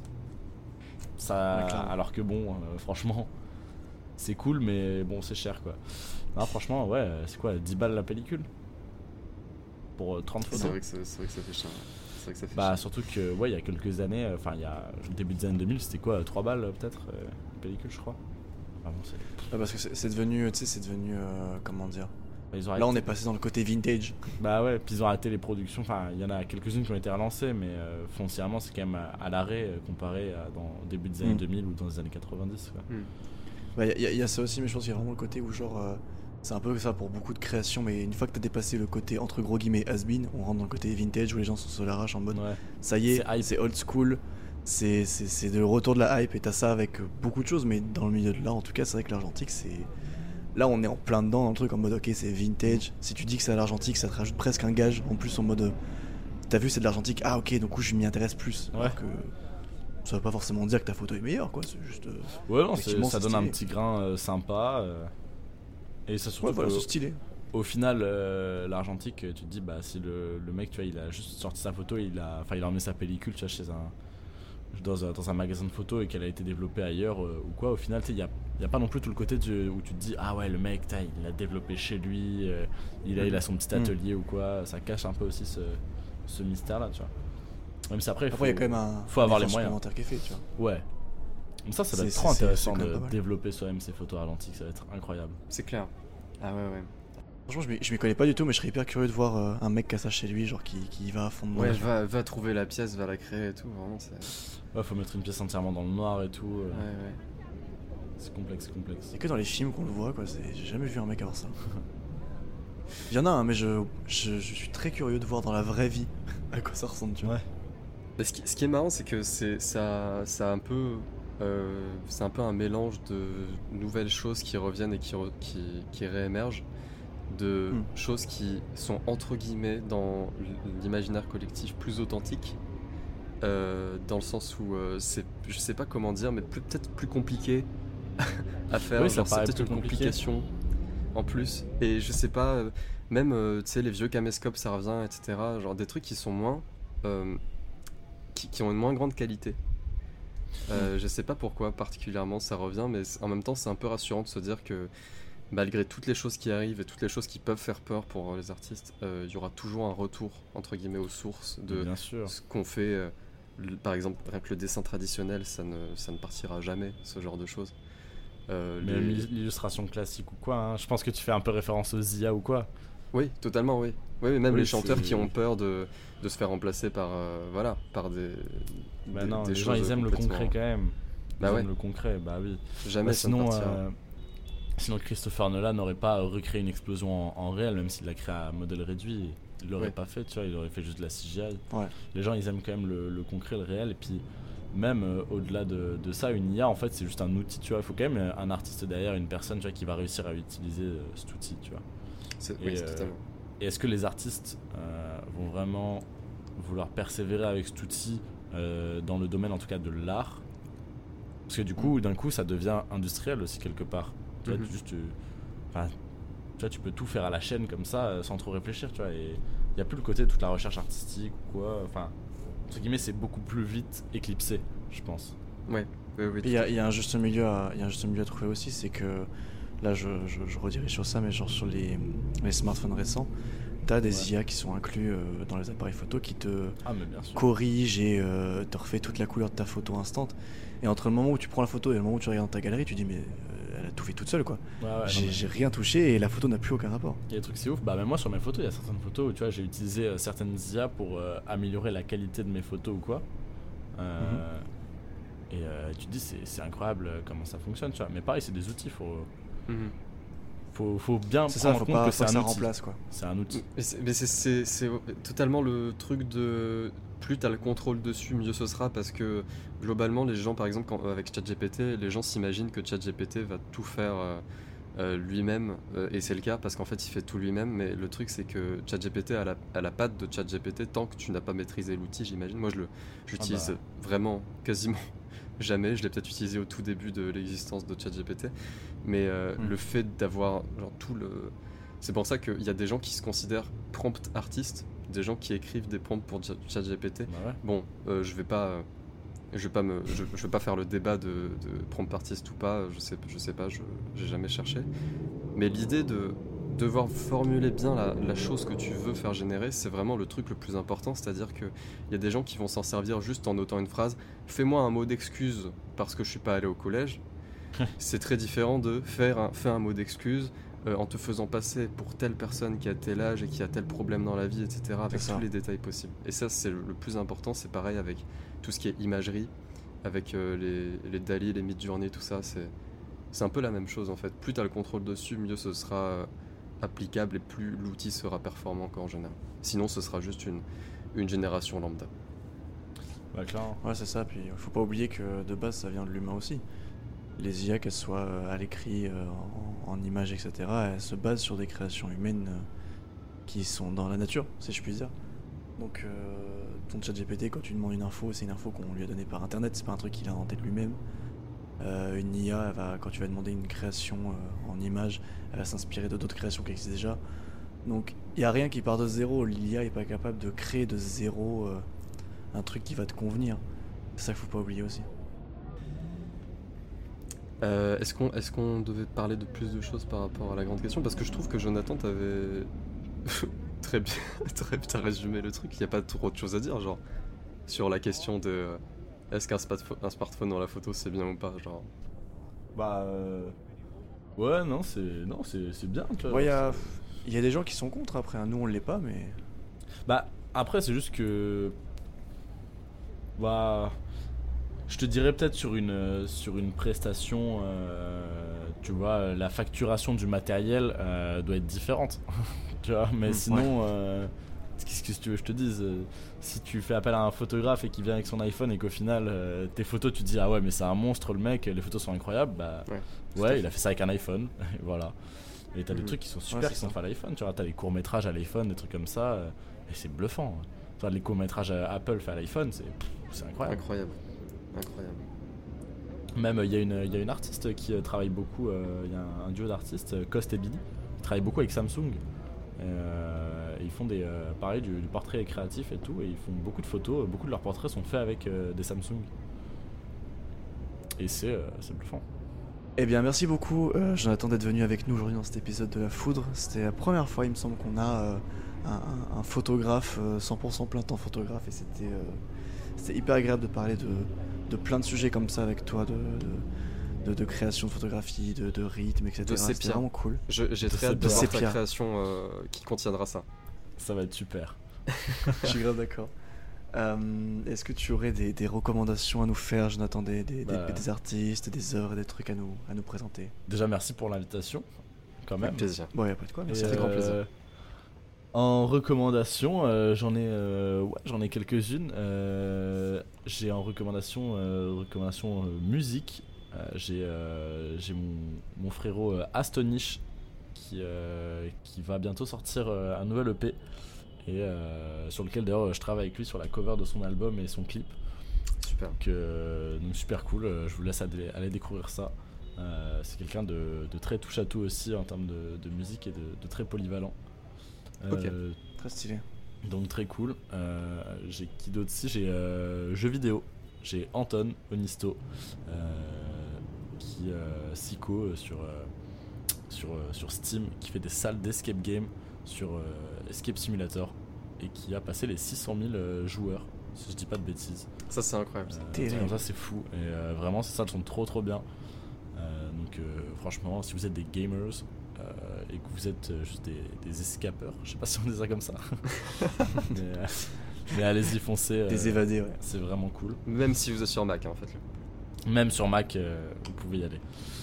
Ça, Ouais, clairement. alors que bon, euh, franchement, c'est cool, mais bon, c'est cher quoi. Non, franchement, ouais, c'est quoi, dix balles la pellicule pour euh, trente C'est photos? vrai, que ça, c'est vrai que ça fait cher. C'est vrai que ça fait Bah cher. surtout que ouais il y a quelques années, euh, enfin il y a le début des années deux mille c'était quoi, trois balles euh, peut-être euh, une pellicule je crois. Ah bon, c'est... Ah, parce que c'est c'est devenu, tu sais, c'est devenu, euh, comment dire. Bah, ils ont Là, on arrêté. est passé dans le côté vintage. Bah ouais, puis ils ont arrêté les productions, enfin il y en a quelques-unes qui ont été relancées mais euh, foncièrement c'est quand même à, à l'arrêt euh, comparé à dans le début des années Mm. deux mille ou dans les années quatre-vingt-dix quoi. Bah, il y, a- y a ça aussi, mais je pense qu'il y a vraiment le côté où, genre, euh, c'est un peu ça pour beaucoup de créations, mais une fois que t'as dépassé le côté entre gros guillemets has-been, on rentre dans le côté vintage où les gens sont sur l'arrache en mode Ouais. ça y est, C'est hype. c'est old school, c'est c'est- c'est le retour de la hype, et t'as ça avec euh, beaucoup de choses, mais dans le milieu de là, en tout cas, c'est vrai que l'argentique, c'est. Là, on est en plein dedans dans le truc en mode ok, c'est vintage. Si tu dis que c'est à l'argentique, ça te rajoute presque un gage en plus en mode. euh, T'as vu, c'est de l'argentique, ah ok, donc je m'y intéresse plus. Ouais. Alors que ça veut pas forcément dire que ta photo est meilleure, quoi, c'est juste. euh, Ouais non, c'est- Effectivement, ça c'est donne un stylé. petit grain euh, sympa euh, et ça surtout Ouais, voilà, que- c'est stylé. au final, euh, l'argentique, tu te dis, bah, si le, le mec, tu vois, il a juste sorti sa photo, il a, enfin, il a emmené sa pellicule, tu vois, chez un, dans un, dans un magasin de photos et qu'elle a été développée ailleurs euh, ou quoi, au final, tu sais, il n'y a, il y a pas non plus tout le côté du- où tu te dis, ah ouais, le mec, t'as, il l'a développé chez lui, euh, il, a, il a son petit Mm. atelier ou quoi, ça cache un peu aussi ce, ce mystère-là, tu vois. Même si après, il faut, Après, il y a quand même un. faut un avoir les effort moyens. supplémentaire qui est fait, tu vois. Ouais. Donc ça, ça va C'est- être trop c'est- c'est- intéressant c'est quand même de pas mal. développer soi-même ces photos argentiques, ça va être incroyable. C'est clair. Ah ouais, ouais. Franchement, je m'y- je m'y connais pas du tout, mais je serais hyper curieux de voir euh, un mec qui a ça chez lui, genre qui, qui y va à fond dedans. Ouais, va, va trouver la pièce, va la créer et tout. Vraiment, c'est. Ouais, faut mettre une pièce entièrement dans le noir et tout. euh, Ouais, ouais. C'est complexe, c'est complexe. C'est que dans les films qu'on le voit, quoi. c'est- J'ai jamais vu un mec avoir ça. Il y en a un, mais je, je, je suis très curieux de voir dans la vraie vie à quoi ça ressemble, tu vois. Ouais. Bah, ce, qui, ce qui est marrant, c'est que c'est ça, ça a un peu, euh, c'est un peu un mélange de nouvelles choses qui reviennent et qui, re, qui, qui réémergent, de mm. choses qui sont entre guillemets dans l'imaginaire collectif plus authentique, euh, dans le sens où euh, c'est, je sais pas comment dire, mais plus, peut-être plus compliqué à faire. Oui, genre, ça c'est peut-être une compliqué. complication en plus. Et je sais pas, euh, même euh, tu sais les vieux caméscopes, ça revient, et cetera. Genre des trucs qui sont moins euh, Qui, qui ont une moins grande qualité. Euh, mmh. Je sais pas pourquoi particulièrement ça revient, mais en même temps c'est un peu rassurant de se dire que malgré toutes les choses qui arrivent et toutes les choses qui peuvent faire peur pour les artistes, il euh, y aura toujours un retour entre guillemets aux sources de ce qu'on fait. Euh, le, par exemple, rien que le dessin traditionnel, ça ne, ça ne partira jamais, ce genre de choses. Euh, Même les... l'illustration classique ou quoi, hein. Je pense que tu fais un peu référence aux I A ou quoi. Oui, totalement, oui. Oui, même oui, les chanteurs c'est... qui ont peur de, de se faire remplacer par, euh, voilà, par des, bah des, non, des les choses gens, ils aiment complètement... le concret quand même. Ils bah aiment ouais. le concret, bah oui. Jamais bah, ça sinon, ne partira. Euh, sinon, Christopher Nolan n'aurait pas recréé une explosion en, en réel, même s'il l'a créé à modèle réduit. Il l'aurait ouais. pas fait, tu vois, il aurait fait juste de la C G I. Ouais. Les gens, ils aiment quand même le, le concret, le réel, et puis... Même euh, au-delà de, de ça, une I A en fait c'est juste un outil, tu vois. Il faut quand même un artiste derrière, une personne, tu vois, qui va réussir à utiliser euh, cet outil, tu vois. C'est, et, oui, c'est euh, totalement. Et est-ce que les artistes euh, vont vraiment vouloir persévérer avec cet outil euh, dans le domaine en tout cas de l'art? Parce que du coup, d'un coup, ça devient industriel aussi quelque part. Tu vois, mm-hmm. tu, juste, tu, tu vois, tu peux tout faire à la chaîne comme ça sans trop réfléchir, tu vois. Et il n'y a plus le côté de toute la recherche artistique ou quoi. Enfin. Entre guillemets, c'est beaucoup plus vite éclipsé, je pense. Ouais. Oui, oui, il y a, il y a un juste milieu à, il y a un juste milieu à trouver aussi, c'est que là, je, je, je redirige sur ça, mais genre sur les, les smartphones récents, t'as des ouais. I A qui sont inclus euh, dans les appareils photo qui te ah, mais bien sûr. corrigent et euh, te refait toute la couleur de ta photo instant. Et entre le moment où tu prends la photo et le moment où tu regardes dans ta galerie, tu dis mais euh, elle a tout fait toute seule quoi. Ouais, ouais, j'ai, non, mais... j'ai rien touché et la photo n'a plus aucun rapport. Il y a des trucs c'est ouf. Bah même moi sur mes photos, il y a certaines photos où tu vois j'ai utilisé euh, certaines I A pour euh, améliorer la qualité de mes photos ou quoi. Euh, mm-hmm. Et euh, tu te dis c'est, c'est incroyable comment ça fonctionne, tu vois. Mais pareil, c'est des outils, faut, mm-hmm. faut, faut bien c'est prendre ça, faut compte pas, que faut c'est que un ça outil. remplace quoi. C'est un outil. Mais c'est, mais c'est, c'est, c'est totalement le truc de plus t'as le contrôle dessus, mieux ce sera parce que globalement les gens, par exemple, quand, avec ChatGPT, les gens s'imaginent que ChatGPT va tout faire. Euh, Euh, lui-même euh, et c'est le cas parce qu'en fait il fait tout lui-même, mais le truc c'est que ChatGPT a la, a la patte de ChatGPT tant que tu n'as pas maîtrisé l'outil, j'imagine. Moi je le, j'utilise ah bah. vraiment quasiment jamais, je l'ai peut-être utilisé au tout début de l'existence de ChatGPT, mais euh, mm. le fait d'avoir genre tout le... C'est pour ça qu'il y a des gens qui se considèrent prompt artistes, des gens qui écrivent des prompts pour ChatGPT. Bah ouais. Bon, euh, je vais pas... Euh, Je vais pas me, je, je vais pas faire le débat de, de prompt artiste ou pas. Je sais, je sais pas. Je, j'ai jamais cherché. Mais l'idée de devoir formuler bien la, la chose que tu veux faire générer, c'est vraiment le truc le plus important. C'est-à-dire que il y a des gens qui vont s'en servir juste en notant une phrase. Fais-moi un mot d'excuse parce que je suis pas allé au collège. C'est très différent de faire un, faire un mot d'excuse euh, en te faisant passer pour telle personne qui a tel âge et qui a tel problème dans la vie, et cetera. Avec tous les détails possibles. Et ça, c'est le, le plus important. C'est pareil avec tout ce qui est imagerie, avec euh, les, les Dali, les Midjourney, tout ça, c'est, c'est un peu la même chose en fait. Plus tu as le contrôle dessus, mieux ce sera euh, applicable et plus l'outil sera performant qu'en général. Sinon, ce sera juste une, une génération lambda. Bah, clairement. Ouais, c'est ça. Puis il faut pas oublier que de base, ça vient de l'humain aussi. Les I A, qu'elles soient à l'écrit, euh, en, en images, et cetera, elles se basent sur des créations humaines euh, qui sont dans la nature, si je puis dire. Donc, euh, ton ChatGPT, quand tu demandes une info, c'est une info qu'on lui a donnée par internet, c'est pas un truc qu'il a inventé de lui-même. Euh, une I A, elle va, quand tu vas demander une création euh, en image, elle va s'inspirer de d'autres créations qui existent déjà. Donc, il n'y a rien qui part de zéro. L'I A n'est pas capable de créer de zéro euh, un truc qui va te convenir. C'est ça qu'il faut pas oublier aussi. Euh, est-ce qu'on, est-ce qu'on devait parler de plus de choses par rapport à la grande question ? Parce que je trouve que Jonathan, t'avais très bien, très bien résumé le truc. Il n'y a pas trop de choses à dire, genre, sur la question de euh, est-ce qu'un smartphone, un smartphone dans la photo c'est bien ou pas, genre. Bah. Euh... Ouais, non, c'est, non, c'est, c'est bien. Il ouais, y, a... y a des gens qui sont contre après, hein. Nous on l'est pas, mais. Bah, après, c'est juste que. Bah. Je te dirais peut-être sur une, sur une prestation, euh, tu vois, la facturation du matériel euh, doit être différente, tu vois, mais mmh, sinon, ouais. euh, ce, qui, qu'est-ce que tu veux que je te dise euh, si tu fais appel à un photographe et qu'il vient avec son iPhone et qu'au final euh, tes photos tu te dis ah ouais mais c'est un monstre le mec, les photos sont incroyables, bah ouais, ouais il a fait ça avec un iPhone et voilà. Et t'as mmh. des trucs qui sont super ouais, qui sont faits à l'iPhone, tu vois, t'as les courts métrages à l'iPhone, des trucs comme ça euh, et c'est bluffant. Toi les courts métrages Apple faits à l'iPhone, c'est, c'est incroyable. Incroyable, incroyable. Même il y, y a une artiste qui euh, travaille beaucoup, il euh, y a un, un duo d'artistes, Cost et Billy, qui travaillent beaucoup avec Samsung. Et, euh, et ils font des, euh, pareil, du, du portrait créatif et tout, et ils font beaucoup de photos, beaucoup de leurs portraits sont faits avec euh, des Samsung. Et c'est, euh, c'est bluffant. Eh bien merci beaucoup euh, Jonathan d'être venu avec nous aujourd'hui dans cet épisode de La Foudre. C'était la première fois il me semble qu'on a euh, un, un photographe, euh, cent pour cent plein temps photographe, et c'était, euh, c'était hyper agréable de parler de, de plein de sujets comme ça avec toi, de, de, de, de création de photographie, de, de rythme, et cetera. De c'était vraiment cool. Je, j'ai très hâte de, de voir ta création euh, qui contiendra ça. Ça va être super. Je suis grave d'accord. Euh, est-ce que tu aurais des, des recommandations à nous faire, Jonathan, des, des, bah, des, des artistes, des œuvres, des trucs à nous, à nous présenter? Déjà merci pour l'invitation, quand même. Avec plaisir. Bon, y a pas de quoi, merci, très euh, grand plaisir. En recommandation, euh, j'en ai, euh, ouais, j'en ai quelques-unes. Euh, j'ai en recommandation, euh, recommandation euh, musique. Euh, j'ai, euh, j'ai mon, mon frérot euh, Astonish qui, euh, qui va bientôt sortir euh, un nouvel E P. Et euh, sur lequel d'ailleurs je travaille avec lui sur la cover de son album et son clip. Super. Donc, euh, donc super cool, je vous laisse aller, aller découvrir ça. Euh, c'est quelqu'un de, de très touche à tout aussi en termes de, de musique et de, de très polyvalent. Euh, ok, très stylé. Donc très cool. Euh, j'ai qui d'autre ici? J'ai euh, jeux vidéo. J'ai Anton Onisto euh, qui euh, psycho sur, euh, sur, euh, sur Steam, qui fait des salles d'escape game sur euh, Escape Simulator et qui a passé les six cent mille euh, joueurs, si je dis pas de bêtises. Ça c'est incroyable. Euh, c'est comme ça, c'est fou. Et euh, vraiment ces salles sont trop trop bien. Euh, donc euh, franchement, si vous êtes des gamers euh, et que vous êtes euh, juste des, des escapeurs, je sais pas si on dit ça comme ça, mais, euh, mais allez-y foncez. Euh, des évadés, ouais. C'est vraiment cool. Même si vous êtes sur Mac, hein, en fait. Même sur Mac, euh, vous pouvez y aller.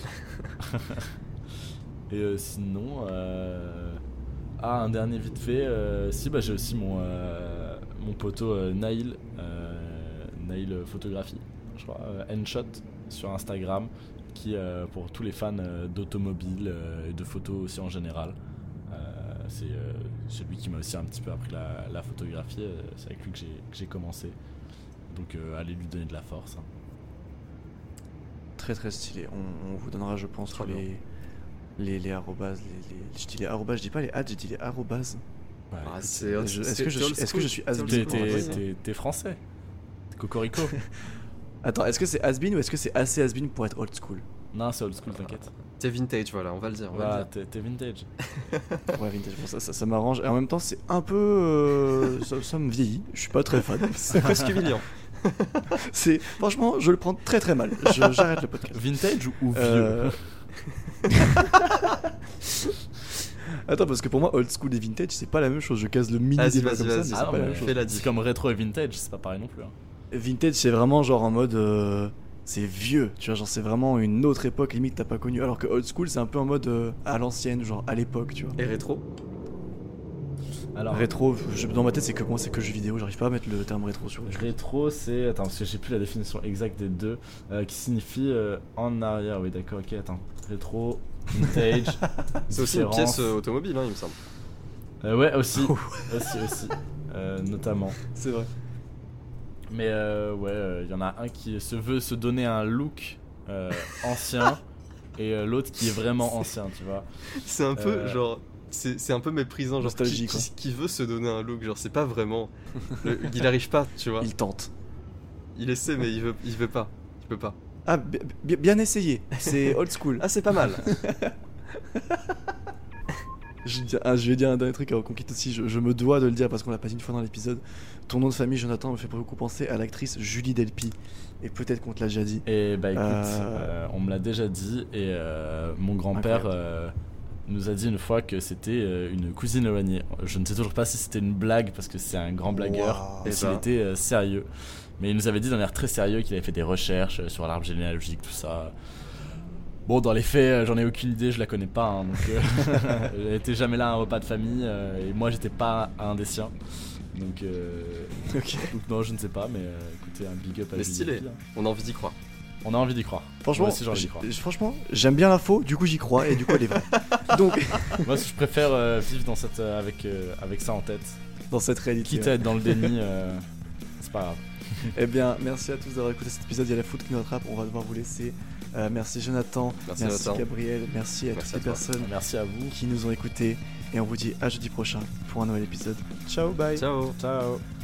Et euh, sinon. Euh... Ah, un dernier vite fait, euh, si bah j'ai aussi mon, euh, mon poteau euh, Nail, euh, Nail Photographie, je crois, euh, N-Shot sur Instagram, qui euh, pour tous les fans euh, d'automobile euh, et de photos aussi en général, euh, c'est euh, celui qui m'a aussi un petit peu appris la, la photographie, euh, c'est avec lui que j'ai, que j'ai commencé, donc euh, allez lui donner de la force. Hein. Très très stylé, on, on vous donnera je pense tous les... Les, les arrobas, les, les, je dis les arrobas, je dis pas les ads, je dis les arrobas. Ouais, ah, c'est, je, est-ce, que je suis, est-ce que je suis has-been? T'es, t'es, t'es, t'es français. T'es cocorico. Attends, est-ce que c'est has-been ou est-ce que c'est assez has-been pour être old school? Non, c'est old school, t'inquiète. T'es vintage, voilà, on va le dire. On voilà, va le dire. T'es, t'es vintage. Ouais, vintage, bon, ça, ça, ça m'arrange. Et en même temps, c'est un peu. Euh, ça, ça me vieillit, je suis pas très fan. C'est presque humiliant. C'est, franchement, je le prends très très mal. Je, j'arrête le podcast. Vintage ou, ou vieux euh... Attends, parce que pour moi, old school et vintage, c'est pas la même chose. Je casse le mini vas-y, débat vas-y, comme vas-y, ça, mais c'est c'est pas pas la la même même chose. chose. C'est comme rétro et vintage, c'est pas pareil non plus. Hein. Vintage, c'est vraiment genre en mode. Euh, c'est vieux, tu vois, genre c'est vraiment une autre époque, limite t'as pas connu. Alors que old school, c'est un peu en mode euh, à l'ancienne, genre à l'époque, tu vois. Et rétro? Alors, rétro, je, dans ma tête, c'est que moi, c'est que jeux vidéo, j'arrive pas à mettre le terme rétro sur les choses. Rétro, c'est. Attends, parce que j'ai plus la définition exacte des deux, euh, qui signifie euh, en arrière. Oui, d'accord, ok, attends. Rétro, vintage. C'est aussi une pièce euh, automobile, hein, il me semble. Euh, ouais, aussi. aussi, aussi. Euh, notamment. C'est vrai. Mais euh, ouais, il euh, y en a un qui se veut se donner un look euh, ancien et euh, l'autre qui est vraiment ancien, tu vois. C'est un peu euh, genre. C'est, c'est un peu méprisant, genre qui, qui, qui veut se donner un look, genre c'est pas vraiment. Le, il arrive pas, tu vois. Il tente. Il essaie, mais il veut, il veut pas. Il peut pas. Ah, b- b- bien essayé. C'est old school. Ah, c'est pas mal. je, ah, je vais dire un dernier truc avant qu'on quitte aussi. Je, je me dois de le dire parce qu'on l'a pas dit une fois dans l'épisode. Ton nom de famille, Jonathan, me fait beaucoup penser à l'actrice Julie Delpy. Et peut-être qu'on te l'a déjà dit. Et bah écoute, euh... Euh, on me l'a déjà dit. Et euh, mon grand-père. Nous a dit une fois que c'était euh, une cousine éloignée. Je ne sais toujours pas si c'était une blague parce que c'est un grand blagueur, wow, et s'il ben. était euh, sérieux. Mais il nous avait dit d'un air très sérieux qu'il avait fait des recherches sur l'arbre généalogique, tout ça. Bon, dans les faits, euh, j'en ai aucune idée, je la connais pas. Hein, donc, euh, j'étais jamais là à un repas de famille euh, et moi, j'étais pas un des siens. Donc, euh, Ok. donc non, je ne sais pas, mais euh, écoutez, un big up à Mais Julie stylé, Delpy, hein. on a envie d'y croire. On a envie d'y croire. Franchement, Moi aussi, j'ai envie d'y j'- croire. j- franchement, j'aime bien l'info, du coup j'y crois et du coup elle est vraie. Donc, Moi, je préfère euh, vivre dans cette, euh, avec, euh, avec ça en tête. dans cette réalité. Quitte à être dans le déni, euh, c'est pas grave. Eh bien, merci à tous d'avoir écouté cet épisode. Il y a la foot qui nous rattrape. On va devoir vous laisser. Euh, merci Jonathan. Merci, Jonathan. Gabriel. Merci à Merci toutes à les toi. personnes Merci à vous. qui nous ont écoutés. Et on vous dit à jeudi prochain pour un nouvel épisode. Ciao, bye. Ciao. Ciao.